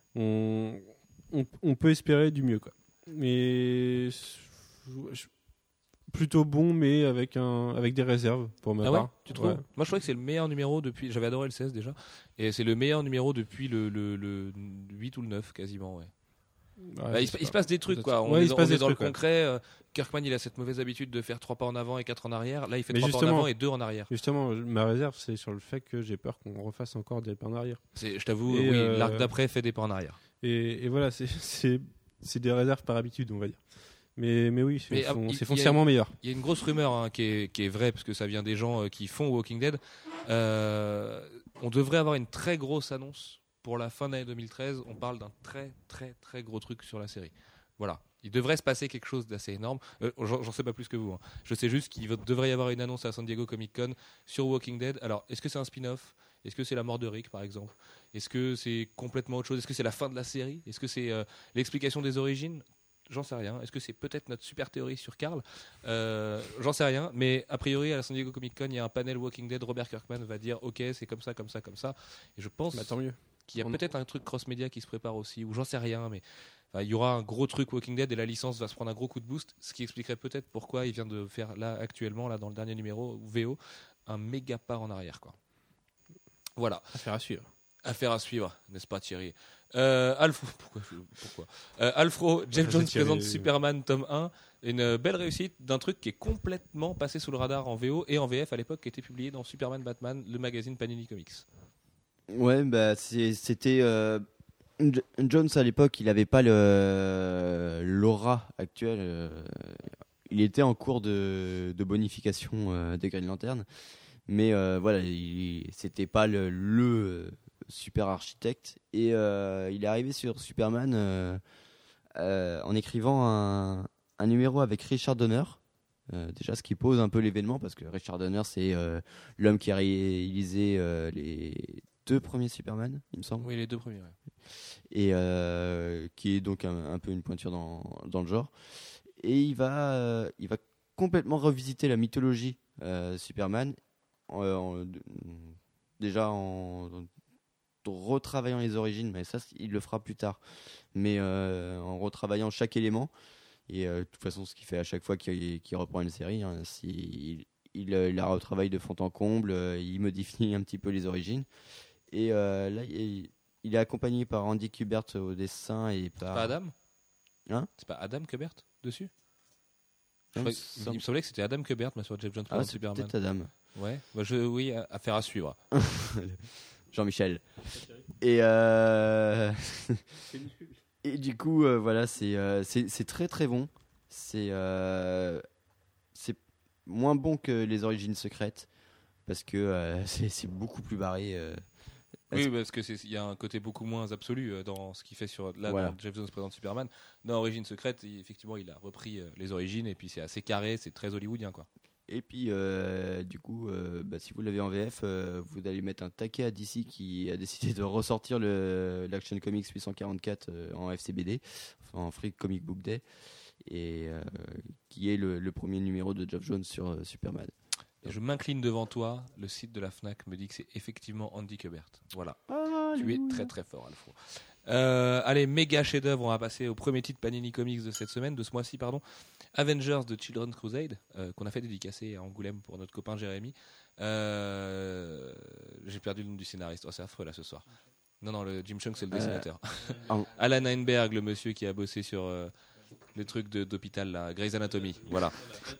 On peut espérer du mieux, quoi. Mais plutôt bon, mais avec des réserves pour ma Ah ouais, part. tu trouves? Ouais. Moi je trouvais que c'est le meilleur numéro depuis. J'avais adoré le 16 déjà, et c'est le meilleur numéro depuis le 8 ou le 9 quasiment. Ouais. Ouais, Bah, il je sais se pas. passe des trucs quoi. On Ouais, il est se passe on est des dans trucs, le ouais. concret. Kirkman il a cette mauvaise habitude de faire 3 pas en avant et 4 en arrière. Là il fait Mais 3 pas en justement- avant et 2 en arrière. Justement, ma réserve, c'est sur le fait que j'ai peur qu'on refasse encore des pas en arrière. Je t'avoue, Et, oui, l'arc d'après fait des pas en arrière. Et voilà, c'est des réserves par habitude, on va dire. Mais oui, Mais, il y c'est a foncièrement meilleur. Il y a une grosse rumeur hein, qui est vraie, parce que ça vient des gens qui font Walking Dead. On devrait avoir une très grosse annonce pour la fin de l'année 2013. On parle d'un très très très gros truc sur la série. Voilà. Il devrait se passer quelque chose d'assez énorme. J'en sais pas plus que vous. Hein. Je sais juste qu'il devrait y avoir une annonce à San Diego Comic Con sur Walking Dead. Alors, est-ce que c'est un spin-off ? Est-ce que c'est la mort de Rick, par exemple ? Est-ce que c'est complètement autre chose ? Est-ce que c'est la fin de la série ? Est-ce que c'est l'explication des origines ? J'en sais rien. Est-ce que c'est peut-être notre super théorie sur Karl? J'en sais rien. Mais a priori, à la San Diego Comic Con, il y a un panel Walking Dead. Robert Kirkman va dire ok, c'est comme ça, comme ça, comme ça. Et je pense Bah, tant mieux. qu'il y a peut-être un truc cross-média qui se prépare aussi, ou j'en sais rien, mais il y aura un gros truc Walking Dead et la licence va se prendre un gros coup de boost, ce qui expliquerait peut-être pourquoi il vient de faire là actuellement, là dans le dernier numéro VO, un méga pas en arrière, quoi. Voilà. Affaire à suivre. Affaire à suivre, n'est-ce pas Thierry? Alfro, Jeff Je Jones sais, Thierry. présente Superman tome 1, une belle réussite d'un truc qui est complètement passé sous le radar en VO et en VF à l'époque, qui était publié dans Superman Batman, le magazine Panini Comics. Ouais, bah c'était Jones à l'époque, il n'avait pas l'aura actuelle. Il était en cours de bonification des Green Lantern, mais voilà, c'était pas le super architecte. Et il est arrivé sur Superman en écrivant un numéro avec Richard Donner. Déjà, ce qui pose un peu l'événement, parce que Richard Donner, c'est l'homme qui a réalisé les 2 premiers Superman, il me semble. Oui, les 2 premiers. Ouais. Et qui est donc un peu une pointure dans le genre. Et il va complètement revisiter la mythologie Superman, déjà en retravaillant les origines, mais ça il le fera plus tard, mais en retravaillant chaque élément. Et de toute façon, ce qu'il fait à chaque fois qu'il reprend une série, hein, il la retravaille de fond en comble, il modifie un petit peu les origines. Et là, il est accompagné par Andy Kubert au dessin et par. C'est pas Adam? Hein? C'est pas Adam Kubert dessus? Non, Il me semblait que c'était Adam Kubert, mais sur Jeff Jones Ah, présente c'est Superman. peut-être Adam. Ouais, oui, affaire à suivre. Jean-Michel. Et et du coup, voilà, c'est très très bon. C'est moins bon que les origines secrètes parce que c'est beaucoup plus barré. Oui, parce que il y a un côté beaucoup moins absolu dans ce qu'il fait Voilà. dans Jeff Jones présente Superman. Dans Origine secrète, effectivement, il a repris les origines et puis c'est assez carré, c'est très hollywoodien, quoi. Et puis, du coup, si vous l'avez en VF, vous allez mettre un taquet à DC qui a décidé de ressortir l'Action Comics 844 en FCBD, enfin, en Free Comic Book Day, et qui est le premier numéro de Geoff Jones sur Superman. Et je m'incline devant toi, le site de la FNAC me dit que c'est effectivement Andy Kubert. Voilà. Ah, Tu es très très fort, Alfro. Allez, méga chef-d'œuvre, on va passer au premier titre Panini Comics de ce mois-ci, pardon. Avengers de Children's Crusade, qu'on a fait dédicacer à Angoulême pour notre copain Jérémy. J'ai perdu le nom du scénariste, c'est affreux là ce soir. Non, le Jim Chung c'est le dessinateur. Alan Heinberg, le monsieur qui a bossé sur le truc d'hôpital là, Grey's Anatomy, voilà.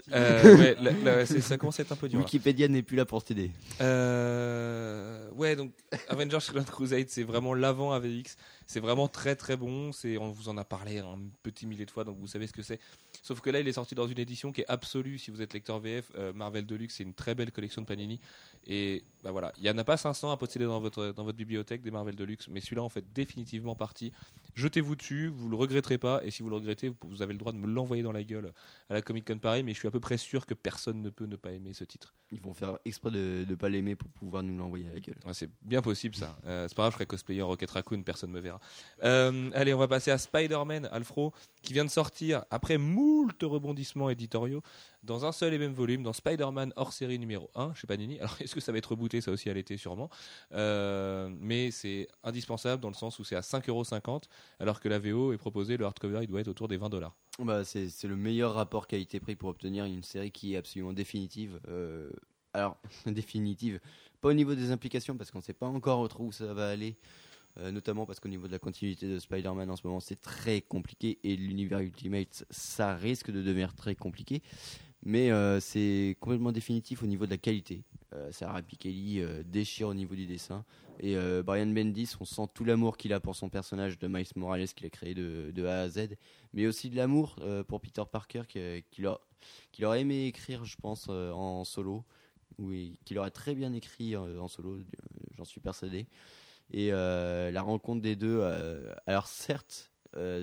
Ça commence à être un peu dur. Wikipédia n'est plus là pour t'aider. Ouais, donc Avengers Children's Crusade, c'est vraiment l'avant AVX. C'est vraiment très très bon. On vous en a parlé un petit millier de fois, donc vous savez ce que c'est. Sauf que là, il est sorti dans une édition qui est absolue. Si vous êtes lecteur VF, Marvel Deluxe, c'est une très belle collection de Panini. Et bah voilà, il n'y en a pas 500 à posséder dans votre bibliothèque des Marvel Deluxe, mais celui-là en fait définitivement partie. Jetez-vous dessus, vous le regretterez pas. Et si vous le regrettez, vous avez le droit de me l'envoyer dans la gueule à la Comic Con Paris. Mais je suis à peu près sûr que personne ne peut ne pas aimer ce titre. Ils vont faire exprès de ne pas l'aimer pour pouvoir nous l'envoyer à la gueule. Ouais, c'est bien possible ça. C'est pas grave, je ferai cosplayer en Rocket Raccoon, personne ne me verra. Allez, on va passer à Spider-Man, Alfro, qui vient de sortir après moult rebondissements éditoriaux dans un seul et même volume, dans Spider-Man hors série numéro 1 chez Panini. Alors, est-ce que ça va être rebooté ça aussi à l'été sûrement, mais c'est indispensable dans le sens où c'est à 5,50€, alors que la VO est proposée, le hardcover il doit être autour des $20. Bah, c'est le meilleur rapport qualité-prix pour obtenir une série qui est absolument définitive. Alors, définitive, pas au niveau des implications, parce qu'on ne sait pas encore trop où ça va aller, notamment parce qu'au niveau de la continuité de Spider-Man en ce moment, c'est très compliqué, et l'univers Ultimate, ça risque de devenir très compliqué. Mais c'est complètement définitif au niveau de la qualité. Sarah Pichelli déchire au niveau du dessin. Et Brian Bendis, on sent tout l'amour qu'il a pour son personnage de Miles Morales qu'il a créé de A à Z. Mais aussi de l'amour pour Peter Parker qu'il aurait aimé écrire, je pense, en solo. Oui, qu'il aurait très bien écrit en solo, j'en suis persuadé. Et la rencontre des deux, alors certes,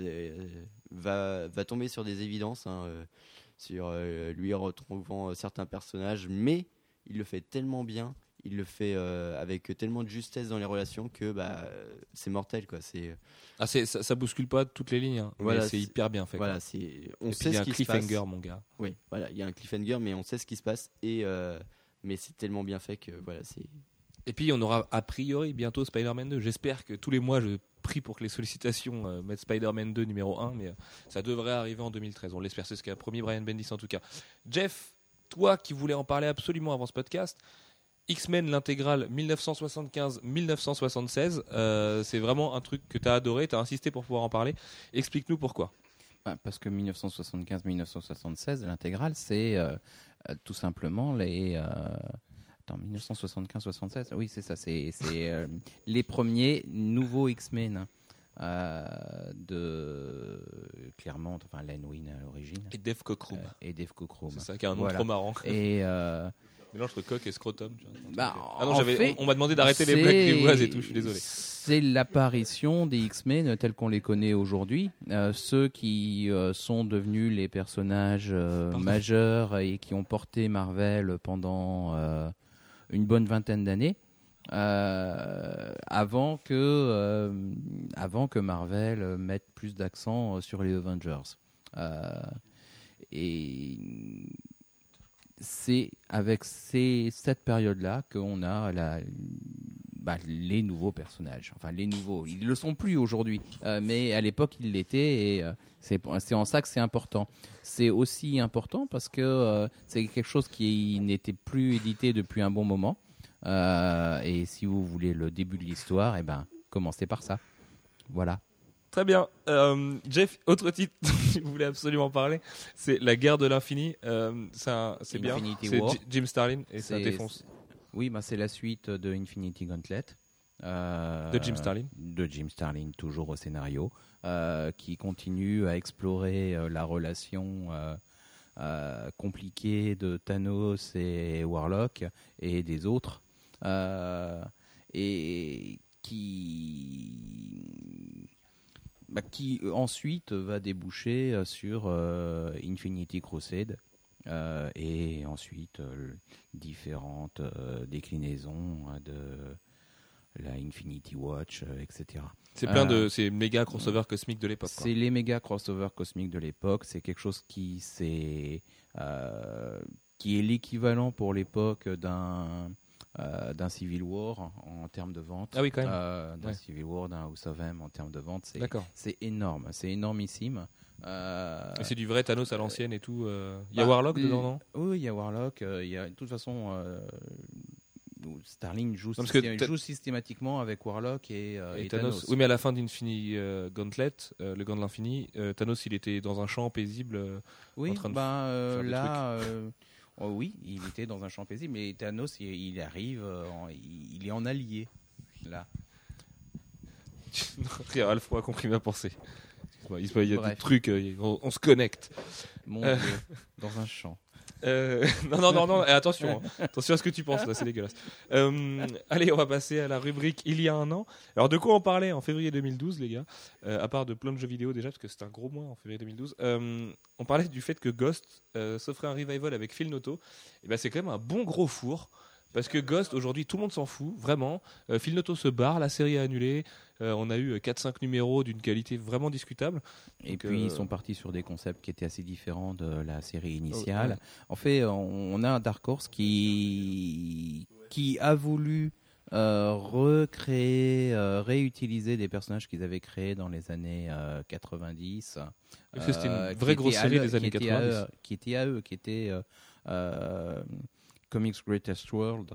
va tomber sur des évidences, hein, sur lui retrouvant certains personnages, mais il le fait tellement bien, il le fait avec tellement de justesse dans les relations que c'est mortel, quoi. Ça bouscule pas toutes les lignes, hein, Voilà, mais c'est hyper bien fait. Voilà, Quoi. on Et puis sait il y a ce un qui se passe. cliffhanger, mon gars. Oui, voilà, il y a un cliffhanger, mais on sait ce qui se passe mais c'est tellement bien fait que voilà, c'est. Et puis on aura a priori bientôt Spider-Man 2. J'espère que tous les mois je prie pour que les sollicitations mettent Spider-Man 2 numéro 1, mais ça devrait arriver en 2013. On l'espère, c'est ce qu'a promis Brian Bendis en tout cas. Jeff, toi qui voulais en parler absolument avant ce podcast, X-Men l'intégrale 1975-1976, c'est vraiment un truc que tu as adoré, tu as insisté pour pouvoir en parler. Explique-nous pourquoi. Parce que 1975-1976, l'intégrale, c'est tout simplement les. Attends, 1975-76, oui, c'est ça. C'est les premiers nouveaux X-Men de Claremont, enfin Len Wein à l'origine. Et Dave Cockrum. Et Dave Cockrum. C'est ça qui a un nom Voilà. trop marrant. Et Mélange entre coq et scrotum. Tu vois, en non, fait, on m'a demandé d'arrêter les blagues grivoises et tout, je suis désolé. C'est l'apparition des X-Men tels qu'on les connaît aujourd'hui. Ceux qui sont devenus les personnages majeurs et qui ont porté Marvel pendant une bonne vingtaine d'années. Avant que Marvel mette plus d'accent sur les Avengers. Et c'est avec cette période-là qu'on a les nouveaux personnages. Enfin, les nouveaux. Ils ne le sont plus aujourd'hui. Mais à l'époque, ils l'étaient. Et c'est en ça que c'est important. C'est aussi important parce que c'est quelque chose qui n'était plus édité depuis un bon moment. Et si vous voulez le début de l'histoire, commencez par ça. Voilà. Très bien. Jeff, autre titre dont tu voulais absolument parler, c'est La guerre de l'infini. C'est bien. Infinity C'est War. Jim Starlin et ça défonce. Oui, c'est la suite de Infinity Gauntlet. De Jim Starlin. De Jim Starlin, toujours au scénario, qui continue à explorer la relation compliquée de Thanos et Warlock et des autres. Et qui ensuite va déboucher sur Infinity Crusade et ensuite différentes déclinaisons de la Infinity Watch, etc. C'est plein de ces méga crossover cosmiques de l'époque. C'est les méga crossover cosmiques de l'époque. C'est quelque chose qui est l'équivalent pour l'époque d'un Civil War en termes de vente. Ah oui, quand même. D'un Civil War, d'un House of M en termes de vente. D'accord. C'est énorme, c'est énormissime. Et c'est du vrai Thanos à l'ancienne et tout. Il y a Warlock dedans, non ? Oui, il y a Warlock. De toute façon, Starlin joue systématiquement avec Warlock et Thanos. Oui, mais à la fin d'Infinity Gauntlet, le gant de l'infini, Thanos, il était dans un champ paisible. Oui, en train de faire des là. Oui, il était dans un champ paisible, mais Thanos, il arrive, il est en allié, là. Ralph a compris ma pensée. Il y a Bref. des trucs, on se connecte. Mon Dieu, dans un champ. Non, attention à ce que tu penses là, c'est dégueulasse. Allez, on va passer à la rubrique Il y a un an. Alors de quoi on parlait en février 2012, les gars, à part de plein de jeux vidéo déjà, parce que c'était un gros mois en février 2012. On parlait du fait que Ghost s'offrait un revival avec Phil Noto. Et c'est quand même un bon gros four. Parce que Ghost, aujourd'hui, tout le monde s'en fout, vraiment. Phil Noto se barre, la série est annulée. On a eu 4-5 numéros d'une qualité vraiment discutable. Et Donc, puis, ils sont partis sur des concepts qui étaient assez différents de la série initiale. Ouais. En fait, on a un Dark Horse qui a voulu recréer, réutiliser des personnages qu'ils avaient créés dans les années 90. C'était une vraie grosse série des années 90. Qui était à eux, qui était Comics Greatest World.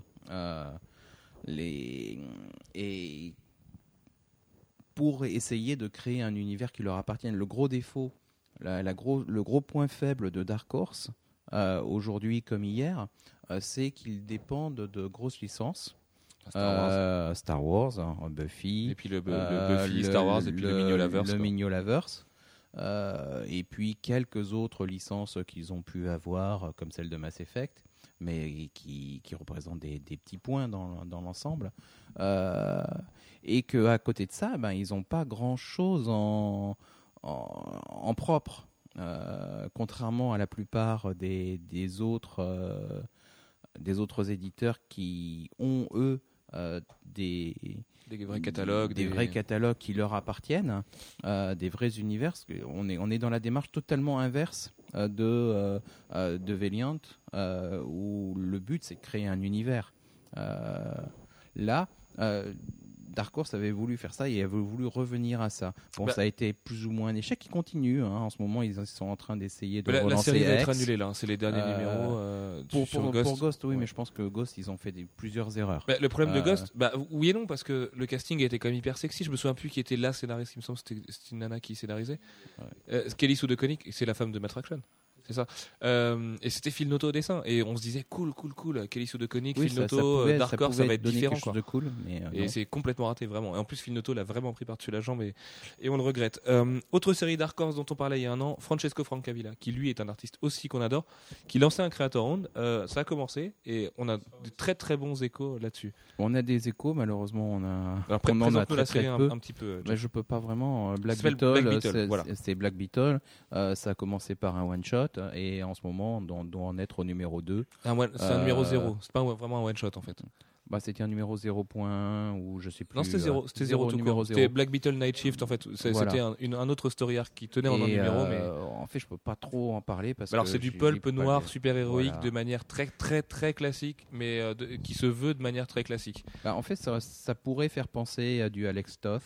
Et pour essayer de créer un univers qui leur appartienne. Le gros défaut, le gros point faible de Dark Horse, aujourd'hui comme hier, c'est qu'ils dépendent de grosses licences. Star Wars, Buffy. Et puis le Buffy, Star Wars, et puis le Mignolaverse. Le Mignolaverse. Et puis quelques autres licences qu'ils ont pu avoir, comme celle de Mass Effect, mais qui représentent des petits points dans l'ensemble. Et qu'à côté de ça, ils n'ont pas grand-chose en propre. Contrairement à la plupart des autres des autres éditeurs qui ont eux des vrais catalogues, des vrais catalogues qui leur appartiennent, des vrais univers. On est dans la démarche totalement inverse de Valiant, où le but c'est de créer un univers. Là, Dark Horse avait voulu faire ça et avait voulu revenir à ça. Bon, ça a été plus ou moins un échec qui continue. En ce moment, ils sont en train d'essayer de relancer la série va être X. annulée là. C'est les derniers numéros sur Ghost. Pour Ghost, oui, mais je pense que Ghost, ils ont fait plusieurs erreurs. Le problème de Ghost, oui et non, parce que le casting a été quand même hyper sexy. Je me souviens plus qui était la scénariste. Il me semble que c'était une nana qui scénarisait. Kelly Sue DeConnick, c'est la femme de Matt Fraction. C'est ça. Et c'était Phil Noto au dessin. Et on se disait cool. Kelly Sue DeConnick, Phil Noto, Dark Horse, ça va être différent. Quelque chose de cool, mais et c'est complètement raté, vraiment. Et en plus, Phil Noto l'a vraiment pris par-dessus la jambe et on le regrette. Autre série Dark Horse dont on parlait il y a un an, Francesco Francavilla, qui lui est un artiste aussi qu'on adore, qui lançait un Creator Own. Ça a commencé et on a de très très bons échos là-dessus. On a des échos, malheureusement, on en a très très peu. Un petit peu. Mais je peux pas vraiment. Black Beetle, Beetle, voilà. c'est Black Beetle. Ça a commencé par un one shot et en ce moment, on doit en être au numéro 2. C'est un numéro 0. C'est pas vraiment un one shot en fait. C'était un numéro 0.1 ou je sais plus. Non, c'était 0. C'était 0 tout numéro court. 0. C'était Black Beetle Night Shift en fait. C'était un autre story arc qui tenait en un numéro. Mais en fait, je peux pas trop en parler parce alors que c'est du pulp noir super héroïque de manière très très très classique, mais qui se veut de manière très classique. En fait, ça pourrait faire penser à du Alex Toth.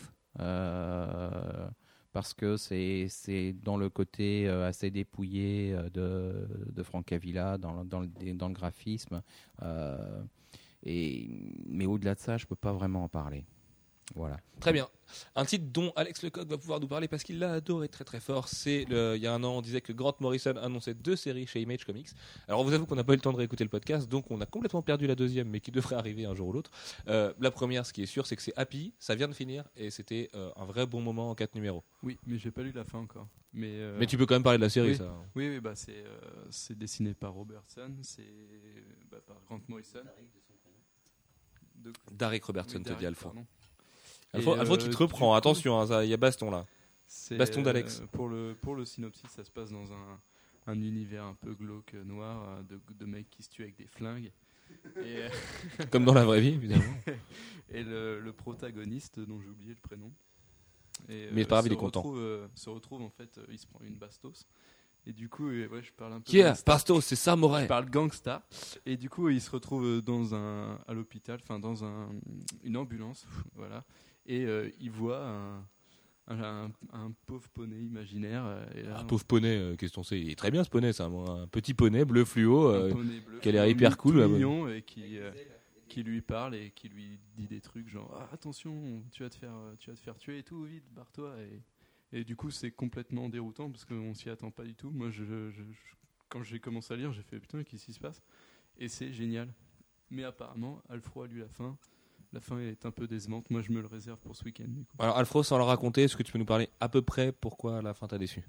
Parce que c'est dans le côté assez dépouillé de Francavilla, dans le graphisme. Mais au-delà de ça, je ne peux pas vraiment en parler. Voilà. Très bien. Un titre dont Alex Lecoq va pouvoir nous parler parce qu'il l'a adoré très très fort. Il y a un an, on disait que Grant Morrison annonçait 2 séries chez Image Comics. Alors on vous avoue qu'on n'a pas eu le temps de réécouter le podcast, donc on a complètement perdu la deuxième, mais qui devrait arriver un jour ou l'autre. La première, ce qui est sûr, c'est que c'est Happy, ça vient de finir, et c'était un vrai bon moment en 4 numéros. Oui, mais j'ai pas lu la fin encore. Mais tu peux quand même parler de la série, oui. ça. Oui, c'est dessiné par Robertson, c'est par Grant Morrison. Derek Robertson, te dit Alpha. Alpha qui te reprend, attention, il y a baston là. Baston d'Alex. Pour le synopsis, ça se passe dans un univers un peu glauque, noir, de mecs qui se tuent avec des flingues. Comme dans la vraie vie, évidemment. Et le protagoniste, dont j'ai oublié le prénom, mais c'est pas grave, il est content. Se retrouve en fait, il se prend une bastos. Et du coup, je parle un peu. Qui est bastos, c'est ça, Moret. Je parle gangsta. Et du coup, il se retrouve à l'hôpital, enfin dans une ambulance, voilà. Et il voit un pauvre poney imaginaire. Un pauvre poney, qu'est-ce qu'on sait? Il est très bien ce poney, c'est un petit poney bleu fluo, qui a l'air hyper cool. Mignon, et qui lui parle et qui lui dit des trucs genre attention, tu vas te faire tuer et tout, vite, barre-toi. Et du coup, c'est complètement déroutant parce qu'on s'y attend pas du tout. Moi, quand j'ai commencé à lire, j'ai fait putain, qu'est-ce qui se passe? Et c'est génial. Mais apparemment, Alfro a lu la fin. La fin est un peu décevante. Moi, je me le réserve pour ce week-end. Du coup. Alors, Alfro, sans le raconter, est-ce que tu peux nous parler à peu près pourquoi la fin t'a déçu?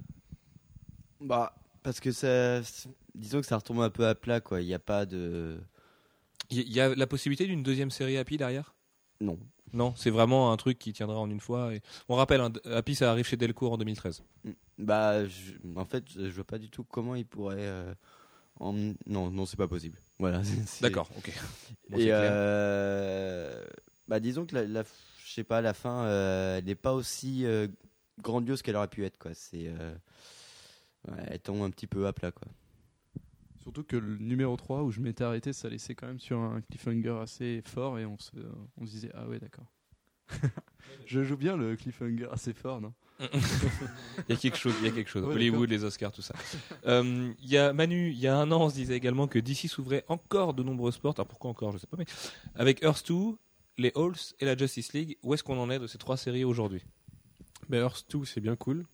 Parce que disons que ça retombe un peu à plat, quoi. Il n'y a pas de. Il y a la possibilité d'une deuxième série Happy derrière? Non, c'est vraiment un truc qui tiendra en une fois. On rappelle, Happy, ça arrive chez Delcourt en 2013. En fait, je vois pas du tout comment il pourrait. Non, c'est pas possible. Voilà. D'accord, ok. Bon, et disons que je sais pas, la fin, elle n'est pas aussi grandiose qu'elle aurait pu être, quoi. Elle tombe un petit peu à plat, quoi. Surtout que le numéro 3 où je m'étais arrêté, ça laissait quand même sur un cliffhanger assez fort et on se disait ah ouais, d'accord. Je joue bien le cliffhanger assez fort, non? Il y a quelque chose. Ouais, Hollywood, les Oscars, tout ça. Il y a Manu, il y a un an, on se disait également que DC s'ouvrait encore de nombreux sports. Alors pourquoi encore, je sais pas, mais avec Earth 2, les Halls et la Justice League, où est-ce qu'on en est de ces 3 séries aujourd'hui? Earth 2, c'est bien cool.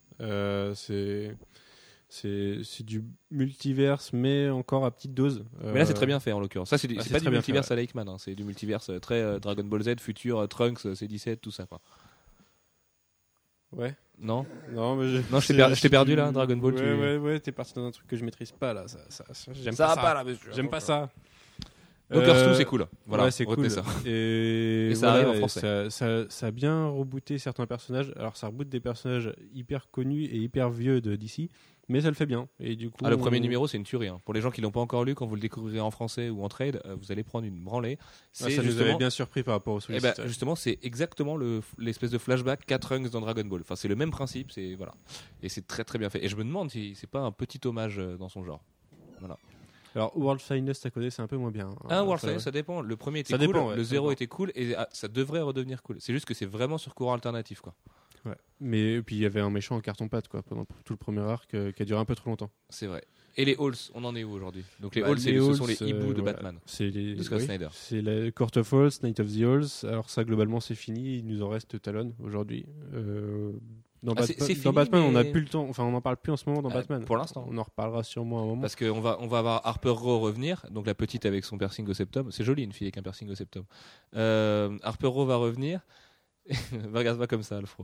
C'est du multiverse, mais encore à petite dose. Mais là, c'est très bien fait en l'occurrence. Ça, c'est pas du multiverse fait, à la Hickman, hein. C'est du multiverse très Dragon Ball Z, Future, Trunks, C17, tout ça, quoi. Ouais. Non, mais je t'ai perdu là, Dragon Ball. Ouais, t'es parti dans un truc que je maîtrise pas là. J'aime ça pas va ça. pas là, monsieur. J'aime pas ça. Donc Earth 2, c'est cool. Voilà, ouais, c'est cool. Ça. Et ça arrive en français. Ça a bien rebooté certains personnages. Alors ça reboot des personnages hyper connus et hyper vieux de DC. mais ça le fait bien. Et du coup, Le premier numéro, c'est une tuerie. Hein. Pour les gens qui l'ont pas encore lu, quand vous le découvrirez en français ou en trade, vous allez prendre une branlée. ça nous avait bien surpris par rapport au sollicitaire. Justement, c'est exactement l'espèce de flashback 4 Trunks dans Dragon Ball. Enfin, c'est le même principe, voilà. Et c'est très très bien fait. Et je me demande si c'est pas un petit hommage dans son genre. Voilà. Alors, World Finest à côté, c'est un peu moins bien. World Finest, ça dépend. Le premier était cool, le 0 était cool, et ça devrait redevenir cool. C'est juste que c'est vraiment sur courant alternatif, quoi. Ouais. Mais puis il y avait un méchant en carton-pâte, quoi, pendant tout le premier arc qui a duré un peu trop longtemps. C'est vrai. Et les Halls, on en est où aujourd'hui? Donc les Halls, ce sont les hiboux de Batman. C'est de Scott Snyder. C'est la Court of Halls, Night of the Halls. Alors ça, globalement, c'est fini. Il nous en reste Talon aujourd'hui. Dans Batman, on n'a plus le temps. Enfin, on n'en parle plus en ce moment dans Batman. Pour l'instant. On en reparlera sûrement à un moment. Parce qu'on va avoir Harper Row revenir. Donc la petite avec son piercing au septum. C'est joli, une fille avec un piercing au septum. Harper Row va revenir. Regarde pas comme ça, Alfro.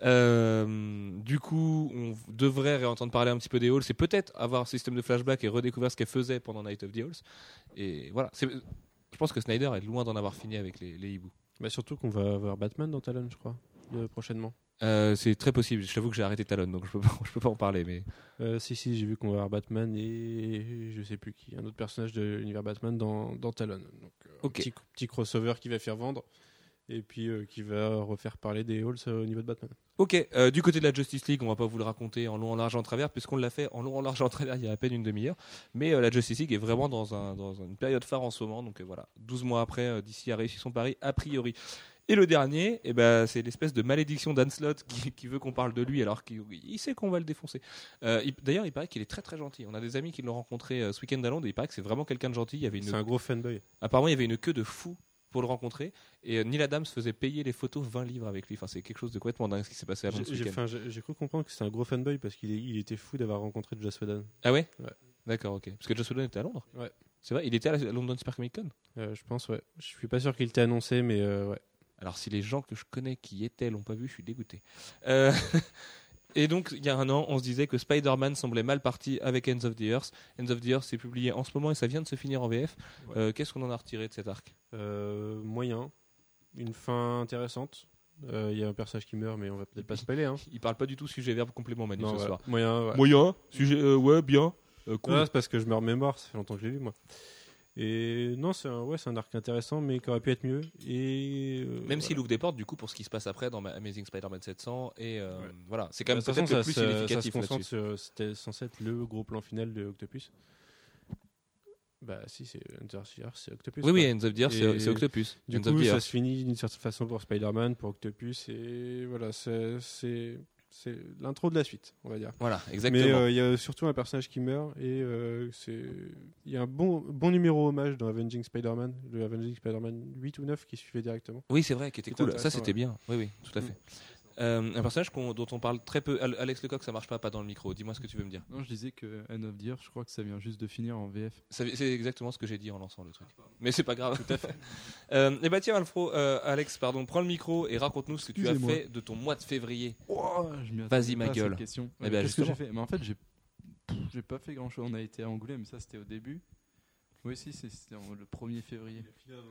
Du coup, on devrait réentendre parler un petit peu des Halls. C'est peut-être avoir un système de flashback et redécouvrir ce qu'elle faisait pendant Night of the Halls. Et voilà. Je pense que Snyder est loin d'en avoir fini avec les hiboux. Bah surtout qu'on va avoir Batman dans Talon, je crois, prochainement. C'est très possible. Je t'avoue que j'ai arrêté Talon, donc je peux pas en parler. Mais si, j'ai vu qu'on va avoir Batman et je sais plus qui, un autre personnage de l'univers Batman dans Talon. Donc, petit crossover qui va faire vendre. Et puis qui va refaire parler des Halls au niveau de Batman. Ok, du côté de la Justice League, on va pas vous le raconter en long, en large, en travers, puisqu'on l'a fait en long, en large, en travers il y a à peine une demi-heure. Mais la Justice League est vraiment dans une période phare en ce moment. Donc voilà, 12 mois après, DC a réussi son pari, a priori. Et le dernier, c'est l'espèce de malédiction d'Anne Slott qui veut qu'on parle de lui alors qu'il sait qu'on va le défoncer. D'ailleurs, il paraît qu'il est très très gentil. On a des amis qui l'ont rencontré ce week-end à Londres et il paraît que c'est vraiment quelqu'un de gentil. C'est un gros fanboy. Apparemment, il y avait une queue de fou pour le rencontrer et Neil Adams faisait payer les photos 20 livres avec lui. Enfin, c'est quelque chose de complètement dingue ce qui s'est passé à Londres ce week-end. J'ai cru comprendre que c'était un gros fanboy parce qu'il était fou d'avoir rencontré Joss Whedon. Ah ouais? Ouais. D'accord, ok. Parce que Joss Whedon était à Londres? Ouais. C'est vrai? Il était à la London Super Comic Con? Je pense, ouais. Je suis pas sûr qu'il t'ait annoncé, mais ouais. Alors si les gens que je connais qui y étaient l'ont pas vu, je suis dégoûté. Et donc, il y a un an, on se disait que Spider-Man semblait mal parti avec Ends of the Earth. Ends of the Earth, c'est publié en ce moment et ça vient de se finir en VF. Ouais. Qu'est-ce qu'on en a retiré de cet arc? Moyen. Une fin intéressante. Il y a un personnage qui meurt, mais on va peut-être pas spoiler. Hein. Il parle pas du tout sujet verbe complément Manu ce soir. Moyen, ouais. Moyen, sujet, ouais, bien. Cool. C'est parce que je me remémore, ça fait longtemps que je l'ai lu, moi. Et non, c'est un arc intéressant, mais qui aurait pu être mieux. Et même s'il ouvre des portes, du coup, pour ce qui se passe après dans Amazing Spider-Man 700, et voilà, c'est quand même peut-être le plus significatif. C'était censé être le gros plan final de Octopus. Bah si, c'est Ends of the Earth, c'est Octopus. Oui, Ends of the Earth, c'est Octopus. Du coup, ça se finit d'une certaine façon pour Spider-Man, pour Octopus, et voilà, c'est l'intro de la suite, on va dire. Voilà, exactement. Mais il y a surtout un personnage qui meurt, et il y a un bon numéro hommage dans Avenging Spider-Man, le Avenging Spider-Man 8 ou 9 qui suivait directement. Oui, c'est vrai, qui était cool. Ça, c'était bien. Oui, tout à fait. Un personnage dont on parle très peu. Alex Lecoq, ça marche pas dans le micro. Dis-moi ce que tu veux me dire. Non, je disais que End of the Earth, je crois que ça vient juste de finir en VF. C'est exactement ce que j'ai dit en lançant le truc. Mais c'est pas grave. Tout à fait. Et bah tiens, Alex, pardon, prends le micro et raconte-nous ce que tu as fait de ton mois de février. Vas-y, ma gueule. Qu'est-ce que j'ai fait? Mais en fait, j'ai pas fait grand-chose. On a été à Angoulême, mais ça c'était au début. Oui, si, c'était le 1er février.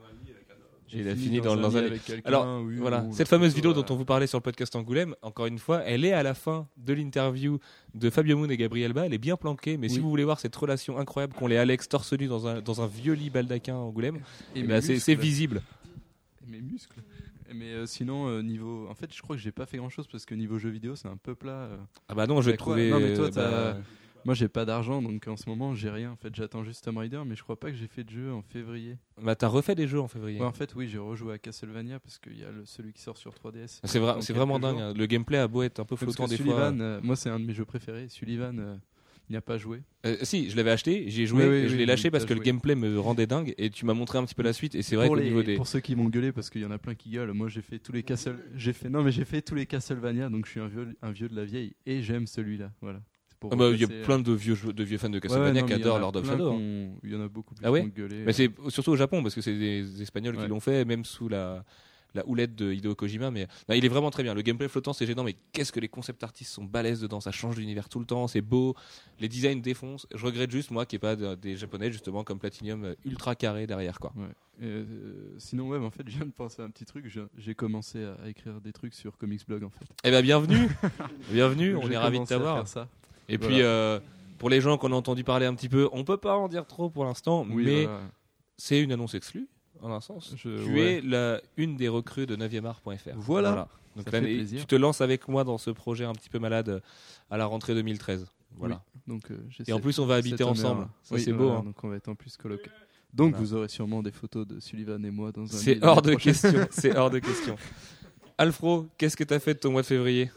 Il a fini dans un lit. Alors, voilà, cette fameuse vidéo dont on vous parlait sur le podcast Angoulême, encore une fois, elle est à la fin de l'interview de Fabio Moon et Gabriel Ba. Elle est bien planquée, mais si vous voulez voir cette relation incroyable qu'ont les Alex torse nu dans un vieux lit baldaquin à Angoulême, c'est visible. Et mes muscles. Mais sinon, niveau. En fait, je crois que j'ai pas fait grand chose parce que niveau jeux vidéo, c'est un peu plat. Ah bah non, je vais trouver. Non, mais toi, moi, j'ai pas d'argent, donc en ce moment, j'ai rien. En fait, j'attends juste Tomb Raider, mais je crois pas que j'ai fait de jeu en février. Bah, t'as refait des jeux en février. Ouais, en fait, oui, j'ai rejoué à Castlevania parce qu'il y a celui qui sort sur 3DS. C'est vraiment dingue. Hein. Le gameplay a beau être un peu flottant des fois. Moi, c'est un de mes jeux préférés. Sullivan, il n'y a pas joué. Si, je l'avais acheté, j'y ai joué, je l'ai lâché parce que le gameplay me rendait dingue. Et tu m'as montré un petit peu la suite. Et c'est vrai qu'au niveau des. Pour ceux qui vont gueuler, parce qu'il y en a plein qui gueulent, moi, j'ai fait tous les j'ai fait tous les Castlevania, donc je suis un vieux de la vieille et j'aime celui-là. Voilà. Il y a plein de vieux fans de Castlevania qui adorent Lord of Shadow. Il y en a beaucoup plus qui ont gueulé. Mais c'est surtout au Japon parce que c'est des Espagnols qui l'ont fait, même sous la houlette de Hideo Kojima. Mais non, il est vraiment très bien. Le gameplay flottant, c'est gênant, mais qu'est-ce que les concept artistes sont balèzes dedans. Ça change d'univers tout le temps, c'est beau. Les designs défoncent. Je regrette juste, moi, qu'il n'y ait pas des Japonais, justement, comme Platinum, ultra carré derrière, quoi. Ouais. Sinon, en fait, je viens de penser à un petit truc. J'ai commencé à écrire des trucs sur Comics Blog, en fait. Eh ben, bienvenue. Bienvenue, on est ravis de à t'avoir. faire ça. Et puis, pour les gens qu'on a entendu parler un petit peu, on peut pas en dire trop pour l'instant, Oui, mais voilà. c'est une annonce exclue, en un sens. Tu es une des recrues de 9art.fr. Voilà. Donc Ça fait l'année- plaisir. tu te lances avec moi dans ce projet un petit peu malade à la rentrée 2013. Voilà. Donc, Et en plus, on va habiter ensemble. Ça, c'est beau. Hein. Donc on va être en plus coloc. Donc Voilà. vous aurez sûrement des photos de Sullivan et moi dans un C'est mail hors l'année de prochaine. question. C'est hors de question. Alfro, qu'est-ce que tu as fait de ton mois de février?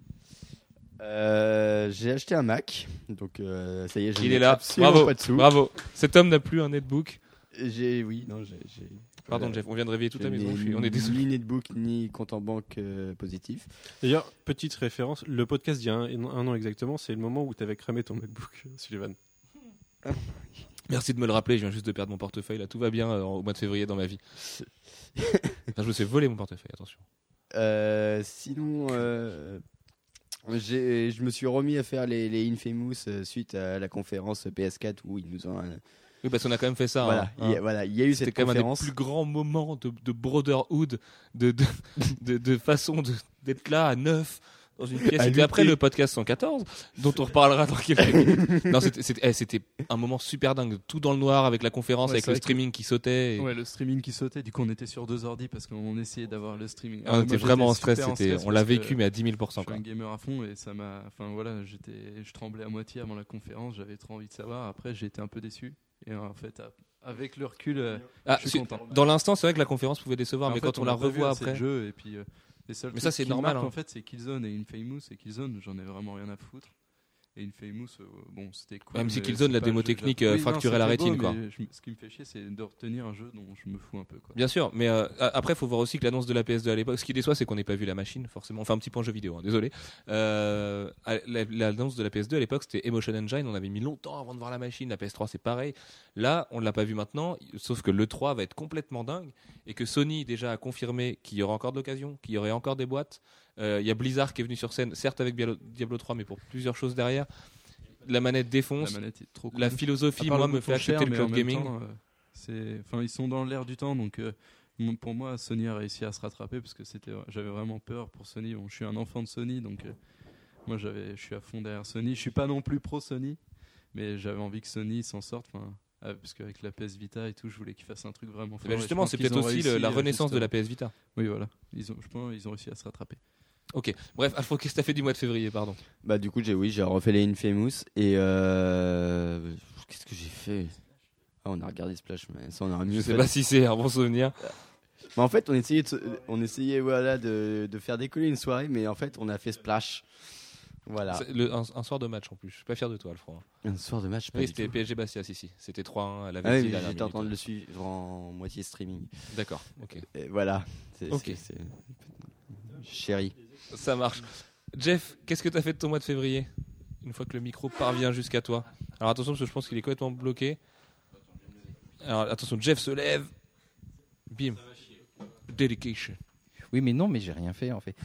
J'ai acheté un Mac, donc ça y est, Il est là. absolument Bravo. pas de sous. Bravo. Cet homme n'a plus un netbook. J'ai Pardon, Jeff, on vient de réveiller toute la je maison. n'ai On est désolé. Ni netbook ni compte en banque positif. D'ailleurs, petite référence, le podcast d'il y a un an exactement, c'est le moment où tu avais cramé ton MacBook, Sullivan. Merci de me le rappeler. Je viens juste de perdre mon portefeuille. Là, tout va bien au mois de février dans ma vie. Enfin, je me suis volé mon portefeuille. Attention. Sinon, je me suis remis à faire les Infamous suite à la conférence PS4 où ils nous ont. Oui, parce qu'on a quand même fait ça. Voilà, hein. il y a eu C'était cette quand même un des conférence. plus grands moments de brotherhood, de façon d'être là à 9 dans une pièce. À C'était lutter. après le podcast 114, dont on reparlera dans quelques minutes. Non, c'était un moment super dingue. Tout dans le noir avec la conférence, Ouais, avec c'est le vrai que- streaming qui sautait. et- Ouais, le streaming qui sautait. Du coup, on était sur 2 ordi parce qu'on essayait d'avoir le streaming. Ah, on était vraiment en stress. super On l'a parce que vécu, mais à 10 000 %. Je suis Quoi. un gamer à fond et ça m'a. Enfin voilà, je tremblais à moitié avant la conférence. J'avais trop envie de savoir. Après, j'ai été un peu déçu. Et en fait, avec le recul, Ah, je suis content. dans l'instant, c'est vrai que la conférence pouvait décevoir, En mais fait, quand on a la pas vu revoit assez de après. jeux, et puis les seuls Mais ça, trucs c'est qui normal, marquent, hein. en fait, c'est Killzone et Infamous. Et Killzone, j'en ai vraiment rien à foutre. Et Infamous, bon, c'était cool. Même si mais Killzone, c'est la pas démo le jeu que technique, j'adore. Oui, fracturait non, la c'est très rétine, beau, quoi. mais ce qui me fait chier, c'est de retenir un jeu dont je me fous un peu, quoi. Bien sûr, mais après, il faut voir aussi que l'annonce de la PS2 à l'époque, ce qui déçoit, c'est qu'on n'ait pas vu la machine, forcément. Enfin, un petit point jeu vidéo, hein, désolé. L'annonce de la PS2 à l'époque, c'était Emotion Engine. On avait mis longtemps avant de voir la machine. La PS3, c'est pareil. Là, on ne l'a pas vu maintenant, sauf que l'E3 va être complètement dingue et que Sony déjà a confirmé qu'il y aura encore de l'occasion, qu'il y aurait encore des boîtes. Il y a Blizzard qui est venu sur scène, certes avec Diablo 3, mais pour plusieurs choses derrière. La manette défonce. La manette est trop cool. La philosophie, À part moi, le me bouton fait accepter cher, le mais cloud en même gaming. temps, enfin, ils sont dans l'air du temps, donc pour moi, Sony a réussi à se rattraper parce que j'avais vraiment peur pour Sony. Bon, je suis un enfant de Sony, donc moi, je suis à fond derrière Sony. Je suis pas non plus pro Sony, mais j'avais envie que Sony s'en sorte. Parce qu'avec la PS Vita et tout, je voulais qu'ils fassent un truc vraiment fort. Ben et je justement, pense c'est qu'ils peut-être ont aussi réussi, la renaissance de la justement. PS Vita. Oui, voilà. Je pense qu'ils ont réussi à se rattraper. Ok, bref, Alfred, qu'est-ce que t'as fait du mois de février, pardon? Bah du coup j'ai refait les Infamous et qu'est-ce que j'ai fait? On a regardé Splash, mais ça on aurait mieux Je sais fait. pas si c'est un bon souvenir. Mais en fait on essayait voilà de faire décoller une soirée, mais en fait on a fait Splash. Voilà. C'est un soir de match en plus. Je suis pas fier de toi, Alfred. Un soir de match. Pas Oui, du c'était tout. PSG Bastia, si. C'était 3-1 à la Ah oui, veille. mais j'étais en train de le suivre en moitié streaming. D'accord, ok. Et voilà. Ok. Chérie. Ça marche. Jeff, qu'est-ce que t'as fait de ton mois de février? Une fois que le micro parvient jusqu'à toi. Alors attention, parce que je pense qu'il est complètement bloqué. Alors attention, Jeff se lève. Bim. Dedication. Oui, mais non, mais j'ai rien fait en fait.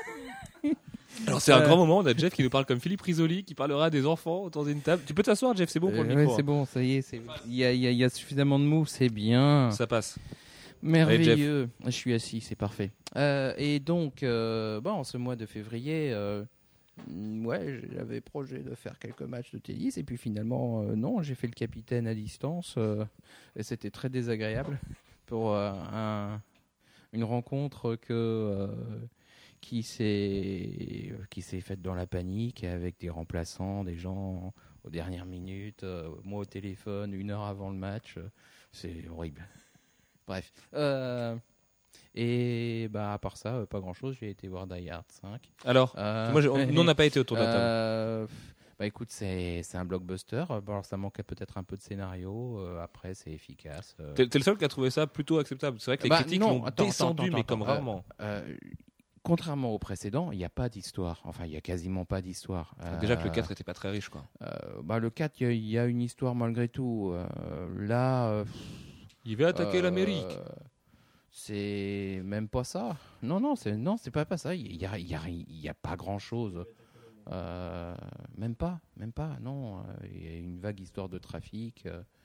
Alors c'est un grand moment, on a Jeff qui nous parle comme Philippe Risoli, qui parlera des enfants autour d'une table. Tu peux t'asseoir, Jeff, c'est bon pour le micro. Ouais, c'est bon, ça y est, il y a suffisamment de mots, c'est bien. Ça passe. Merveilleux. Je suis assis, c'est parfait. Et donc, en ce mois de février, j'avais projet de faire quelques matchs de tennis. Et puis finalement, non, j'ai fait le capitaine à distance. Et c'était très désagréable pour une rencontre qui s'est faite dans la panique avec des remplaçants, des gens aux dernières minutes, moi au téléphone 1 heure avant le match. C'est horrible. Bref. Et à part ça, pas grand chose. J'ai été voir Die Hard 5. Alors, nous on n'a pas été autour de la table. Écoute, c'est un blockbuster. Bon, alors ça manquait peut-être un peu de scénario. Après, c'est efficace. T'es le seul qui a trouvé ça plutôt acceptable. C'est vrai que les critiques l'ont descendu, mais comme rarement. Contrairement au précédent, il n'y a pas d'histoire. Enfin, il n'y a quasiment pas d'histoire. Déjà que le 4 était pas très riche, quoi. Le 4, il y a une histoire malgré tout. Là. Il veut attaquer l'Amérique. C'est même pas ça. Non, c'est pas ça. Il y a pas grand chose. Même pas. Non, il y a une vague histoire de trafic.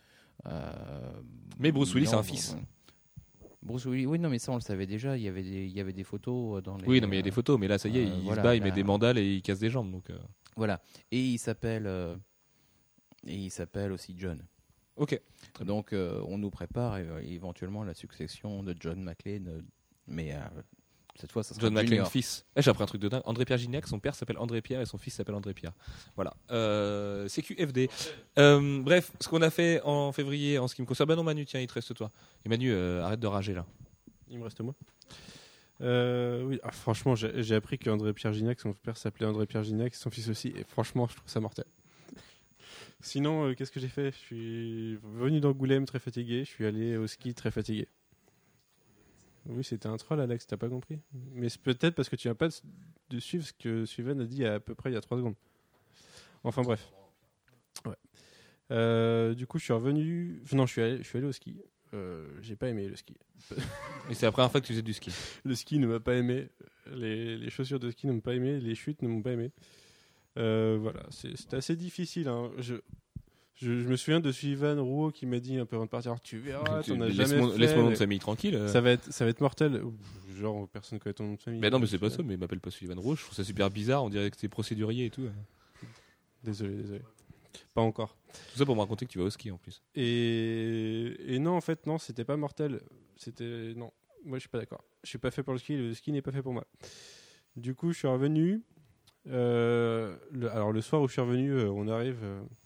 Mais Bruce Willis non, a un fils. Bruce Willis, oui, non, mais ça on le savait déjà. Il y avait des photos dans les. Oui, non, mais il y a des photos. Mais là, ça y est, il se bat, il met des mandales et il casse des jambes. Donc. Voilà. Et il s'appelle aussi John. Ok. Donc on nous prépare éventuellement la succession de John McClane, mais cette fois ça sera John McClane, Junior. fils. J'ai appris un truc de dingue. André-Pierre Gignac, son père s'appelle André-Pierre et son fils s'appelle André-Pierre. Voilà. CQFD. Bref, ce qu'on a fait en février en ce qui me concerne. Bah non, Manu, tiens, il te reste toi. Et Manu, arrête de rager là. Il me reste moi. Oui, franchement, j'ai appris qu'André-Pierre Gignac, son père s'appelait André-Pierre Gignac, son fils aussi, et franchement, je trouve ça mortel. Sinon, qu'est-ce que j'ai fait? Je suis venu d'Angoulême très fatigué, je suis allé au ski très fatigué. Oui, c'était un troll, Alex, t'as pas compris? Mais c'est peut-être parce que tu viens pas de suivre ce que Suven a dit à peu près il y a 3 secondes. Enfin bref. Ouais. Du coup, je suis revenu. Non, je suis allé au ski. J'ai pas aimé le ski. Et c'est la première fois que tu faisais du ski. Le ski ne m'a pas aimé. Les chaussures de ski ne m'ont pas aimé. Les chutes ne m'ont pas aimé. Voilà, c'était assez difficile. Hein. Je me souviens de Suivan Rouault qui m'a dit un peu avant de partir, tu verras, t'en as jamais fait. Laisse mon nom de famille tranquille. Ça va être mortel. Genre, personne connaît ton nom de famille. Mais non, mais c'est pas ça, mais il m'appelle pas Sullivan Rouge. Je trouve ça super bizarre. On dirait que c'est procédurier et tout. Désolé. Pas encore. Tout ça pour me raconter que tu vas au ski en plus. Et non, en fait, non, c'était pas mortel. Non, moi je suis pas d'accord. Je suis pas fait pour le ski n'est pas fait pour moi. Du coup, je suis revenu. Alors, le soir où je suis revenu, on arrive.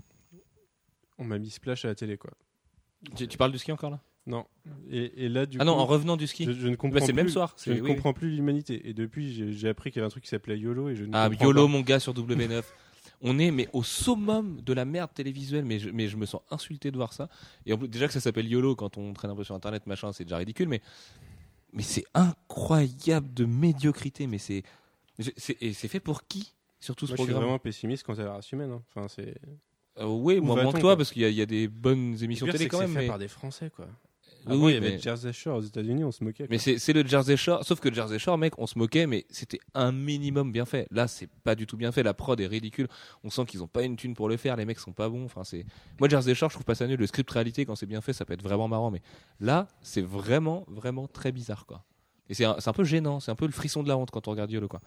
On m'a mis Splash à la télé, quoi. Tu parles du ski encore là? Non. Et là, du coup. Ah non, en revenant du ski. Je ne comprends c'est le même soir. Je ne comprends plus l'humanité. Et depuis, j'ai appris qu'il y avait un truc qui s'appelait YOLO. Et je ne comprends YOLO, pas. mon gars, sur W9. On est mais au summum de la merde télévisuelle, mais je me sens insulté de voir ça. Et en plus, déjà que ça s'appelle YOLO quand on traîne un peu sur internet, machin, c'est déjà ridicule, mais c'est incroyable de médiocrité. Mais c'est fait pour qui? Surtout ce Moi, je suis programme. vraiment pessimiste quant à la race humaine. Hein. Enfin, c'est. Oui, Où moi moins va-t-on, que toi, quoi. parce qu'il y a des bonnes émissions Le pire, télé c'est que quand même. c'est fait Mais... par des Français, quoi. Oui, Avant, il y mais- avait Jersey Shore aux États-Unis, on se moquait. Mais c'est le Jersey Shore, sauf que Jersey Shore, mec, on se moquait, mais c'était un minimum bien fait. Là, c'est pas du tout bien fait. La prod est ridicule. On sent qu'ils ont pas une thune pour le faire. Les mecs sont pas bons. Enfin, moi, Jersey Shore, je trouve pas ça nul. Le script réalité, quand c'est bien fait, ça peut être vraiment marrant. Mais là, c'est vraiment, vraiment très bizarre, quoi. Et c'est un peu gênant. C'est un peu le frisson de la honte quand on regarde YOLO, quoi.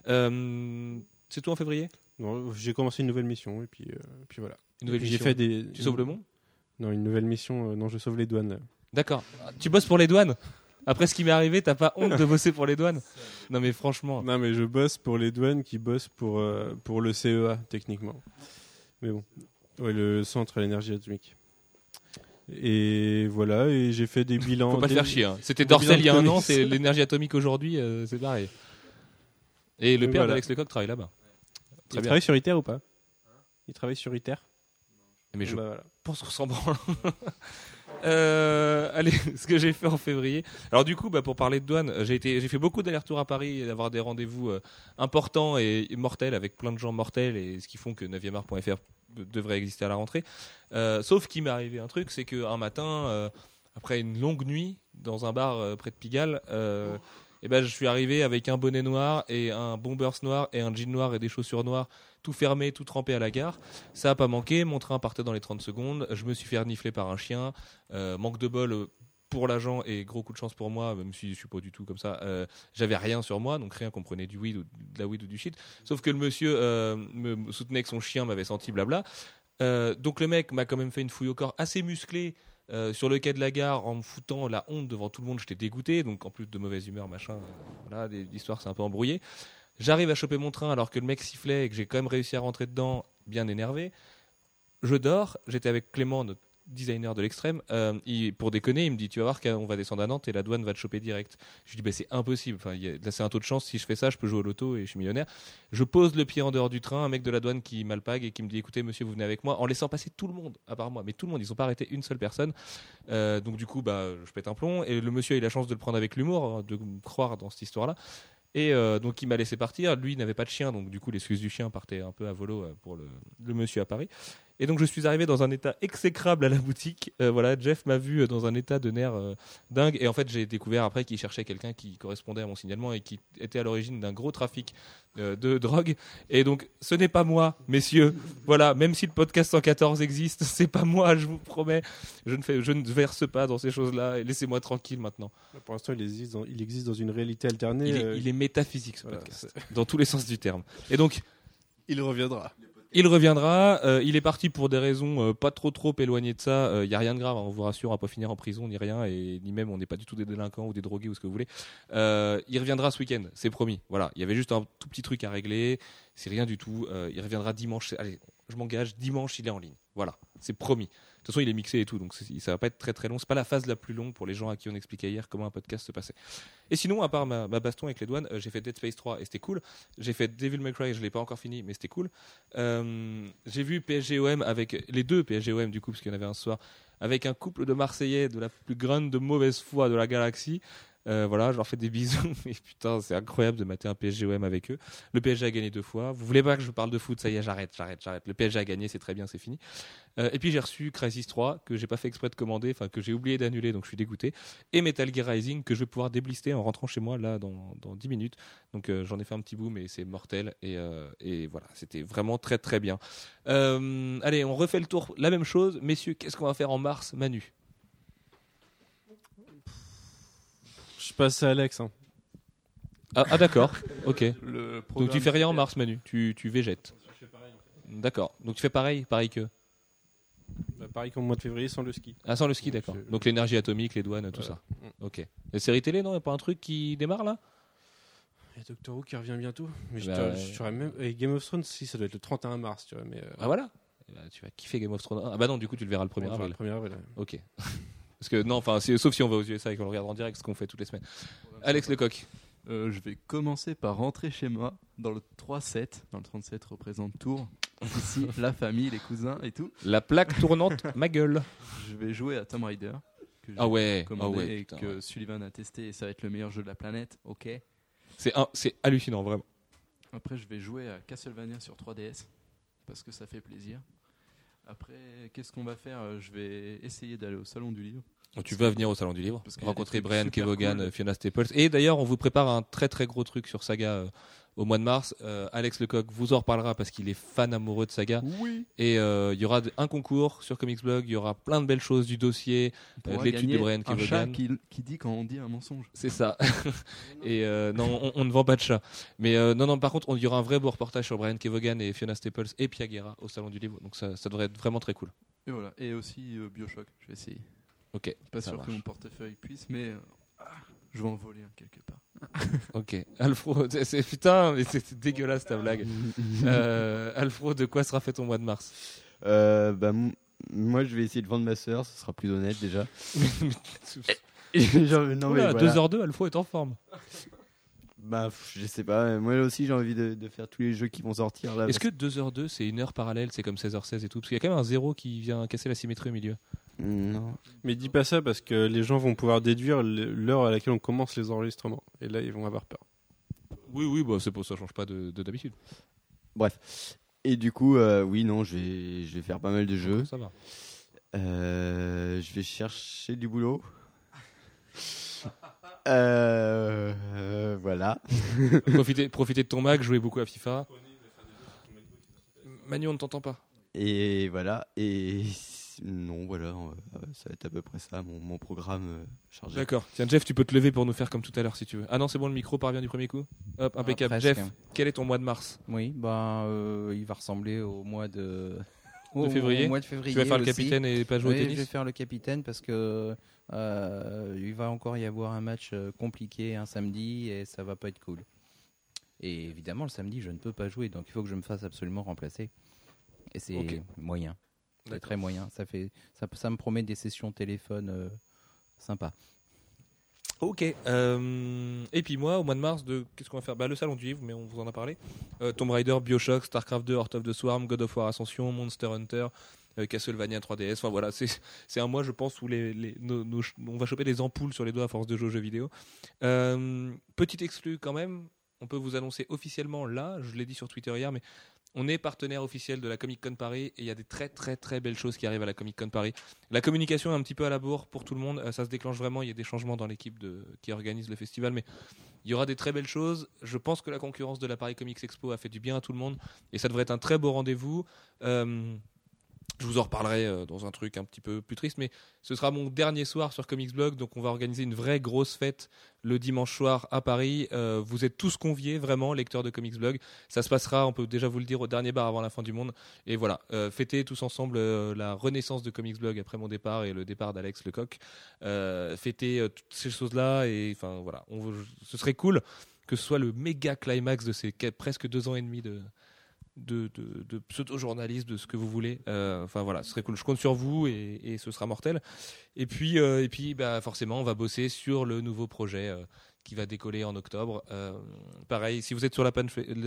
C'est tout en février? Non, j'ai commencé une nouvelle mission et puis voilà. Une nouvelle J'ai mission. fait des. Tu sauves le monde? Non, une nouvelle mission. Non, je sauve les douanes. Là. D'accord. Tu bosses pour les douanes? Après ce qui m'est arrivé, t'as pas honte de bosser pour les douanes? Non, mais franchement. Non, mais je bosse pour les douanes qui bossent pour le CEA techniquement. Mais bon, ouais, le centre à l'énergie atomique. Et voilà, et j'ai fait des bilans. Faut pas te faire chier. Hein. C'était des Dorsel il y a bilans de un an, comics. c'est l'énergie atomique aujourd'hui, c'est pareil. Et le Donc père voilà. d'Alex Lecoq travaille là-bas. Très Il bien. travaille sur ITER ou pas? Il travaille sur ITER. Mais je Bah, voilà. pense qu'on s'en branle. Allez, ce que j'ai fait en février. Alors du coup, pour parler de douane, j'ai fait beaucoup d'allers-retours à Paris et d'avoir des rendez-vous importants et mortels avec plein de gens mortels et ce qui font que 9art.fr devrait exister à la rentrée. Sauf qu'il m'est arrivé un truc, c'est qu'un matin, après une longue nuit dans un bar près de Pigalle, je suis arrivé avec un bonnet noir et un bombers noir et un jean noir et des chaussures noires, tout fermé, tout trempé à la gare. Ça a pas manqué, mon train partait dans les 30 secondes, je me suis fait renifler par un chien, manque de bol pour l'agent et gros coup de chance pour moi, même si je suis pas du tout comme ça, j'avais rien sur moi, donc rien qu'on prenait du weed ou de la weed ou du shit, sauf que le monsieur me soutenait que son chien m'avait senti blabla. Donc le mec m'a quand même fait une fouille au corps assez musclée sur le quai de la gare en me foutant la honte devant tout le monde. J'étais dégoûté, donc en plus de mauvaise humeur, machin, voilà, l'histoire s'est un peu embrouillée. J'arrive à choper mon train alors que le mec sifflait et que j'ai quand même réussi à rentrer dedans, bien énervé. Je dors, j'étais avec Clément, notre designer de l'extrême, pour déconner, il me dit tu vas voir qu'on va descendre à Nantes et la douane va te choper direct. Je lui dis c'est impossible, là c'est un taux de chance, si je fais ça je peux jouer au loto et je suis millionnaire. Je pose le pied en dehors du train, un mec de la douane qui m'alpague et qui me dit écoutez monsieur vous venez avec moi, en laissant passer tout le monde à part moi, mais tout le monde, ils n'ont pas arrêté une seule personne. Donc du coup je pète un plomb et le monsieur a eu la chance de le prendre avec l'humour, de me croire dans cette histoire là. Et donc il m'a laissé partir, lui il n'avait pas de chien, donc du coup l'excuse du chien partait un peu à volo pour le monsieur à Paris. Et donc je suis arrivé dans un état exécrable à la boutique. Voilà, Jeff m'a vu dans un état de nerfs dingue. Et en fait j'ai découvert après qu'il cherchait quelqu'un qui correspondait à mon signalement et qui était à l'origine d'un gros trafic de drogue. Et donc ce n'est pas moi, messieurs. Voilà, même si le podcast 114 existe, c'est pas moi, je vous promets. Je ne verse pas dans ces choses-là. Et laissez-moi tranquille maintenant. Pour l'instant, il existe dans une réalité alternée. Il est métaphysique ce voilà, podcast, dans tous les sens du terme. Et donc, Il reviendra. Il reviendra. Il est parti pour des raisons pas trop éloignées de ça. Il y a rien de grave, hein, on vous rassure, on va pas finir en prison ni rien, et ni même on n'est pas du tout des délinquants ou des drogués ou ce que vous voulez. Il reviendra ce week-end, c'est promis. Voilà, il y avait juste un tout petit truc à régler. C'est rien du tout. Il reviendra dimanche. Allez, je m'engage. Dimanche, il est en ligne. Voilà, c'est promis. De toute façon, il est mixé et tout, donc ça va pas être très long. C'est pas la phase la plus longue pour les gens à qui on expliquait hier comment un podcast se passait. Et sinon, à part ma baston avec les douanes, j'ai fait Dead Space 3 et c'était cool. J'ai fait Devil May Cry, je l'ai pas encore fini, mais c'était cool. J'ai vu PSG-OM avec les deux PSG-OM du coup, parce qu'il y en avait un ce soir, avec un couple de Marseillais de la plus grande de mauvaise foi de la galaxie. Voilà, je leur fais des bisous. Mais putain, c'est incroyable de mater un PSG-OM avec eux. Le PSG a gagné 2 fois. Vous voulez pas que je parle de foot? Ça y est, j'arrête. Le PSG a gagné, c'est très bien, c'est fini. Et puis j'ai reçu Crysis 3 que j'ai pas fait exprès de commander, enfin que j'ai oublié d'annuler, donc je suis dégoûté. Et Metal Gear Rising que je vais pouvoir déblister en rentrant chez moi là dans 10 minutes. Donc j'en ai fait un petit bout, mais c'est mortel. Et voilà, c'était vraiment très bien. Allez, on refait le tour. La même chose, messieurs. Qu'est-ce qu'on va faire en mars, Manu? Je passe à Alex. Hein. Ah d'accord, ok. Le Donc tu fais rien en programme- mars, Manu, tu végètes. D'accord, donc tu fais pareil que... Bah, pareil qu'en mois de février sans le ski. Ah, sans le ski, d'accord. je- Donc l'énergie atomique, les douanes, tout Voilà. ça. Ok. Les séries télé, non? Il n'y a pas un truc qui démarre là? Il y a Doctor Who qui revient bientôt. Mais Bah, je t'aurais même. Et Game of Thrones, si ça doit être le 31 mars, tu vois. Mais, Ah voilà. Eh ben, tu vas kiffer Game of Thrones. Ah bah non, du coup tu le verras le 1er enfin, avril. le 1er avril. Ouais. Ok. Parce que non, enfin, sauf si on va aux USA et qu'on le regarde en direct, ce qu'on fait toutes les semaines. Alex Lecoq. Je vais commencer par rentrer chez moi dans le 3-7. Dans le 37 représente Tours. Ici, la famille, les cousins et tout. La plaque tournante, ma gueule. Je vais jouer à Tomb Raider. Que j'ai Ah ouais, commandé et putain, que ouais. Sullivan a testé et ça va être le meilleur jeu de la planète. Ok. C'est hallucinant, vraiment. Après, je vais jouer à Castlevania sur 3DS parce que ça fait plaisir. Après, qu'est-ce qu'on va faire? Je vais essayer d'aller au salon du livre. Tu vas venir au Salon du Livre, Parce qu'il y a rencontrer des trucs Brian super Kevogan, cool. Fiona Staples. Et d'ailleurs, on vous prépare un très gros truc sur Saga au mois de mars. Alex Lecoq vous en reparlera parce qu'il est fan amoureux de Saga. Oui. Et il y aura un concours sur Comics Blog, il y aura plein de belles choses, du dossier, de l'étude de Brian un chat Kevogan. qui dit quand on dit un mensonge. C'est ça. Et non, on ne vend pas de chat. Mais non, par contre, il y aura un vrai beau reportage sur Brian Kevogan et Fiona Staples et Pia Guerra au Salon du Livre. Donc ça devrait être vraiment très cool. Et voilà. Et aussi Bioshock, je vais essayer. Ok. Pas ça sûr marche. que mon portefeuille puisse, mais je vais en voler un quelque part. Ok. Alfro, putain, mais c'est dégueulasse ta blague. Alfro, de quoi sera fait ton mois de mars? Moi, je vais essayer de vendre ma sœur, ce sera plus honnête déjà. Non, mais Oula, voilà. 2h02, Alfro est en forme. Je sais pas, moi aussi j'ai envie de faire tous les jeux qui vont sortir là. Est-ce que 2h02 c'est une heure parallèle, c'est comme 16h16 et tout? Parce qu'il y a quand même un zéro qui vient casser la symétrie au milieu. Non. Mais dis pas ça parce que les gens vont pouvoir déduire l'heure à laquelle on commence les enregistrements. Et là, ils vont avoir peur. Oui, bah, c'est pour ça, change pas de d'habitude. Bref. Et du coup, oui, non, je vais faire pas mal de jeux. Ça va. Je vais chercher du boulot. Voilà. Profitez de ton Mac, jouez beaucoup à FIFA. Manu, on ne t'entend pas. Et voilà. Et non, voilà, ça va être à peu près ça, mon programme chargé. D'accord. Tiens, Jeff, tu peux te lever pour nous faire comme tout à l'heure si tu veux. Ah non, c'est bon, le micro parvient du premier coup. Hop, impeccable. presque. Jeff, quel est ton mois de mars? Oui, il va ressembler au mois de février. Au mois de février. Tu vas faire le aussi. capitaine et pas jouer Oui, au je vais tennis? faire le capitaine parce que il va encore y avoir un match compliqué un samedi et ça va pas être cool. Et évidemment, le samedi, je ne peux pas jouer, donc il faut que je me fasse absolument remplacer. Et c'est Ok. moyen. C'est D'accord. très moyen. Ça me promet des sessions téléphone sympas. Ok. Et puis moi, au mois de mars, qu'est-ce qu'on va faire? Le Salon du Livre, mais on vous en a parlé. Tomb Raider, Bioshock, Starcraft 2, Heart of the Swarm, God of War Ascension, Monster Hunter, Castlevania 3DS. Enfin voilà, c'est un mois, je pense, où on va choper des ampoules sur les doigts à force de jouer aux jeux vidéo. Petit exclu quand même, on peut vous annoncer officiellement là, je l'ai dit sur Twitter hier, mais on est partenaire officiel de la Comic Con Paris et il y a des très belles choses qui arrivent à la Comic Con Paris. La communication est un petit peu à la bourre pour tout le monde, ça se déclenche vraiment, il y a des changements dans l'équipe qui organise le festival, mais il y aura des très belles choses. Je pense que la concurrence de la Paris Comics Expo a fait du bien à tout le monde et ça devrait être un très beau rendez-vous. Je vous en reparlerai dans un truc un petit peu plus triste, mais ce sera mon dernier soir sur Comics Blog, donc on va organiser une vraie grosse fête le dimanche soir à Paris. Vous êtes tous conviés, vraiment, lecteurs de Comics Blog. Ça se passera, on peut déjà vous le dire, au dernier bar avant la fin du monde. Et voilà, fêtez tous ensemble la renaissance de Comics Blog après mon départ et le départ d'Alex Lecoq. Fêtez toutes ces choses-là, et enfin voilà, ce serait cool que ce soit le méga climax de ces presque 2 ans et demi de pseudo-journalisme, de ce que vous voulez. Enfin voilà, ce serait cool. Je compte sur vous et ce sera mortel. Et puis forcément, on va bosser sur le nouveau projet qui va décoller en octobre. Pareil, si vous êtes sur la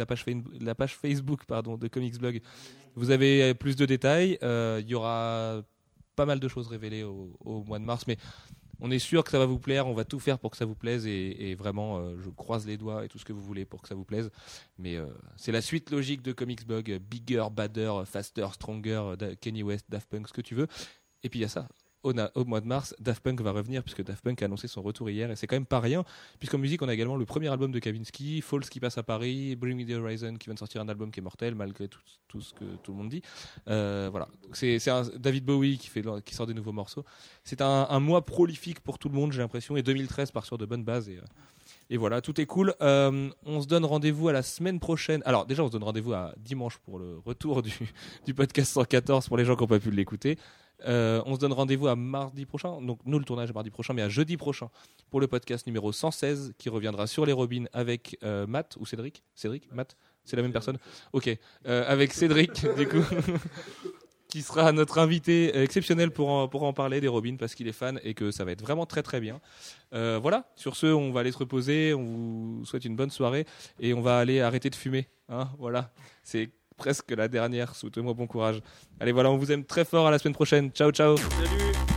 page Facebook de Comics Blog, vous avez plus de détails. Il y aura pas mal de choses révélées au mois de mars, mais on est sûr que ça va vous plaire, on va tout faire pour que ça vous plaise et vraiment je croise les doigts et tout ce que vous voulez pour que ça vous plaise. Mais c'est la suite logique de Comics Blog, bigger, badder, faster, stronger, Kanye West, Daft Punk, ce que tu veux. Et puis il y a ça. Au mois de mars, Daft Punk va revenir puisque Daft Punk a annoncé son retour hier et c'est quand même pas rien puisqu'en musique on a également le premier album de Kavinsky, Falls qui passe à Paris, Bring Me the Horizon qui vient de sortir un album qui est mortel malgré tout ce que tout le monde dit. Voilà, c'est un David Bowie qui sort des nouveaux morceaux. C'est un mois prolifique pour tout le monde, j'ai l'impression, et 2013 part sur de bonnes bases et voilà, tout est cool. On se donne rendez-vous à la semaine prochaine. Alors déjà on se donne rendez-vous à dimanche pour le retour du podcast 114 pour les gens qui n'ont pas pu l'écouter. On se donne rendez-vous à mardi prochain, donc nous le tournage est mardi prochain, mais à jeudi prochain pour le podcast numéro 116 qui reviendra sur les Robins avec Matt ou Cédric, Matt, c'est la même personne. Ok, avec Cédric du coup, qui sera notre invité exceptionnel pour en parler des Robins parce qu'il est fan et que ça va être vraiment très très bien. Voilà, sur ce on va aller se reposer, on vous souhaite une bonne soirée et on va aller arrêter de fumer. Hein, voilà, c'est presque la dernière, souhaitez-moi bon courage. Allez voilà, on vous aime très fort, à la semaine prochaine, ciao ciao. Salut.